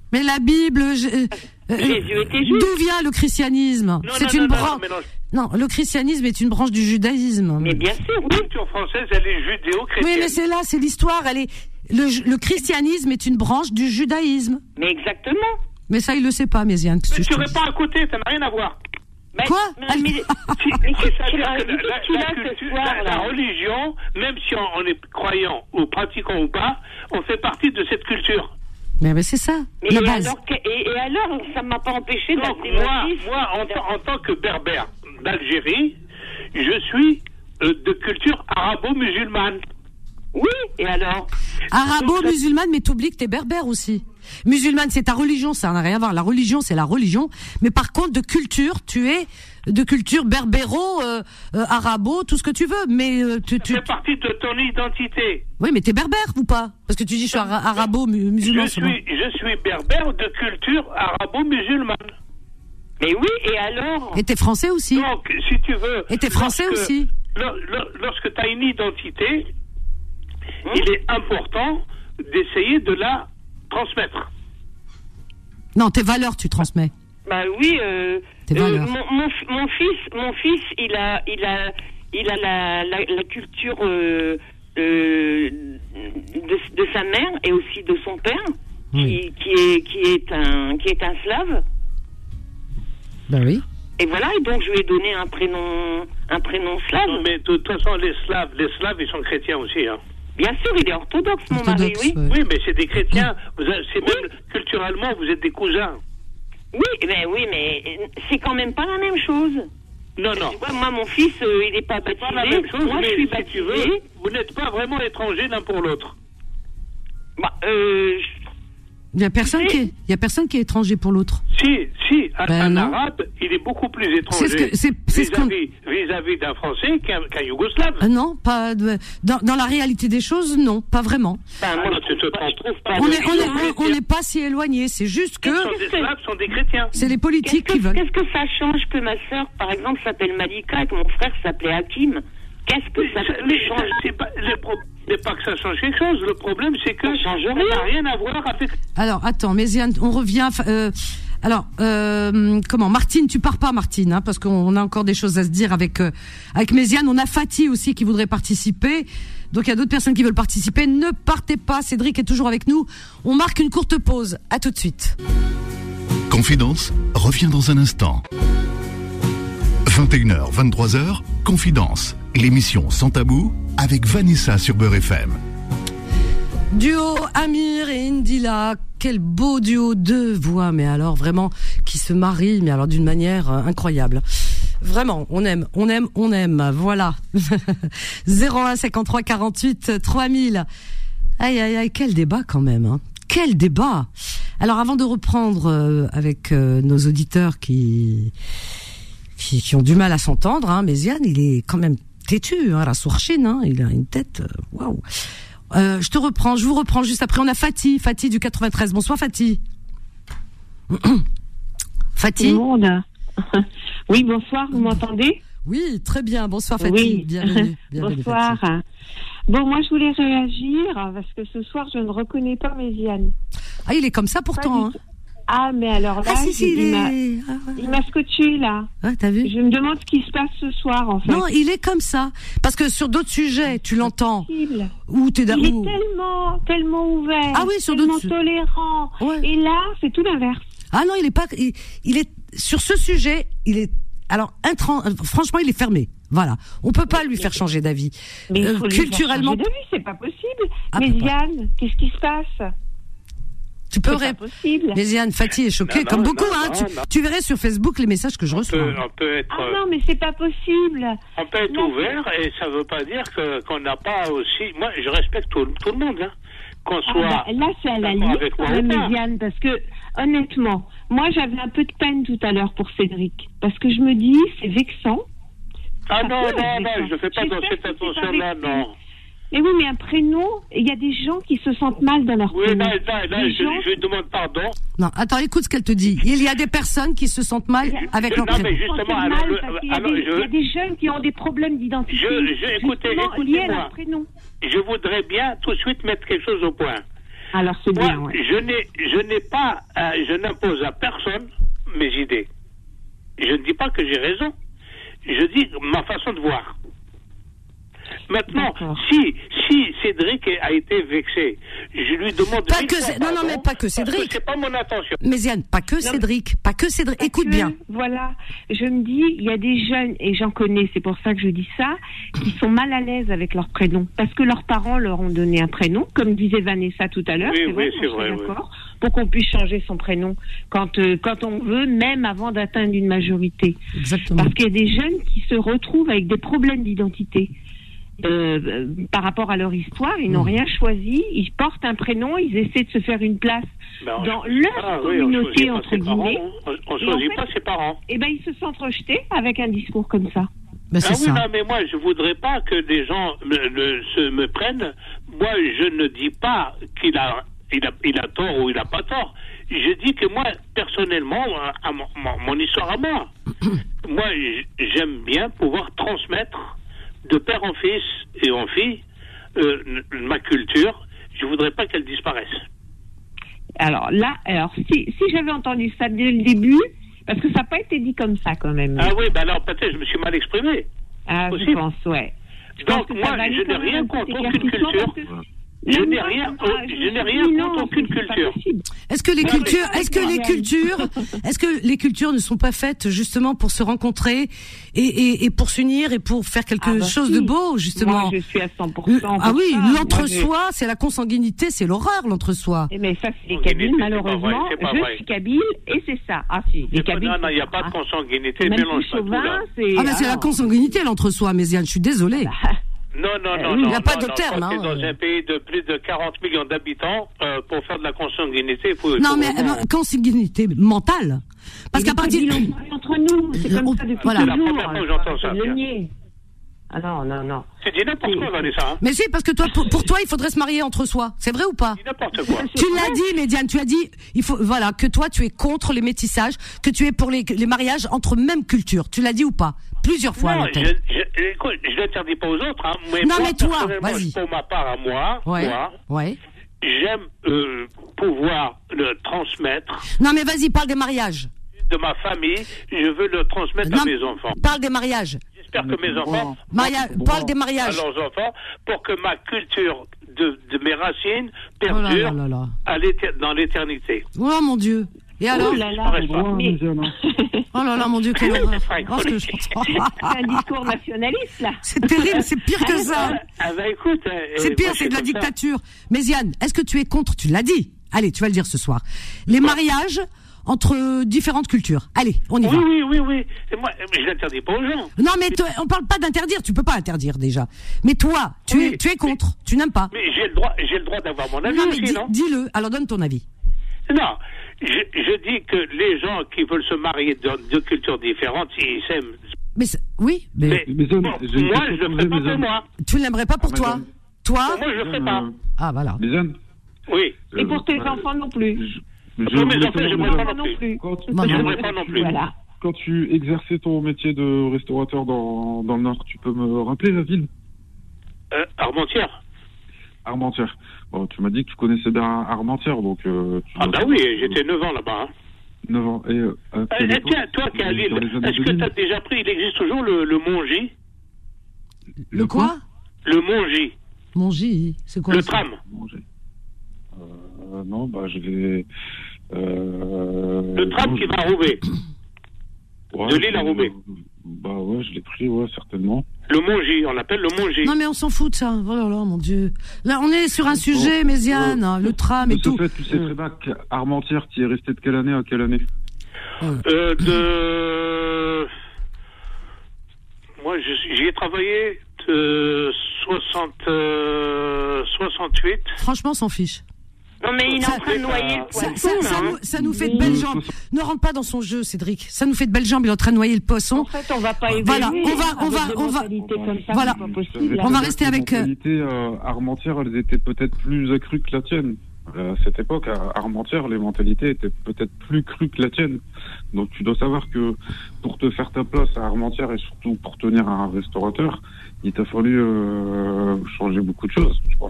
B: Mais la Bible, je, euh,
K: Jésus était juif.
B: D'où vient le christianisme?
G: Non,
B: C'est
G: non,
B: une
G: non,
B: branche.
G: non,
B: Non, le christianisme est une branche du judaïsme.
K: Mais bien sûr, oui.
G: La culture française, elle est judéo-chrétienne.
B: Oui, mais c'est là, c'est l'histoire. Elle est le, le christianisme est une branche du judaïsme.
K: Mais exactement.
B: Mais ça, il le sait pas, Méziane.
G: Mais tu réponds à côté, ça n'a rien à voir.
K: Mais,
B: Quoi
K: mais, mais,
G: C'est-à-dire que la, la,
K: là,
G: culture,
K: ce soir,
G: la, la
K: là.
G: religion, même si on, on est croyant ou pratiquant ou pas, on fait partie de cette culture.
B: Mais, mais c'est ça,
K: Mais
B: la
K: et
B: base.
K: alors, que- et, et alors, ça m'a pas empêché
G: Donc
K: d'appeler
G: moi,
K: mon fils.
G: moi en, tant- en tant que berbère d'Algérie, je suis euh, de culture arabo-musulmane.
K: Oui, et alors
B: Arabo-musulmane, mais t'oublies que t'es berbère aussi. Musulmane, c'est ta religion, ça n'a rien à voir. La religion, c'est la religion. Mais par contre, de culture, tu es de culture berbéro, euh, euh, arabo, tout ce que tu veux. Mais euh, tu, tu...
G: Ça fait partie de ton identité.
B: Oui, mais t'es berbère ou pas? Parce que tu dis je suis ara- arabo-musulman.
G: Je suis, je suis berbère de culture arabo-musulmane.
K: Mais oui, et alors
B: Et t'es français aussi.
G: Donc, si tu veux...
B: Et t'es français
G: lorsque-
B: aussi.
G: lo- lo- Lorsque tu as une identité, il est important d'essayer de la transmettre.
B: Non, tes valeurs, tu transmets.
K: Bah oui, euh,
B: Tes
K: euh,
B: valeurs.
K: mon, mon, f- mon fils, mon fils, il a, il a, il a la, la, la culture euh, euh, de, de sa mère et aussi de son père, qui, qui est, qui est un, qui est un slave.
B: Ben oui.
K: Et voilà, et donc je lui ai donné un prénom, un prénom slave.
G: Non, mais de toute façon, les Slaves, les Slaves, ils sont chrétiens aussi. Hein.
K: Bien sûr, il est orthodoxe, mon mari, oui.
G: Oui, mais c'est des chrétiens. Vous avez- c'est même culturellement, vous êtes des cousins.
K: Oui, mais oui, mais c'est quand même pas la même chose.
G: Non, non.
K: Tu vois, moi, mon fils, euh, il n'est pas baptisé.
G: Pas la même chose,
K: moi,
G: mais
K: je suis
G: si
K: baptisé.
G: tu veux, vous n'êtes pas vraiment étrangers l'un pour l'autre.
K: Bah, euh,
B: Il y a personne qui est, il y a personne qui est étranger pour l'autre.
G: Si, si, un,
B: Ben
G: un
B: non.
G: arabe, il est beaucoup plus étranger
B: C'est ce que- c'est- c'est ce qu'on-
G: vis-à-vis, vis-à-vis d'un français qu'un, qu'un yougoslave.
B: Euh, non, pas de- dans, dans la réalité des choses, non, pas vraiment.
K: ben, moi,
G: Ah, tu te trompes.
B: On est, on est, on- on n'est pas si éloigné. C'est juste que
G: Ce sont des Slaves, ce sont des chrétiens.
B: c'est les politiques
K: Qu'est-ce
B: qui
K: que,
B: veulent.
K: qu'est-ce que ça change que ma sœur, par exemple, s'appelle Malika et que mon frère s'appelait Hakim? Qu'est-ce que ça peut
G: Mais
K: changer?
G: c'est pas, le pro- c'est pas que ça change quelque chose. Le problème, c'est que
K: Ça change
G: ça
K: rien.
G: n'a rien à voir avec.
B: Alors, attends, Méziane, on revient. Euh, alors, euh, comment, Martine, tu pars pas, Martine, hein, parce qu'on a encore des choses à se dire avec euh, avec Méziane. On a Fatih aussi qui voudrait participer. Donc, il y a d'autres personnes qui veulent participer. Ne partez pas. Cédric est toujours avec nous. On marque une courte pause. À tout de suite.
A: Confidence revient dans un instant. vingt et une heures, vingt-trois heures, Confidence, l'émission sans tabou avec Vanessa sur Beurre F M.
B: Duo Amir et Indila, quel beau duo, deux voix, mais alors vraiment qui se marient, mais alors d'une manière euh, incroyable. Vraiment, on aime, on aime, on aime. Voilà. zéro un cinquante-trois quarante-huit trois mille. Aïe aïe aïe, quel débat quand même. Hein. Quel débat. Alors avant de reprendre euh, avec euh, nos auditeurs qui, qui qui ont du mal à s'entendre, hein, Méziane, il est quand même têtu, hein, la sourchine, hein, il a une tête, waouh. Wow. Euh, je te reprends, je vous reprends juste après. On a Fatih, Fatih du quatre-vingt-treize. Bonsoir Fatih. Fatih.
L: Monde. Oui, bonsoir, vous m'entendez?
B: Oui, très bien. Bonsoir Fatih.
L: Oui.
B: Bienvenue. Bienvenue
L: Bonsoir.
B: Fatih.
L: Bon, moi je voulais réagir parce que ce soir je ne reconnais pas Méziane.
B: Ah, il est comme ça pourtant. Hein.
L: Ah, mais alors là,
B: Ah, si, si,
L: il,
B: il
L: m'a,
B: est...
L: il m'a scotché là.
B: Ah, t'as vu?
L: Je me demande ce qui se passe ce soir en fait.
B: Non, il est comme ça. Parce que sur d'autres sujets, tu l'entends. Où t'es
L: Il
B: où...
L: est tellement, tellement ouvert.
B: Ah oui, sur
L: tellement
B: d'autres su-
L: tolérant.
B: Ouais.
L: Et là, c'est tout l'inverse.
B: Ah non, il est pas. Il, il est sur ce sujet. Il est alors intran... Franchement, il est fermé. Voilà, on peut pas lui faire changer d'avis.
L: Mais il
B: Euh,
L: faut lui faire
B: culturellement,
L: changer d'avis, c'est pas possible.
B: Ah,
L: Méziane, qu'est-ce qui se passe?
B: tu peux
L: C'est pas
B: répondre.
L: possible.
B: Méziane, Fatih est choquée,
G: Non,
B: comme
G: non,
B: beaucoup.
G: non,
B: hein.
G: non,
B: tu,
G: non.
B: tu verrais sur Facebook les messages que je
G: On
B: reçois.
G: peut, on peut être,
L: Ah non, mais c'est pas possible.
G: on peut être
L: Non,
G: ouvert et ça ne veut pas dire que, qu'on n'a pas aussi. Moi, je respecte tout, tout le monde, hein. Qu'on
L: Ah
G: soit.
L: bah, là, c'est à la
G: d'accord
L: limite
G: avec
L: quand
G: moi
L: même,
G: ou pas.
L: Méziane, parce que, honnêtement, moi, j'avais un peu de peine tout à l'heure pour Cédric. Parce que je me dis, c'est vexant.
G: Ah
L: Ça
G: non,
L: peut être
G: non, non,
L: vexant.
G: je ne fais pas dans
L: J'espère
G: cette
L: que c'est pas
G: attention-là,
L: vexé.
G: non.
L: Mais oui, mais un prénom, il y a des gens qui se sentent mal dans leur
G: Oui,
L: prénom.
G: là, là, là,
L: Des
G: je,
L: gens-
G: je demande pardon.
B: Non, attends, écoute ce qu'elle te dit. Il y a des personnes qui se sentent mal avec leur
G: Non, mais
B: prénom.
L: se sentent
G: justement,
L: mal
G: alors, le-
L: parce qu'il y a
G: alors,
L: des-
G: je-
L: il y a des jeunes qui ont des problèmes d'identité.
G: Je- je- écoutez,
L: justement liés à
G: écoutez-moi.
L: leur prénom.
G: Je voudrais bien tout de suite mettre quelque chose au point.
L: Alors c'est
G: Moi,
L: bien, ouais.
G: je n'ai, je n'ai pas, euh, je n'impose à personne mes idées. Je ne dis pas que j'ai raison. Je dis ma façon de voir. Maintenant, si, si Cédric a été vexé, je lui demande...
B: Pas que c'est- non, non, mais pas que Cédric.
G: C'est pas mon intention.
B: Mais Ziane, pas que Cédric, pas que Cédric. Écoute
L: que,
B: bien.
L: Voilà, je me dis, il y a des jeunes, et j'en connais, c'est pour ça que je dis ça, qui sont mal à l'aise avec leur prénom, parce que leurs parents leur ont donné un prénom, comme disait Vanessa tout à l'heure.
G: Oui,
L: c'est
G: oui,
L: vrai,
G: c'est
L: on
G: vrai,
L: est
G: oui.
L: d'accord, pour qu'on puisse changer son prénom quand, euh, quand on veut, même avant d'atteindre une majorité.
B: Exactement.
L: Parce qu'il y a des jeunes qui se retrouvent avec des problèmes d'identité. Euh, par rapport à leur histoire, ils n'ont
G: Mmh.
L: rien choisi, ils portent un prénom, ils essaient de se faire une place
G: Ben, on
L: dans
G: choisit
L: leur
G: pas, oui, on
L: communauté,
G: choisit pas
L: entre
G: ses parents,
L: guillemets.
G: hein. On- on
L: Et
G: choisit
L: en fait,
G: pas ses parents.
L: Et ben ils se sentent rejetés avec un discours comme ça.
B: Ben,
G: ah oui, non, mais moi, je voudrais pas que des gens me, me- se me prennent. Moi, je ne dis pas qu'il a, il a, il a tort ou il a pas tort. Je dis que moi, personnellement, à mon, mon- mon histoire à moi, moi, j- j'aime bien pouvoir transmettre de père en fils et en fille euh, n- ma culture. Je voudrais pas qu'elle disparaisse.
L: Alors là, alors si, si j'avais entendu ça dès le début, parce que ça n'a pas été dit comme ça quand même.
G: Ah oui, ben alors peut-être je me suis mal exprimé.
L: Ah, je
G: Possible.
L: pense, ouais. Je
G: Donc
L: pense que ça
G: moi,
L: va aller
G: je
L: quand
G: n'ai
L: même
G: rien
L: un petit
G: contre aucune
L: éclaircissement
G: culture.
L: parce que-
G: Je
L: Même
G: n'ai
L: moi,
G: rien,
L: ah,
G: euh,
L: je
G: je n'ai
L: me
G: rien
L: dis non,
G: contre aucune
L: c'est pas
G: culture.
L: possible.
B: Est-ce que les
L: Non, mais
B: cultures,
L: c'est
B: est-ce que
L: la
B: les
L: réalité.
B: cultures, est-ce que les cultures ne sont pas faites justement pour se rencontrer et, et, et pour s'unir et pour faire quelque
L: Ah bah
B: chose
L: si.
B: de beau justement?
L: Moi, je suis à cent pour
B: Le-
L: cent.
B: ah
L: pour
B: oui,
L: ça. Moi,
B: l'entre-soi, c'est la consanguinité, c'est l'horreur l'entre-soi.
L: je- Mais ça, c'est les
G: Consanguinité,
L: Kabyles,
G: c'est pas
L: malheureusement.
G: vrai, c'est pas
L: Je
G: vrai.
L: suis Kabyle et c'est ça. Ah si, les
G: C'est pas-
L: Kabyles.
G: Non, non, il n'y a
L: c'est
G: pas
L: ça,
G: de
L: hein.
G: consanguinité,
L: Même
G: mélange
L: plus
G: pas tout
L: chauvin,
G: là.
L: c'est.
B: Ah ben c'est la
L: alors,
B: consanguinité l'entre-soi, Méziane, je suis désolée.
G: Non, non, non,
B: Euh, oui,
G: non.
B: il y a pas
G: non,
B: de
G: non,
B: terme,
G: quand t'es
B: hein.
G: dans un pays de plus de quarante millions d'habitants, euh, pour faire de la consanguinité, il faut...
B: Non
G: faut
B: mais
G: vraiment-
B: euh, consanguinité mentale. Parce
L: Et
B: qu'à
L: les
B: partir
L: Kabyles, on parle entre nous, c'est comme
B: On-
L: ça depuis
B: voilà.
G: C'est la
L: toujours.
G: première fois que j'entends ça,
L: Je vais
G: tiens.
L: le nier. Ah non, non, non.
G: Tu dis n'importe quoi, Vanessa, hein.
B: Mais si, parce que toi, pour, pour toi, il faudrait se marier entre soi. C'est vrai ou pas?
G: Tu dis n'importe quoi.
B: Tu l'as dit, Médiane, tu as dit, il faut, voilà, que toi, tu es contre les métissages, que tu es pour les, les mariages entre même culture. Tu l'as dit ou pas? Plusieurs fois. à
G: Non,
B: l'antenne.
G: je, je, écoute, je l'interdis pas aux autres, hein. Mais
B: Non,
G: moi,
B: mais toi,
G: personnellement,
B: vas-y.
G: pour ma part à moi,
B: Ouais.
G: moi,
B: Ouais.
G: j'aime euh, pouvoir le transmettre
B: Non, mais vas-y, parle des mariages.
G: de ma famille, je veux le transmettre
B: Non,
G: à mes enfants.
B: Parle des mariages.
G: J'espère que mes enfants
B: Maria, parle des
G: à
B: mariages.
G: leurs enfants pour que ma culture de, de mes racines
B: Oh là
G: perdure
B: là là là.
G: à l'éter- dans l'éternité.
B: Oh mon Dieu. Et alors?
L: Oh là là,
G: Je disparaisse pas.
L: mais-
B: Oh là là, mon Dieu, quelle horreur.
G: Frank,
B: Oh, ce que je-
L: C'est un discours nationaliste, là.
B: C'est terrible, c'est pire que ça.
G: Ah bah écoute, euh,
B: C'est
G: euh,
B: pire,
G: moi, je
B: c'est de la
G: suis comme ça.
B: dictature. Mais Yann, est-ce que tu es contre? Tu l'as dit. Allez, tu vas le dire ce soir. Les mariages entre différentes cultures. Allez, on y
G: Oui,
B: va.
G: oui, oui, oui. Et moi, mais je l'interdis pas aux gens.
B: Non, mais toi, on parle pas d'interdire. Tu peux pas interdire déjà. Mais toi, tu
G: Oui,
B: es, tu es contre. Tu n'aimes pas.
G: Mais j'ai le droit, j'ai le droit d'avoir mon avis
B: Non, mais
G: aussi,
B: dis-
G: non
B: dis-le. Alors donne ton avis.
G: Non, je, je dis que les gens qui veulent se marier de deux cultures différentes, ils s'aiment.
B: Mais c'est- oui, mais,
G: Mais
H: Mais Zone,
G: bon,
H: j'ai une
G: moi,
H: question
G: je
H: à
G: le
H: poser,
G: ferai pas
H: mais
G: pour
H: Zone.
G: moi.
B: tu ne l'aimerais pas pour
H: Ah,
B: toi.
H: madame.
B: Toi.
G: Moi, je le ferai pas.
B: Ah voilà.
H: Lisanne,
G: Oui.
L: Et pour tes
H: euh,
L: enfants non plus.
H: je-
G: Pour
H: je
G: mes
H: voulais
G: enfants,
H: savoir,
G: j'aimerais
H: Lisanne,
G: pas non plus.
H: Quand,
B: Non, non.
G: J'aimerais pas non plus.
L: Voilà.
H: quand tu exerçais ton métier de restaurateur dans, dans le Nord, tu peux me rappeler la ville?
G: Euh, Armentières.
H: Armentières. Bon, tu m'as dit que tu connaissais bien Armentières, donc... Euh, tu
G: Ah
H: dois
G: bah
H: savoir
G: oui,
H: que-
G: j'étais neuf ans là-bas. Hein.
H: neuf ans. Et, euh, à
G: Euh,
H: quelle
G: eh,
H: époque?
G: tiens, toi qui es à Lille,
H: Dans les années
G: est-ce que
H: deux mille?
G: tu as déjà pris, il existe toujours le, le Mongy?
B: Le quoi?
G: Le Mongy,
B: Mon J, c'est quoi
G: le
B: ça?
G: tram.
H: Manger. Euh, non, bah je vais... Euh,
G: Le tram
H: non,
G: qui
H: je-
G: va à Roubaix.
H: Ouais,
G: de Lille à
H: je-
G: Roubaix.
H: Bah ouais, je l'ai pris, ouais, certainement.
G: Le Mongy, on l'appelle le Mongy.
B: Non mais on s'en fout de ça. Oh là là, mon Dieu. Là, on est sur un sujet, Méziane, hein, le tram et
H: De ce
B: tout.
H: fait, tu sais très bien qu'Armentières, tu y es resté de quelle année à quelle année?
G: Euh, de... Moi, je suis- j'y ai travaillé de soixante, euh, soixante-huit.
B: Franchement, on s'en fiche.
L: Non, mais il est
B: Ça-
L: en train de noyer le
B: Ça,
L: poisson.
B: ça- ça
L: là,
B: nous,
L: hein.
B: ça nous fait de belles jambes. Ne rentre pas dans son jeu, Cédric. Ça nous fait de belles jambes. Il est en train de noyer le poisson.
L: En fait, on va pas évoluer.
B: Voilà, on va, on
L: avec
B: va,
L: des
B: on va.
L: mentalités comme ça,
B: Voilà.
L: c'est pas possible.
B: On va rester avec.
H: Les
B: euh,
H: mentalités euh, Armentières, elles étaient peut-être plus accrues que la tienne. Euh, À cette époque, à Armentières, les mentalités étaient peut-être plus crues que la tienne. Donc tu dois savoir que pour te faire ta place à Armentières et surtout pour tenir un restaurateur, il t'a fallu euh, changer beaucoup de choses, je pense.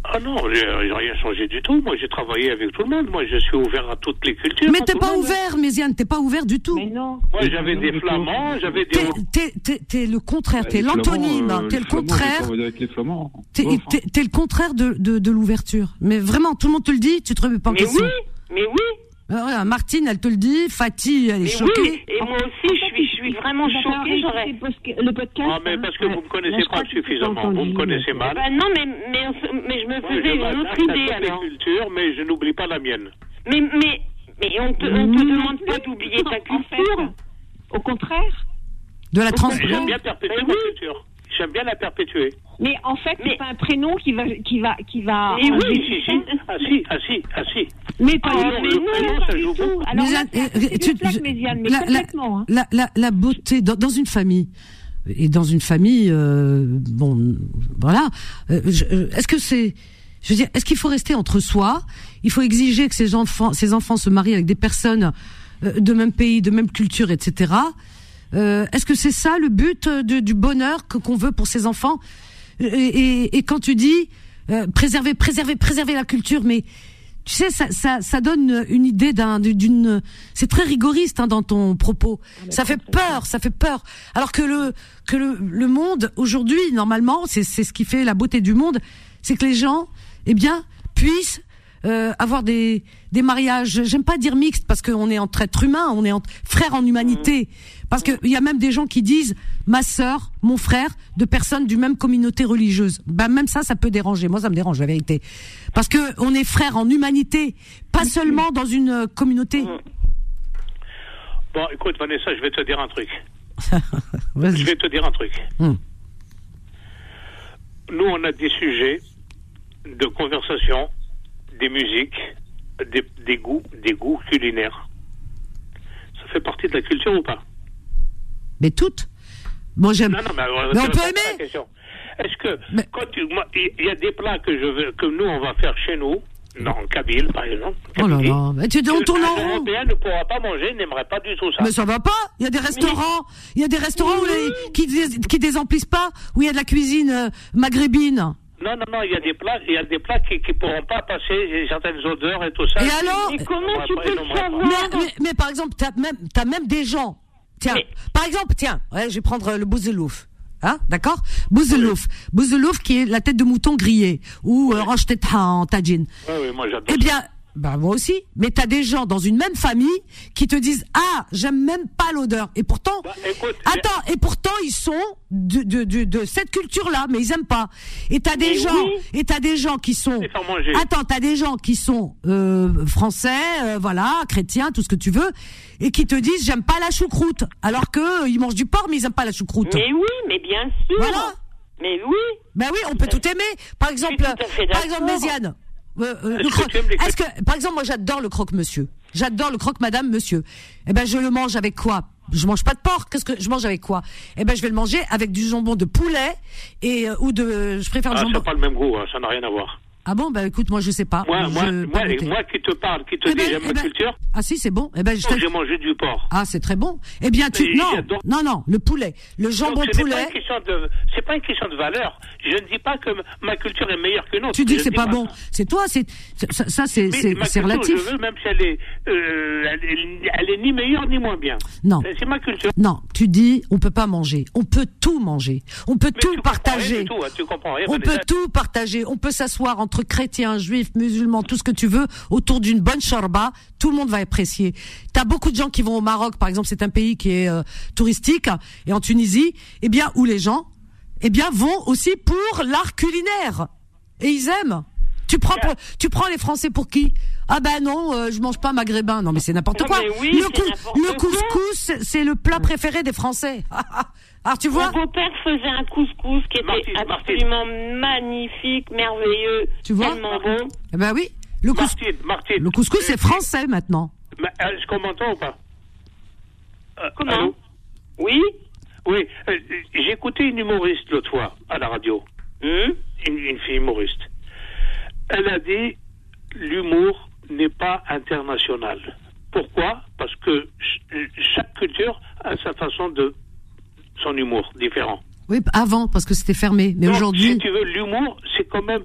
G: Ah non, j'ai, j'ai rien changé du tout. Moi, j'ai travaillé avec tout le monde. Moi, je suis ouvert à toutes les cultures.
B: Mais t'es pas ouvert, Méziane, t'es pas ouvert du tout.
L: Mais non.
G: Moi, j'avais des flamands, j'avais des...
B: T'es, t'es, t'es, t'es le contraire, t'es l'antonyme,
H: euh,
B: t'es le contraire.
H: Avec les flamands.
B: T'es, t'es, t'es le contraire de, de, de l'ouverture. Mais vraiment, tout le monde te le dit, tu te remets pas en
K: Mais
B: question.
K: oui, mais oui.
B: Alors, voilà, Martine, elle te le dit, Fatih, elle est
K: Mais
B: choquée.
K: oui, et moi aussi, je suis, je suis vraiment choquée. J'aurais...
L: Le podcast.
G: Ah, mais parce que vous me connaissez pas suffisamment. Vous me connaissez mal.
K: Ben non, mais, mais, mais je me
G: Moi,
K: faisais
G: je
K: une
G: m'attaque
K: autre
G: à
K: idée,
G: toutes
K: alors.
G: les cultures, mais je n'oublie pas la mienne.
K: Mais, mais, mais on te, on te demande pas d'oublier ta culture.
L: Au contraire.
B: De la trans...
G: J'aime bien perpétuer ma culture. J'aime bien la perpétuer.
L: Mais en fait, c'est pas un prénom qui va, qui va, qui va.
K: Mais oui,
G: si, si. Ah si, ah si, ah si.
L: Mais pas
G: Ah,
L: mais
G: le
L: non,
G: prénom,
L: pas
G: ça
L: du
G: joue
L: tout.
G: beaucoup.
L: Alors là,
B: Méziane,
L: c'est
B: euh,
L: c'est
B: tu-
L: une plaque
B: je-
L: Méziane, mais
B: la, la,
L: complètement. Hein.
B: la, la, la beauté dans, dans une famille et dans une famille, euh, bon, voilà. euh, je- euh, est-ce que c'est, je veux dire, est-ce qu'il faut rester entre soi? Il faut exiger que ces enfants, ces enfants se marient avec des personnes euh, de même pays, de même culture, et cetera. Euh, est-ce que c'est ça le but de, du bonheur que qu'on veut pour ces enfants? Et, et, et quand tu dis euh, préserver, préserver, préserver la culture, mais tu sais, ça, ça, ça donne une idée d'un, d'une. C'est très rigoriste hein, dans ton propos. Ça fait peur, ça fait peur. Alors que le que le, le monde aujourd'hui, normalement, c'est c'est ce qui fait la beauté du monde, c'est que les gens, eh bien, puissent euh, avoir des des mariages. J'aime pas dire mixtes parce qu'on est entre êtres humains, on est entre frères en humanité. Parce que il y a même des gens qui disent ma sœur, mon frère, de personnes du même communauté religieuse. Ben même ça, ça peut déranger. Moi, ça me dérange la vérité, parce que on est frères en humanité, pas seulement dans une euh, communauté.
G: Bon, écoute, Vanessa, je vais te dire un truc.
B: Vas-y.
G: Je vais te dire un truc.
B: Hum.
G: Nous, on a des sujets de conversation, des musiques, des, des goûts, des goûts culinaires. Ça fait partie de la culture ou pas?
B: Mais toutes. Bon, j'aime.
G: Non, non, mais, alors,
B: Mais on
G: c'est
B: peut
G: pas
B: aimer.
G: la question. Est-ce que quand tu, moi, il y a des plats que je veux, que nous on va faire chez nous, dans Kabyle par exemple.
B: Oh là
G: Kabylie,
B: là, mais tu on
G: que
B: tourne en
G: un
B: rond.
G: Européen ne pourra pas manger, n'aimerait pas du tout ça.
B: Mais ça va pas. Il y a des restaurants, il y a des restaurants où les, qui dés- qui désemplissent pas, où il y a de la cuisine euh, maghrébine.
G: Non, non, non, il y a des plats, il y a des plats qui ne pourront pas passer certaines odeurs et tout ça.
B: Et alors
G: Mais comment tu peux le savoir?
B: mais, mais, mais par exemple, t'as même, t'as même des gens. Tiens, par exemple, tiens, ouais, je vais prendre euh, le bouzelouf. Hein, d'accord? Bouzelouf. Bouzelouf qui est la tête de mouton grillée. Ou euh, roche tête en tagine.
G: Oui, oui, moi j'adore.
B: Eh bien, bah moi aussi. Mais t'as des gens dans une même famille qui te disent ah j'aime même pas l'odeur. Et pourtant,
G: Bah, écoute,
B: attends, et pourtant ils sont de de de, de cette culture-là, mais ils aiment pas. Et t'as des
G: Mais
B: gens,
G: oui.
B: et t'as des gens qui sont.
G: Les faire manger.
B: Attends, t'as des gens qui sont euh, français, euh, voilà, chrétiens, tout ce que tu veux, et qui te disent j'aime pas la choucroute, alors que euh, ils mangent du porc, mais ils aiment pas la choucroute.
K: Mais oui, mais bien sûr.
B: Voilà.
K: Mais oui.
B: Ben oui, on peut tout aimer. Par exemple,
K: tout à fait
B: par exemple,
K: d'accord.
B: Méziane. Euh, euh,
G: Est-ce
B: le
G: que
B: croque-
G: tu aimes les
B: Est-ce que, par exemple, moi j'adore le croque-monsieur. J'adore le croque-madame, monsieur. Eh ben, je le mange avec quoi? Je mange pas de porc. Qu'est-ce que je mange avec quoi? Eh ben, je vais le manger avec du jambon de poulet et euh, ou de. Je préfère le
G: Ah,
B: jambon.
G: c'est pas le même goût, hein, ça n'a rien à voir.
B: Ah bon, bah écoute, moi je sais pas.
G: Moi,
B: Je-
G: moi,
B: pas
G: moi,
B: goûté.
G: moi qui te parle, qui te
B: Eh
G: dis
B: ben,
G: j'aime
B: eh
G: ma
B: ben,
G: culture,
B: Ah si, c'est bon. Eh ben, je te-
G: j'ai mangé du porc.
B: Ah, c'est très bon. Eh bien, tu
G: Mais
B: non,
G: j'adore.
B: non, non, le poulet, le jambon
G: Donc, ce n'est
B: poulet.
G: pas une question de, c'est pas une question de valeur. Je ne dis pas que ma culture est meilleure que nôtre.
B: Tu dis
G: Je
B: que c'est
G: dis
B: pas bon. C'est toi, c'est ça, ça, c'est
G: Mais
B: c'est
G: ma
B: c'est
G: culture,
B: relatif.
G: je veux, même si elle est, euh, elle, est, elle est ni meilleure ni moins bien.
B: Non.
G: C'est c'est ma culture.
B: Non, tu dis on peut pas manger. On peut tout manger. On peut
G: Mais
B: tout
G: tu comprends
B: partager.
G: rien du tout, hein, tu comprends rien,
B: On
G: Vanessa.
B: peut tout partager. On peut s'asseoir entre chrétiens, juifs, musulmans, tout ce que tu veux, autour d'une bonne shorba. Tout le monde va apprécier. T'as beaucoup de gens qui vont au Maroc, par exemple, c'est un pays qui est euh, touristique, et en Tunisie, eh bien, où les gens, eh bien, vont aussi pour l'art culinaire. Et ils aiment. Tu prends, pour- tu prends les Français pour qui? Ah ben non, euh, je mange pas maghrébin. Non mais c'est n'importe
K: Non,
B: quoi.
K: mais oui,
B: le,
K: c'est
B: cous-
K: n'importe
B: le
K: quoi.
B: couscous, c'est- c'est le plat préféré des Français. Alors tu vois?
K: Mon beau-père faisait un couscous qui était
G: Martine,
K: absolument magnifique, merveilleux,
B: Tu vois?
K: tellement bon.
B: Eh ben oui. Le, cous-
G: Martine, Martine.
B: le couscous,
G: Euh,
B: c'est français maintenant.
G: Mais, Est-ce qu'on m'entend ou pas? Euh,
K: Comment?
G: allô?
K: Oui.
G: Oui, euh, j'ai écouté une humoriste l'autre fois à la radio.
K: Hum
G: Une, une fille humoriste. Elle a dit l'humour n'est pas international. Pourquoi? Parce que ch- chaque culture a sa façon de son humour différent.
B: Oui, avant parce que c'était fermé. Mais
G: Donc,
B: aujourd'hui,
G: si tu veux, l'humour, c'est quand même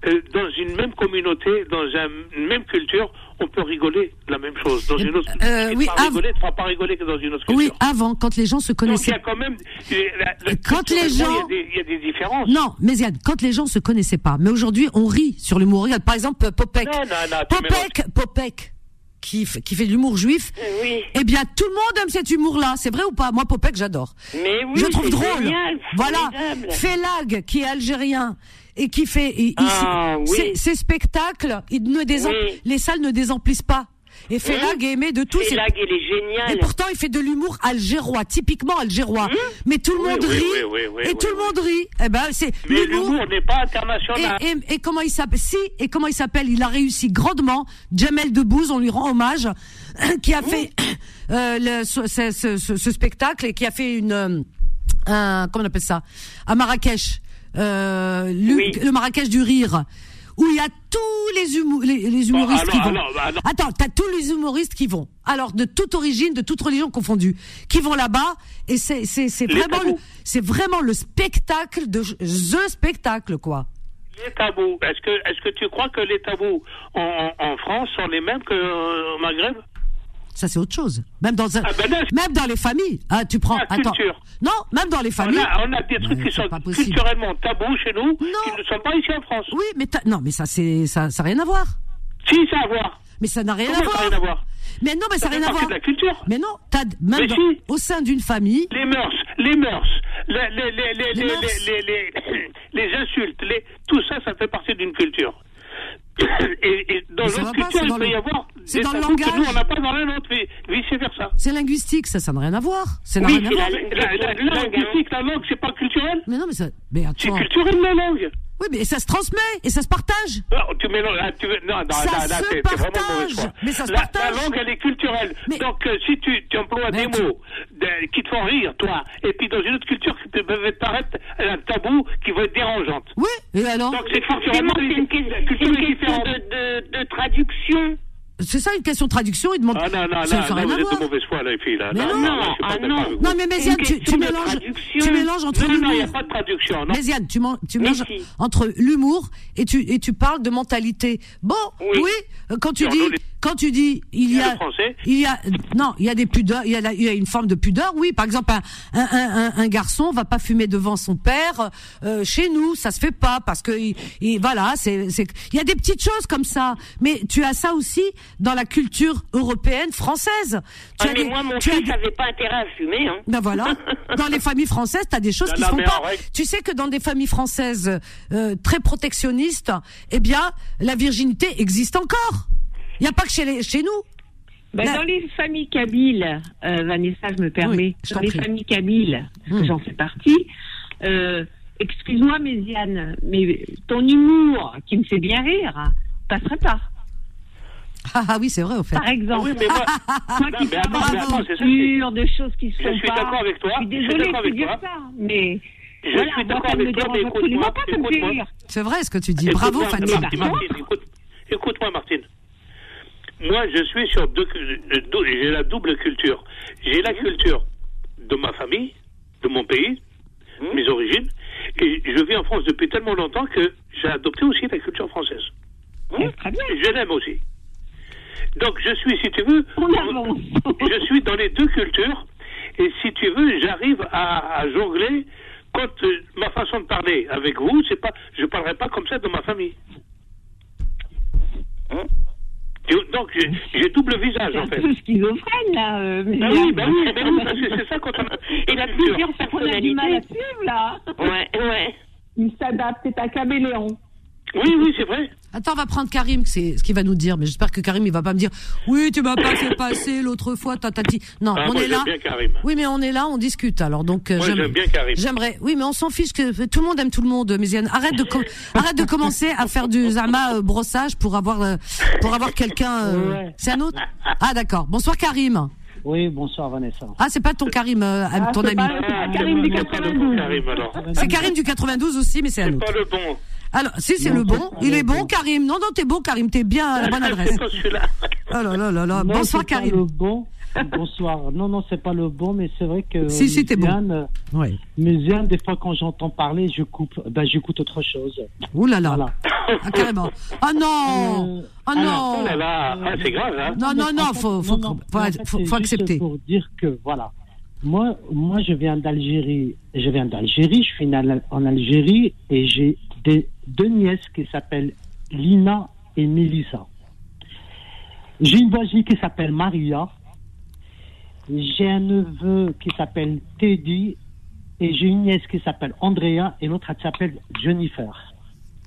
G: euh, dans une même communauté, dans un, une même culture, on peut rigoler de la même chose. Dans une autre
B: euh,
G: tu
B: oui,
G: vas
B: av-
G: rigoler, tu ne vas pas rigoler que dans une autre culture.
B: Oui, avant, quand les gens se
G: Donc il
B: connaissaient.
G: y a quand même... La, la,
B: Quand les gens...
G: Il y, a des, il y a des différences.
B: Non, mais Yann, quand les gens se connaissaient pas. Mais aujourd'hui, on rit sur l'humour. Regarde, par exemple, Popek.
G: Non, non, non, tu
B: Popek, Popek. Qui, f- qui fait de l'humour juif,
K: Oui.
B: eh bien tout le monde aime cet humour-là, c'est vrai ou pas? Moi, Popek, j'adore.
K: Mais oui,
B: je trouve
K: c'est
B: drôle.
K: génial,
B: Voilà,
K: formidable.
B: Félag, qui est algérien et qui fait il-
K: Ah,
B: il-
K: oui.
B: ses, ses spectacles, il ne désem-
K: Oui.
B: les salles ne désemplissent pas. Et Félag est aimé de tous.
K: Félag, il est génial.
B: Et pourtant, il fait de l'humour algérois, typiquement algérois.
K: Mmh.
B: Mais tout le
G: Oui,
B: monde
G: oui,
B: rit.
G: oui, oui, oui,
B: et
G: oui,
B: tout
G: oui.
B: le monde rit. Eh ben, c'est
G: Mais l'humour n'est pas international.
B: et, et, et comment il s'appelle? Si, et comment il s'appelle? Il a réussi grandement. Jamel Debbouze, on lui rend hommage, qui a fait euh, le, ce, ce, ce, ce spectacle et qui a fait une, euh, un, comment on appelle ça, à Marrakech, euh, le,
K: Oui.
B: le Marrakech du rire, où il y a tous les, humo- les, les humoristes
G: alors,
B: qui vont.
G: alors, bah, alors.
B: Attends, t'as tous les humoristes qui vont. Alors, de toute origine, de toute religion confondue, qui vont là-bas, et c'est, c'est, c'est
G: Les
B: vraiment, le,
G: tabous.
B: c'est vraiment le spectacle de, the spectacle, quoi.
G: Les tabous, est-ce que, est-ce que tu crois que les tabous en, en France sont les mêmes qu'au Maghreb?
B: Ça, c'est autre chose. Même dans un,
G: Ah ben là,
B: même dans les familles. Ah, tu prends,
G: La
B: attends.
G: culture.
B: Non, même dans les
G: on
B: familles.
G: a, on a des trucs
B: Ouais,
G: qui
B: c'est
G: sont
B: pas possible.
G: culturellement tabous chez nous,
B: Non.
G: qui ne sont pas ici en France.
B: Oui, mais t'as- non, mais ça, c'est, ça, ça n'a rien à voir.
G: Si, ça a à voir.
B: Mais ça n'a rien
G: Comment
B: à
G: ça
B: voir.
G: n'a rien à voir?
B: Mais non, mais ça
G: Ça
B: n'a
G: fait
B: rien à
G: partie
B: voir.
G: de la culture.
B: Mais non, t'as, même
G: Mais
B: dans-
G: si.
B: au sein d'une famille.
G: Les mœurs, les mœurs, les, les, les, les,
B: Les
G: les,
B: mœurs.
G: les, les, les, les insultes, les, tout ça, ça fait partie d'une culture. Et, et dans
B: Mais ça
G: l'autre
B: va pas,
G: culture,
B: c'est
G: il
B: dans
G: peut
B: le-
G: y avoir
B: c'est
G: des
B: dans le
G: tabous que
B: langage.
G: nous, on n'a pas dans la nôtre, et vice-versa.
B: C'est linguistique, ça, ça n'a rien à voir. Ça n'a
G: Oui,
B: rien à
G: c'est
B: voir.
G: la, la, la, la linguistique, la langue, c'est pas culturel.
B: Mais non, mais ça, mais
G: C'est
B: attends.
G: culturel, la langue.
B: Oui, mais ça se transmet et ça se partage.
G: Non, tu mélanges, là, tu veux, non, non,
B: Ça
G: là, là,
B: se
G: t'es, t'es vraiment
B: partage.
G: mauvaise foi.
B: Mais ça se
G: la,
B: partage.
G: la langue, elle est culturelle.
B: Mais-
G: Donc, euh, si tu, tu emploies
B: Mais
G: des
B: tu-
G: mots de- qui te font rire, toi, et puis dans une autre culture qui te peuvent te paraître un tabou qui va être dérangeante.
B: Oui, et alors?
G: Donc, c'est
K: Forcément,
G: culturellement,
K: c'est une, que-
G: la
K: c'est
G: culture
K: une
G: est
K: question
G: différente.
K: de, de, de traduction.
B: C'est ça une question de traduction, il demande.
G: Ah non, non,
B: ça
G: non,
B: n'a
G: non,
B: rien
G: vous
B: à
G: êtes
B: voir.
G: de mauvaise foi, là, les filles, là.
B: Mais non,
G: là,
K: non,
G: je suis pas
K: ah
G: d'accord
K: non.
G: avec vous.
B: Non, mais Méziane,
K: une
B: tu, tu
K: question de
B: mélanges,
K: traduction.
B: tu mélanges entre
G: Non, non, non, il n'y a
B: l'humour.
G: pas de traduction, non.
B: Méziane, tu, man- tu
K: Mais
B: mélanges
K: si.
B: entre l'humour et tu, et tu parles de mentalité. Bon, oui,
G: Oui.
B: euh, quand tu
G: Non,
B: dis,
G: non, les-
B: quand tu dis, il
G: Il
B: y
G: y a
B: a,
G: le français.
B: il y a, non, il y a des pudeurs, il y a, la- il y a une forme de pudeur, oui. Par exemple, un, un, un, un garçon va pas fumer devant son père, euh, chez nous, ça se fait pas parce que, il, il- voilà, c'est, c'est, il y a des petites choses comme ça. Mais tu as ça aussi dans la culture européenne, française. Tu
K: Ah,
B: as
K: mais
B: des-
K: moi, mon
B: tu as
K: fils
B: des-
K: n'avait pas intérêt à fumer. Hein.
B: Ben voilà. Dans les familles françaises, t'as des choses
G: Non,
B: qui
G: non,
B: se font
G: mais
B: pas.
G: en règle-
B: Tu sais que dans des familles françaises euh, très protectionnistes, eh bien, la virginité existe encore. Il n'y a pas que chez, les, chez nous.
L: Ben,
B: La-
L: Dans les familles kabyles, euh, Vanessa, je me permets,
B: Oui, je
L: dans
B: t'en
L: les
B: prie.
L: familles kabyles, parce que
B: Hmm.
L: j'en fais partie, euh, excuse-moi Méziane, mais ton humour qui me fait bien rire, passerait pas.
B: Ah, ah oui, c'est vrai, au fait.
L: Par exemple,
G: Oui, mais moi,
L: toi
G: non,
L: qui
G: mais attends,
L: parles
G: mais attends,
L: de
G: c'est ça,
L: culture, de choses qui se
G: Je
L: font
G: suis
L: pas.
G: d'accord avec toi,
L: Je suis
G: je suis
L: désolée
G: d'accord
L: de
G: avec
L: dire
G: toi.
L: ça, mais
G: Je
L: voilà,
G: suis
L: moi,
G: d'accord
L: ça ne me
G: avec toi, mais
L: dérange absolument
G: écoute-moi,
L: pas, ça me fait
G: écoute-moi.
L: rire.
B: C'est vrai ce que tu dis. Bravo,
G: Écoute-moi,
B: Fatih.
G: Martine, Martine, écoute, écoute-moi, Martine. Moi, je suis sur deux, deux- j'ai la double culture. J'ai la culture de ma famille, de mon pays, mes origines, et je vis en France depuis tellement longtemps que j'ai adopté aussi la culture française.
L: Ouais, très bien.
G: Je l'aime aussi. Donc, je suis, si tu veux,
L: On avance.
G: je suis dans les deux cultures, et si tu veux, j'arrive à, à jongler. Quand euh, ma façon de parler avec vous, c'est pas, je parlerai pas comme ça de ma famille. Hein? Et donc, j'ai, j'ai double visage,
L: C'est
G: en
L: un
G: fait.
L: peu schizophrène, là. Euh,
G: Ben
L: Méziane.
G: oui, ben oui, ben oui, parce que c'est ça quand on a...
K: Il a
G: culture.
K: plusieurs
L: On a du mal à
K: personnalités.
L: suivre, là.
K: Ouais, ouais.
L: Il s'adapte, c'est un caméléon.
G: Oui, oui, c'est vrai.
B: Attends, on va prendre Karim, c'est ce qu'il va nous dire. Mais j'espère que Karim, il va pas me dire, oui, tu m'as pas fait passer l'autre fois, tatati. Non,
G: Ah,
B: on
G: moi,
B: est
G: j'aime
B: là.
G: bien Karim.
B: Oui, mais on est là, on discute. Alors, donc, euh,
G: Moi,
B: j'aime-
G: j'aime bien Karim.
B: J'aimerais, oui, mais on s'en fiche que tout le monde aime tout le monde, Méziane. Arrête de, com- arrête de commencer à faire du zama euh, brossage pour avoir, euh, pour avoir quelqu'un. euh,
M: Ouais.
B: C'est un autre. Ah, d'accord. Bonsoir, Karim.
M: Oui, bonsoir Vanessa.
B: Ah, c'est pas ton Karim, euh,
L: Ah,
B: ton
L: c'est
B: ami.
L: pas- c'est pas Karim du
G: C'est pas le bon
L: quatre-vingt-douze.
G: Karim, alors.
B: C'est Karim du quatre-vingt-douze aussi, mais c'est un
G: C'est
B: autre.
G: pas le bon.
B: Alors, si c'est
M: Non,
B: le bon,
M: c'est pas
B: il
M: le
B: est bon,
M: bon.
B: Karim. Non, non, t'es bon, Karim. T'es bien à la bonne adresse.
G: C'est pas celui-là.
B: Oh là là là là.
M: Non,
B: Bonsoir,
M: c'est pas
B: Karim.
M: le bon. Bonsoir. Non, non, c'est pas le bon, mais c'est vrai que.
B: Si, si, t'es bon.
M: Méziane,
B: Ouais.
M: Méziane, des fois, quand j'entends parler, je coupe. Ben, j'écoute autre chose.
B: Ouh là là.
M: Voilà.
B: Ah, carrément. Ah non.
M: Euh,
B: Ah
M: alors,
B: non.
G: Oh là là, ah, c'est grave, hein.
B: Non, non,
M: mais
B: non,
M: en fait-
B: faut, faut,
M: non, non,
B: faut,
M: mais en fait,
B: faut,
M: c'est
B: faut
M: juste
B: accepter.
M: Pour dire que, voilà. Moi, moi, je viens d'Algérie. Je viens d'Algérie. Je suis né en en Algérie et j'ai des, deux nièces qui s'appellent Lina et Mélissa. J'ai une voisine qui s'appelle Maria. J'ai un neveu qui s'appelle Teddy. Et j'ai une nièce qui s'appelle Andrea et l'autre elle s'appelle Jennifer.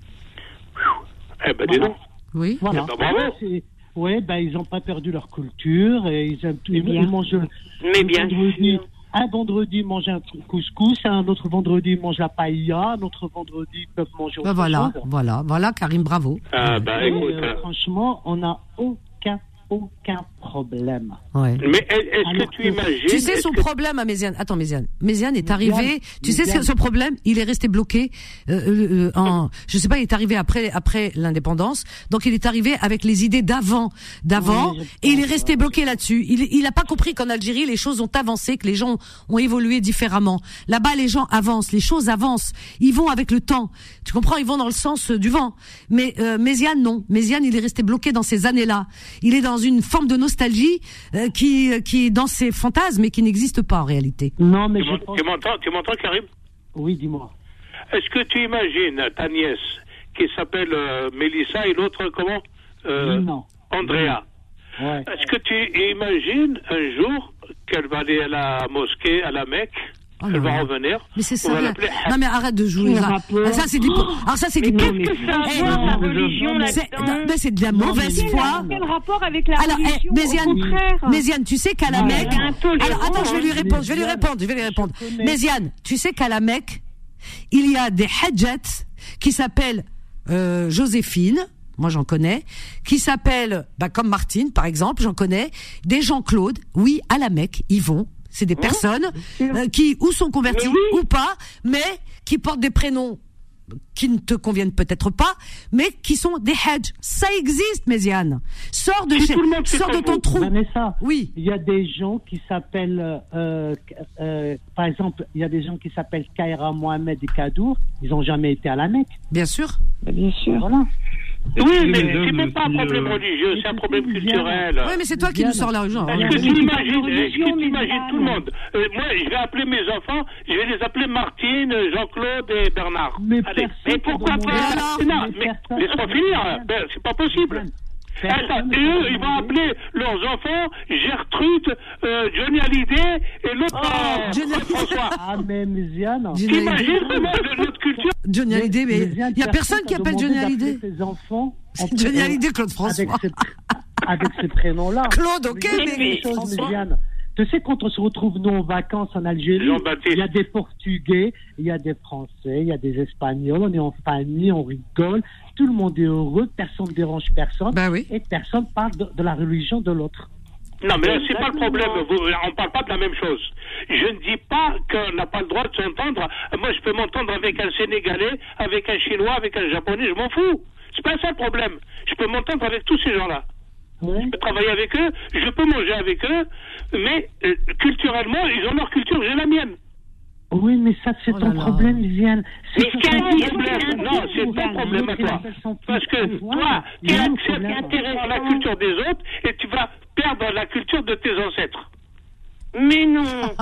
G: Eh ben, dis donc.
B: Oui.
M: Voilà.
G: Eh ben, bravo.
M: C'est- Ouais, ben ils n'ont pas perdu leur culture et ils aiment tout. Ils,
K: bien.
M: ils mangent.
K: Mais
M: un
K: bien
M: vendredi,
K: sûr.
M: un vendredi, ils mangent un couscous, un autre vendredi, ils mangent la paella, un autre vendredi, ils peuvent manger
B: Bah
M: autre
B: voilà,
M: chose.
B: voilà, voilà, Karim, bravo.
G: Ah, bah,
M: Et,
G: écoute.
M: euh,
G: hein.
M: franchement, on n'a aucun, aucun problème.
B: Ouais.
G: Mais est- est-ce
M: Alors
G: que tu
M: que-
G: imagines.
B: Tu sais
G: est-ce
B: son
G: que-
B: problème à Méziane. Attends, Méziane. Méziane est arrivé.
M: Méziane,
B: Tu sais
M: Méziane.
B: son problème. Il est resté bloqué. Euh, euh, euh, en, je sais pas. Il est arrivé après après l'indépendance. Donc il est arrivé avec les idées d'avant, d'avant,
M: Oui, je
B: et il est
M: pense,
B: resté
M: ouais.
B: bloqué là-dessus. Il il a pas compris qu'en Algérie les choses ont avancé, que les gens ont évolué différemment. Là-bas les gens avancent, les choses avancent. Ils vont avec le temps. Tu comprends? Ils vont dans le sens euh, du vent. Mais euh, Méziane non. Méziane il est resté bloqué dans ces années-là. Il est dans une forme de nostalgie euh, qui euh, qui est dans ses fantasmes et qui n'existe pas en réalité.
M: Non, mais
G: Tu
M: je
G: m'en-
M: pense.
G: tu m'entends, tu m'entends, Karim?
M: Oui, dis-moi.
G: Est-ce que tu imagines ta nièce qui s'appelle euh, Mélissa et l'autre comment euh,
M: Non.
G: Andrea.
M: Ouais.
G: Est-ce que tu imagines un jour qu'elle va aller à la mosquée, à la Mecque,
B: Oh
G: elle
B: là
G: va
B: là.
G: revenir?
B: Mais c'est
G: on va
B: ça.
G: l'appeler
B: Non mais arrête de jouer.
K: Quel
B: Ça,
K: rapport
B: Ah, ça c'est du. Alors ça c'est
K: Mais
B: du.
K: non, mais
L: Qu'est-ce que ça a
B: Eh,
L: à voir, la
M: non,
L: religion,
M: non, mais-
B: C'est
L: là-dedans
B: non, mais c'est de la
M: Non,
B: mauvaise
M: mais-
B: foi.
L: Quel rapport avec la
B: Alors, eh,
L: religion?
B: Méziane,
L: Au contraire.
B: Méziane, tu sais qu'à la
M: Ouais,
B: Mecque.
L: elle est intolérante,
B: Alors attends, je vais lui
L: hein.
B: répondre. Je vais lui
M: Méziane,
B: répondre. Je vais lui répondre.
M: je connais.
B: Méziane, tu sais qu'à la Mecque, il y a des hadjats qui s'appellent euh, Joséphine. Moi, j'en connais. Qui s'appellent, bah, comme Martine, par exemple, j'en connais. Des Jean-Claude. Oui, à la Mecque, ils vont. C'est des personnes euh, qui ou sont converties
K: Mais oui.
B: ou pas, mais qui portent des prénoms qui ne te conviennent peut-être pas, mais qui sont des Hajj. Ça existe, Méziane. Sors de
G: Si
B: chez,
G: tout le monde fait
B: sors de
G: comme
B: ton
G: vous.
B: trou.
M: Vanessa,
B: Oui.
M: il y a des gens qui s'appellent, euh, euh, par exemple, il y a des gens qui s'appellent Kaira, Mohamed et Kadour. Ils n'ont jamais été à la Mecque.
B: Bien sûr.
L: Bien sûr.
M: Voilà.
G: Oui, mais
H: Mesdames,
G: c'est même pas un
H: si,
G: problème
H: euh,
G: religieux, c'est un problème culturel.
B: Oui, mais c'est toi qui nous sors l'argent.
G: Est-ce
B: hein.
G: que tu
L: Mais
G: imagines,
L: c'est pas une
G: est-ce que tu
L: religion,
G: imagines
L: mais
G: tout le monde euh, Moi, je vais appeler mes enfants, je vais les appeler Martine, Jean-Claude et Bernard.
M: Mais
G: Allez,
M: personne
G: mais pourquoi
M: ne
G: pas
M: demande-
B: alors
G: Non,
M: Mais
G: mais
M: personne-
G: laisse-moi finir, ben, c'est pas possible.
M: Personne
G: Attends,
M: ne
G: et eux,
M: peut
G: ils vont
M: demander-
G: appeler leurs enfants Gertrude, euh, Johnny Hallyday et l'autre euh,
B: Johnny-
G: François.
M: Ah, mais Méziane.
B: Johnny
G: T'imagines
B: Hallyday.
G: comment de notre culture
B: Johnny Hallyday, mais
M: Méziane,
B: il y a personne qui
M: t'a
B: appelle
M: demandé
B: Johnny Hallyday.
M: d'appeler ses enfants en-
B: Johnny
M: euh,
B: Hallyday, Claude François.
M: Avec ces, avec ces prénoms-là.
B: Claude, ok,
M: Mais
B: mais
M: une chose,
B: François.
M: Méziane. Tu sais, quand on se retrouve, nous, en vacances en Algérie,
G: Jean-Baptiste.
M: il y a des Portugais, il y a des Français, il y a des Espagnols, on est en famille, on rigole, tout le monde est heureux, personne ne dérange personne,
B: Bah oui.
M: et personne parle de, de la religion de l'autre.
G: Non, mais là, c'est pas le problème. Vous, on parle pas de la même chose. Je ne dis pas qu'on n'a pas le droit de s'entendre. Moi, je peux m'entendre avec un Sénégalais, avec un Chinois, avec un Japonais, je m'en fous. C'est pas ça le problème. Je peux m'entendre avec tous ces gens-là.
M: Ouais.
G: Je peux travailler avec eux, je peux manger avec eux, mais euh, culturellement, ils ont leur culture, j'ai la mienne.
M: Oui, mais ça, c'est
B: Oh
M: ton
B: là là.
M: problème, Viviane.
K: Mais
M: C'est
K: ce qui est
M: ton
K: un
G: problème. Non, c'est ton problème à toi. Parce que toi,
M: Il
G: tu
M: y a un
G: acceptes
M: problème.
G: intéressant la culture des autres et tu vas perdre la culture de tes ancêtres.
K: Mais non.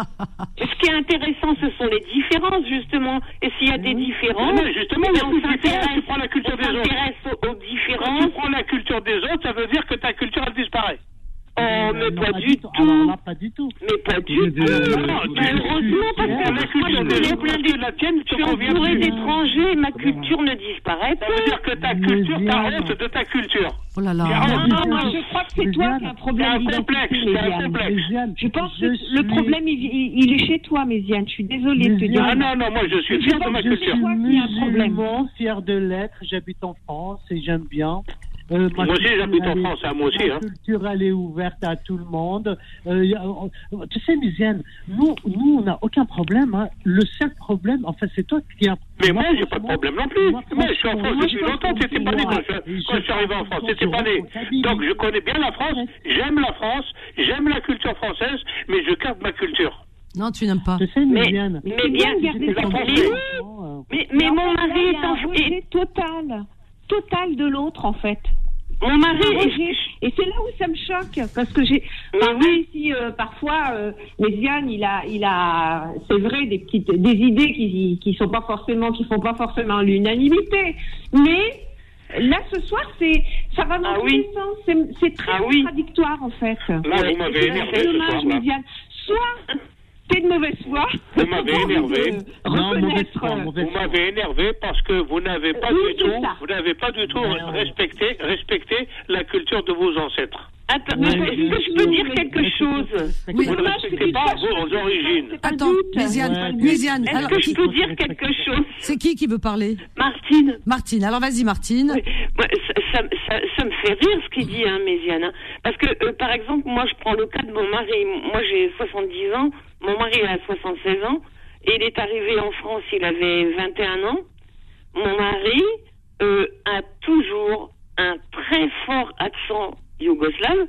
K: Ce qui est intéressant, ce sont les différences, justement. Et s'il y a des différences,
G: Mais justement,
K: eh
G: il y a
K: on
G: plus de différences.
K: s'intéresse-
G: Tu prends la culture
K: on
G: des autres.
K: s'intéresse aux, aux
G: Quand tu
K: différences.
G: prends la culture des autres, ça veut dire que ta culture, elle disparaît.
K: Oh, mais
M: Non,
K: pas
M: pas
K: du
M: tout.
K: tout.
M: Alors là, pas du tout.
K: Mais pas du
H: Mais
K: tout.
H: des-
G: Non, non,
K: Mais
G: tu-
K: heureusement, parce
G: tu-
K: que
G: la
K: moi,
G: culture
K: je
G: des
K: connais
G: autres,
K: plein
G: parce que la tienne, tu
K: Je suis
G: conviens
K: entourée
G: plus.
K: d'étrangers et ma culture ne disparaît
G: Ça veut
K: pas.
G: dire que ta culture, t'as
M: Méziane.
G: honte de ta culture.
B: Oh là là.
G: Ah,
L: Non, non, moi, je crois que c'est toi qui as un
G: C'est
L: problème
G: un
L: d'identité,
G: complexe, c'est un
L: Méziane.
G: complexe.
M: Méziane,
L: Je pense que
M: je
L: le
M: suis-
L: problème, il, il- il est chez toi, Méziane. Je suis désolée de te dire.
G: Ah non, non, moi je suis
L: Je
G: fier de
L: pense
G: ma
L: que
M: Je
G: culture.
M: suis
L: toi qui as un problème.
M: musulman, fier de l'être, j'habite en France et j'aime bien. Euh,
G: moi aussi, j'habite en France, hein, moi aussi.
M: La
G: hein.
M: culture, elle est ouverte à tout le monde. Euh, y a, euh, tu sais, Musienne, nous, nous, on n'a aucun problème. Hein. Le seul problème, enfin, c'est toi qui as...
G: Mais moi, j'ai pas de problème non plus. Moi, moi je suis en France depuis longtemps. Tu n'étais pas né quand je, quand je suis arrivé en France. Tu n'étais pas né. Donc, je connais bien la France. J'aime la France. J'aime la culture française. Mais je garde ma culture.
B: Non, tu n'aimes pas.
M: Je sais,
K: Mais,
M: Musienne.
K: mais bien, mais, mais mon mari est en
L: rejet total, total de l'autre en fait.
K: Mon mari
L: est... Et c'est là où ça me choque, parce que j'ai, enfin, oui, si euh, parfois, euh, Méziane, il a, il a, c'est vrai, des petites, des idées qui, qui sont pas forcément, qui font pas forcément l'unanimité, mais là ce soir, c'est, ça va dans
K: ah,
L: tous
K: oui.
L: les sens, c'est, c'est très ah, contradictoire oui. en fait.
G: Là, vous m'avez énervé ce soir, là.
L: Méziane. Soit t'es de mauvaise foi.
G: Vous m'avez énervé.
M: Non, mauvaise foi, mauvaise
G: vous m'avez énervé parce que vous n'avez pas
L: oui,
G: du tout, vous n'avez pas du tout
M: non.
G: respecté, respecté la culture de vos ancêtres.
K: Attends, mais est-ce que je peux dire quelque chose?
B: Oui.
G: Vous ne respectez pas vos origines.
B: Attends, Méziane, Méziane.
K: Est-ce que je peux dire quelque chose?
B: C'est qui qui veut parler?
K: Martine.
B: Martine. Alors vas-y, Martine.
K: Oui. Ouais, ça, ça, ça, ça me fait rire ce qu'il dit, hein, Méziane. Hein. Parce que, euh, par exemple, moi, je prends le cas de mon mari. Moi, j'ai soixante-dix ans. Mon mari a soixante-seize ans. Et il est arrivé en France, il avait vingt et un ans. Mon mari euh, a toujours un très fort accent yougoslave.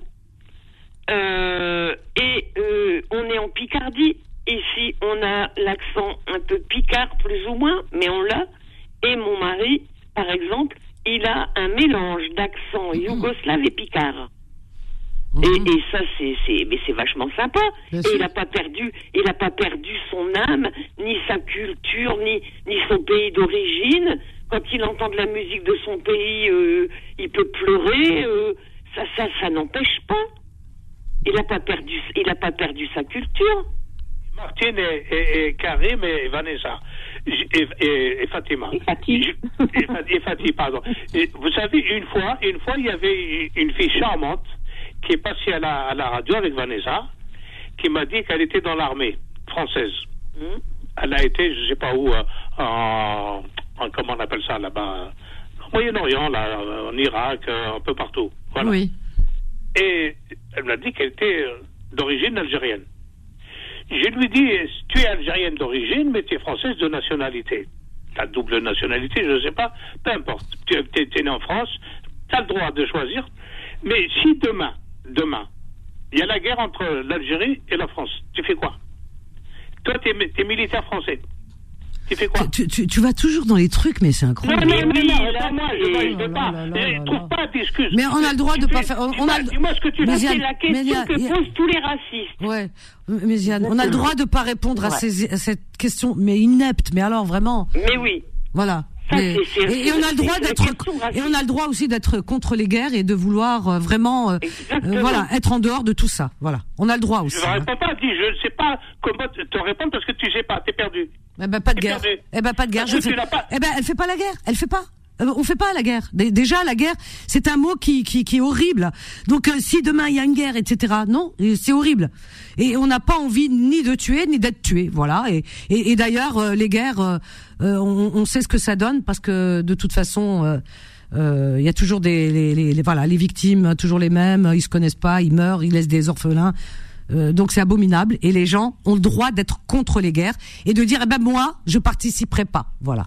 K: Euh, et euh, on est en Picardie. Ici, on a l'accent un peu picard, plus ou moins, mais on l'a. Et mon mari, par exemple, il a un mélange d'accent yougoslave et picard. Mmh. Et, et ça, c'est, c'est, mais c'est vachement sympa. Bien et sûr. il n'a pas perdu, il n'a pas perdu son âme, ni sa culture, ni, ni son pays d'origine. Quand il entend de la musique de son pays, euh, il peut pleurer. Euh, ça, ça, ça n'empêche pas. Il n'a pas perdu, il n'a pas perdu sa culture.
G: Martine et, et, et Karim et Vanessa et, et, et Fatima.
L: Et Fatih.
G: Et, et Fatih, pardon. Et vous savez, une fois, une fois, il y avait une fille charmante qui est passée à la, à la radio avec Vanessa, qui m'a dit qu'elle était dans l'armée française. Mmh. Elle a été, je ne sais pas où, en, en, comment on appelle ça là-bas, au Moyen-Orient, là, en Irak, un peu partout. Voilà.
B: Oui.
G: Et elle m'a dit qu'elle était d'origine algérienne. Je lui dis, tu es algérienne d'origine, mais tu es française de nationalité. Tu as double nationalité, je ne sais pas, peu importe. Tu es né en France, tu as le droit de choisir. Mais si demain, demain, il y a la guerre entre l'Algérie et la France, tu fais quoi? Toi, tu es militaire français. Tu fais quoi?
B: tu, tu, tu vas toujours dans les trucs, mais c'est incroyable.
G: Non, mais oui, là, moi, je ne veux pas. Je trouve pas d'excuses.
B: Mais on a le droit de pas faire. On, on a.
G: Dis-moi ce que tu
K: veux. C'est la question que posent tous les racistes.
B: Ouais, mais Ziane, on a le droit de pas répondre à, ces, à cette question, mais inepte. Mais alors vraiment.
K: Mais oui.
B: Voilà.
K: Ça,
B: mais,
K: c'est, c'est,
B: et, et on a le droit d'être et on a le droit aussi d'être contre les guerres et de vouloir euh, vraiment euh, euh, voilà être en dehors de tout ça. Voilà, on a le droit aussi.
G: Je ne réponds pas, dis, je ne sais pas comment te répondre parce que tu sais pas, t'es perdu.
B: Eh ben pas de guerre. Perdu. Eh ben pas de guerre. Je fais... pas... Eh ben elle fait pas la guerre. Elle fait pas. Euh, on fait pas la guerre. Déjà la guerre, c'est un mot qui qui, qui est horrible. Donc euh, si demain il y a une guerre, et cetera. Non, c'est horrible. Et on n'a pas envie ni de tuer ni d'être tué. Voilà. Et et, et d'ailleurs euh, les guerres, euh, euh, on, on sait ce que ça donne parce que de toute façon. Euh, il euh, y a toujours des les, les, les voilà les victimes toujours les mêmes, ils se connaissent pas, ils meurent, ils laissent des orphelins. Euh, donc c'est abominable et les gens ont le droit d'être contre les guerres et de dire eh ben moi je participerai pas. Voilà.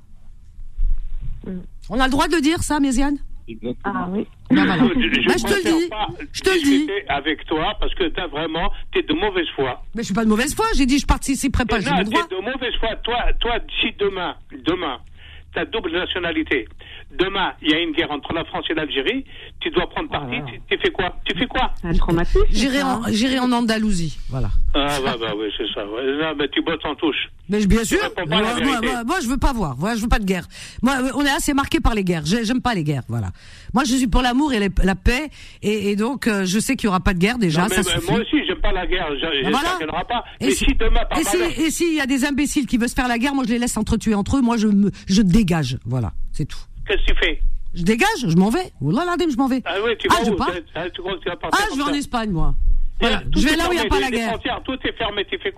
B: Mm. On a le droit de le dire ça, Méziane?
L: Ah oui.
B: Ben voilà.
G: Je, je,
B: ben, je te le dis. Je te le dis.
G: Avec toi parce que t'as vraiment t'es de mauvaise foi.
B: Mais je suis pas de mauvaise foi. J'ai dit je participerai pas.
G: Non, t'es de mauvaise foi. Toi, toi, si demain, demain, t'as double nationalité. Demain, il y a une guerre entre la France et l'Algérie. Tu dois prendre parti. Voilà. Tu, tu fais quoi? Tu fais quoi?
L: Un traumatisme.
B: J'irai en, j'irai en Andalousie. Voilà.
G: Ah bah bah oui, c'est ça. Ouais. Non, mais tu bottes en touche.
B: Mais bien sûr. Moi, moi, moi, moi, je veux pas voir. Moi, je veux pas de guerre. Moi, on est assez marqué par les guerres. J'aime pas les guerres. Voilà. Moi, je suis pour l'amour et la paix. Et, et donc, euh, je sais qu'il y aura pas de guerre déjà.
G: Non, mais,
B: ça
G: mais moi aussi, j'aime pas la guerre. J'espère
B: voilà.
G: qu'il n'y en aura pas.
B: Et
G: mais
B: si,
G: si demain, par
B: et
G: malheur...
B: si, et s'il y a des imbéciles qui veulent se faire la guerre, moi, je les laisse s'entretuer entre eux. Moi, je me, je dégage. Voilà. C'est tout.
G: Qu'est-ce que tu fais?
B: Je dégage, je m'en vais. Wallah l'adem, je m'en vais.
G: Ah oui, tu
B: ah,
G: vas
B: je
G: où?
B: pars.
G: Ah, tu crois que tu vas
B: ah, je vais en Espagne, moi. Voilà.
G: Je
B: vais là où il n'y a pas la
G: les
B: guerre.
G: Tout est fermé, tu fais quoi?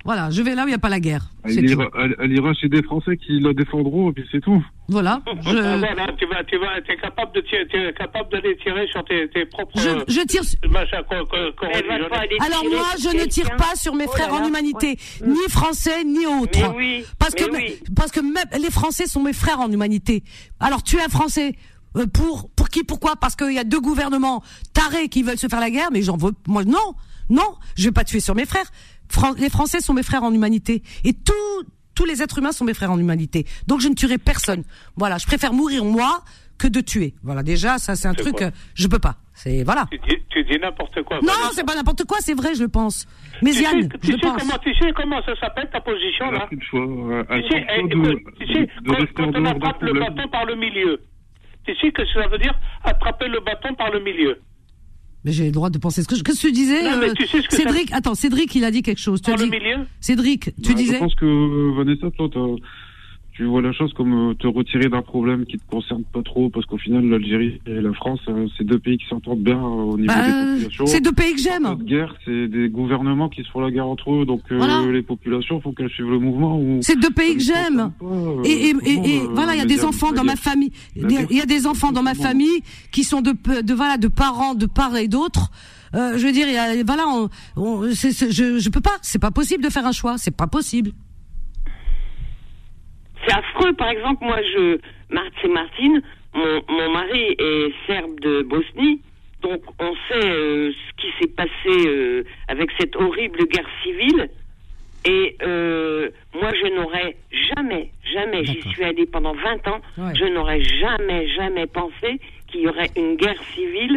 B: Voilà, je vais là où il n'y a pas la guerre.
H: Elle ira, elle, elle ira chez des Français qui la défendront, et puis c'est tout.
B: Voilà. Je...
G: Voilà, tu vas, tu vas, t'es capable de tirer, t'es capable d'aller tirer sur tes, tes propres.
B: Je, je tire.
G: Machin, co, co, co,
B: Alors moi, je ne tire pas sur mes frères oh en humanité, ouais. ni français ni autres.
K: Mais oui,
B: parce que,
K: mais oui.
B: parce que même les Français sont mes frères en humanité. Alors tu es un Français. Euh, pour pour qui pourquoi parce qu'il y a deux gouvernements tarés qui veulent se faire la guerre, mais j'en veux moi non non je vais pas tuer sur mes frères. Fran- les Français sont mes frères en humanité et tous tous les êtres humains sont mes frères en humanité, donc je ne tuerai personne. Voilà, je préfère mourir moi que de tuer. Voilà, déjà ça c'est un c'est truc euh, je peux pas, c'est voilà.
G: Tu dis, tu dis n'importe quoi.
B: Non non c'est pas n'importe quoi, c'est vrai, je le pense. Mais
G: tu
B: Yann,
G: sais, tu
B: je
G: sais
B: pense.
G: comment tu sais comment ça s'appelle ta position là.
H: Elle a choix, euh,
G: tu sais, eh, écoute, tu sais quand, quand on attrape le bâton par le milieu. Tu sais que ça veut dire attraper le bâton par le milieu.
B: Mais j'ai le droit de penser ce que je... Qu'est-ce que tu disais
G: non,
B: euh,
G: tu sais ce que
B: Cédric,
G: ça...
B: attends, Cédric, il a dit quelque chose. Tu
G: par
B: as
G: le
B: dit...
G: milieu
B: Cédric, tu
H: bah,
B: disais...
H: Je pense que, Vanessa, toi, tu vois la chose comme te retirer d'un problème qui te concerne pas trop, parce qu'au final, l'Algérie et la France, c'est deux pays qui s'entendent bien au niveau bah, des populations.
B: C'est deux pays que j'aime.
H: Cette guerre, c'est des gouvernements qui se font la guerre entre eux, donc
B: voilà.
H: euh, les populations, faut qu'elles suivent le mouvement. Où
B: c'est deux pays que j'aime.
H: Pas, euh,
B: et et, et, et
H: euh,
B: voilà, il y a des enfants dans ma famille. Il y a des enfants dans ma famille qui sont de, de voilà, de parents, de part et d'autres. Euh, je veux dire, il y a, voilà, on, on, c'est, c'est, je, je peux pas. C'est pas possible de faire un choix. C'est pas possible.
K: C'est affreux. Par exemple, moi, je, c'est Martine, mon, mon mari est serbe de Bosnie, donc on sait euh, ce qui s'est passé euh, avec cette horrible guerre civile. Et euh, moi, je n'aurais jamais, jamais, D'accord. j'y suis allée pendant vingt ans, ouais. je n'aurais jamais, jamais pensé qu'il y aurait une guerre civile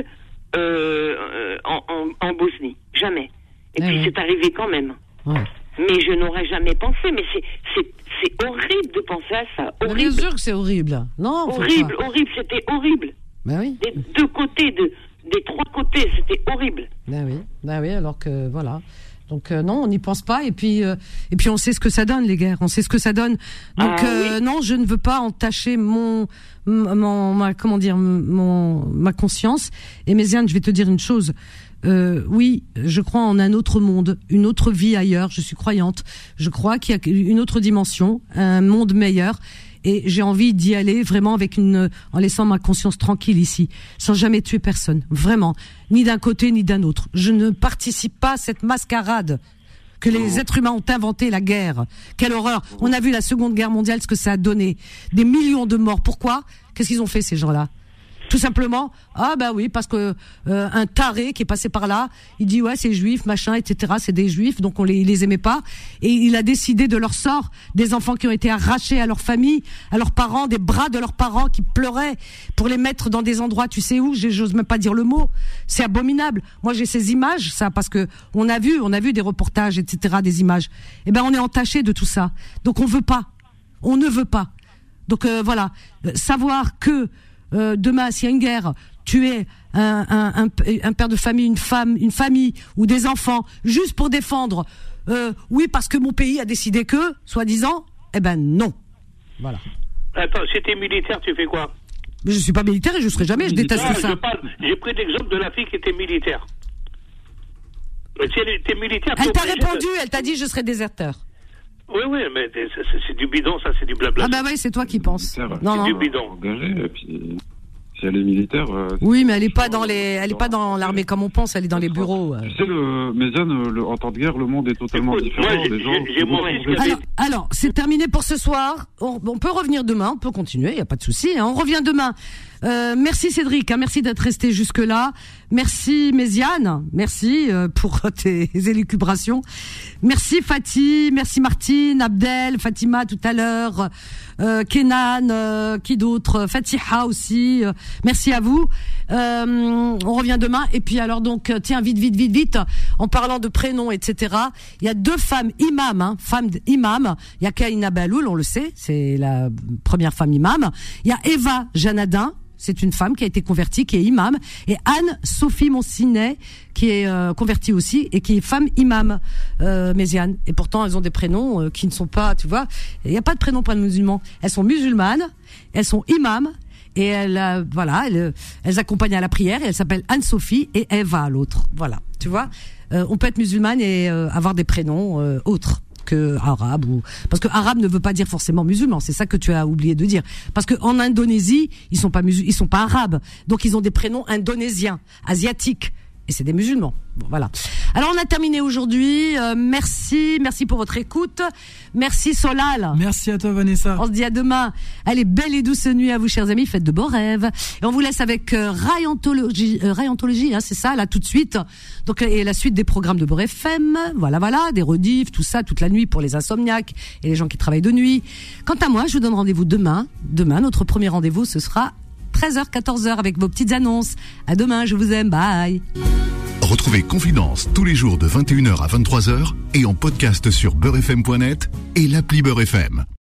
K: euh, en, en, en Bosnie. Jamais. Et ouais, puis, ouais. c'est arrivé quand même. Ouais. Mais je n'aurais jamais pensé, mais c'est, c'est, c'est horrible de penser à ça. Horrible.
B: Bien sûr que c'est horrible. Non,
K: horrible, horrible, c'était horrible.
B: Ben oui.
K: Des deux côtés, de, des trois côtés, c'était horrible.
B: Ben oui, ben oui, alors que voilà. Donc euh, non, on n'y pense pas, et puis euh, et puis on sait ce que ça donne, les guerres, on sait ce que ça donne. Donc ah, euh, oui. non, je ne veux pas entacher mon mon ma, comment dire mon ma conscience. Et Méziane, je vais te dire une chose. Euh, oui, je crois en un autre monde, une autre vie ailleurs. Je suis croyante. Je crois qu'il y a une autre dimension, un monde meilleur. Et j'ai envie d'y aller vraiment avec une, en laissant ma conscience tranquille ici, sans jamais tuer personne, vraiment, ni d'un côté ni d'un autre. Je ne participe pas à cette mascarade que les êtres humains ont inventé, la guerre. Quelle horreur! On a vu la Seconde Guerre mondiale, ce que ça a donné, des millions de morts. Pourquoi? Qu'est-ce qu'ils ont fait ces gens-là? Tout simplement, ah bah oui, parce que euh, un taré qui est passé par là, il dit ouais c'est juif, machin, et cetera. C'est des juifs, donc on les, les aimait pas, et il a décidé de leur sort, des enfants qui ont été arrachés à leur famille, à leurs parents, des bras de leurs parents qui pleuraient pour les mettre dans des endroits, tu sais où, j'ose même pas dire le mot, c'est abominable. Moi j'ai ces images, ça, parce que on a vu, on a vu des reportages, et cetera, des images. Et ben on est entaché de tout ça, donc on veut pas, on ne veut pas. Donc euh, voilà, savoir que Euh, demain, s'il y a une guerre, tuer un, un, un, un père de famille, une femme, une famille ou des enfants, juste pour défendre, euh, oui, parce que mon pays a décidé que, soi-disant, eh ben non. Voilà.
G: Attends, si t'es militaire, tu fais quoi?
B: Mais je suis pas militaire et je serai jamais, je déteste
G: ah,
B: ça.
G: Je parle, j'ai pris l'exemple de la fille qui était militaire. Mais si elle était militaire...
B: Elle t'a répondu, de... elle t'a dit je serai déserteur.
G: Oui, oui, mais c'est, c'est, c'est du bidon, ça, c'est du blabla.
B: Ah bah oui, c'est toi qui penses.
H: Non,
G: c'est
H: non,
G: du bidon.
H: Engagé, et puis, si elle est militaire... Euh,
B: oui, mais elle est pas dans les, elle est pas dans l'armée comme on pense, elle est dans les bureaux.
H: Tu sais, le, Méziane, le, en temps de guerre, le monde est totalement
G: Écoute,
H: différent.
G: Moi,
H: les gens,
G: j'ai, j'ai mon fils
B: alors, alors, c'est terminé pour ce soir. On, on peut revenir demain, on peut continuer, il y a pas de souci. Hein, on revient demain. Euh, merci Cédric, hein, merci d'être resté jusque là. Merci Méziane, merci euh, pour tes élucubrations. Merci Fatih, merci Martine, Abdel, Fatima tout à l'heure, euh, Kenan, euh, qui d'autre, Fatiha aussi. Euh, merci à vous. Euh, on revient demain. Et puis alors donc, tiens, vite, vite, vite, vite, en parlant de prénoms, et cetera. Il y a deux femmes imams, hein, femmes imams. Il y a Kaina Baloul, on le sait, c'est la première femme imam. Il y a Eva Janadin. C'est une femme qui a été convertie, qui est imam, et Anne-Sophie Monsinet, qui est euh, convertie aussi et qui est femme imam, euh, Méziane. Et pourtant, elles ont des prénoms euh, qui ne sont pas, tu vois, il n'y a pas de prénom pour les musulmans. Elles sont musulmanes, elles sont imams, et elles, euh, voilà, elles, elles accompagnent à la prière, et elles s'appellent Anne-Sophie et Eva, l'autre. Voilà, tu vois, euh, on peut être musulmane et euh, avoir des prénoms euh, autres. que arabe ou parce que arabe ne veut pas dire forcément musulman. C'est ça que tu as oublié de dire. Parce que en Indonésie, ils sont pas musul- ils sont pas arabes, donc ils ont des prénoms indonésiens, asiatiques. Et c'est des musulmans. Bon, voilà. Alors, on a terminé aujourd'hui. Euh, merci. Merci pour votre écoute. Merci, Solal.
C: Merci à toi, Vanessa.
B: On se dit à demain. Allez, belle et douce nuit à vous, chers amis. Faites de beaux rêves. Et on vous laisse avec euh, Rayantologie, euh, Rayantologie, hein, c'est ça, là, tout de suite. Donc, et la suite des programmes de Beurre F M. Voilà, voilà. Des rediffs, tout ça, toute la nuit pour les insomniaques et les gens qui travaillent de nuit. Quant à moi, je vous donne rendez-vous demain. Demain, notre premier rendez-vous, ce sera treize heures, quatorze heures avec vos petites annonces. À demain, je vous aime. Bye.
A: Retrouvez Confidence tous les jours de vingt et une heures à vingt-trois heures et en podcast sur beurre f m point net et l'appli Beurre F M.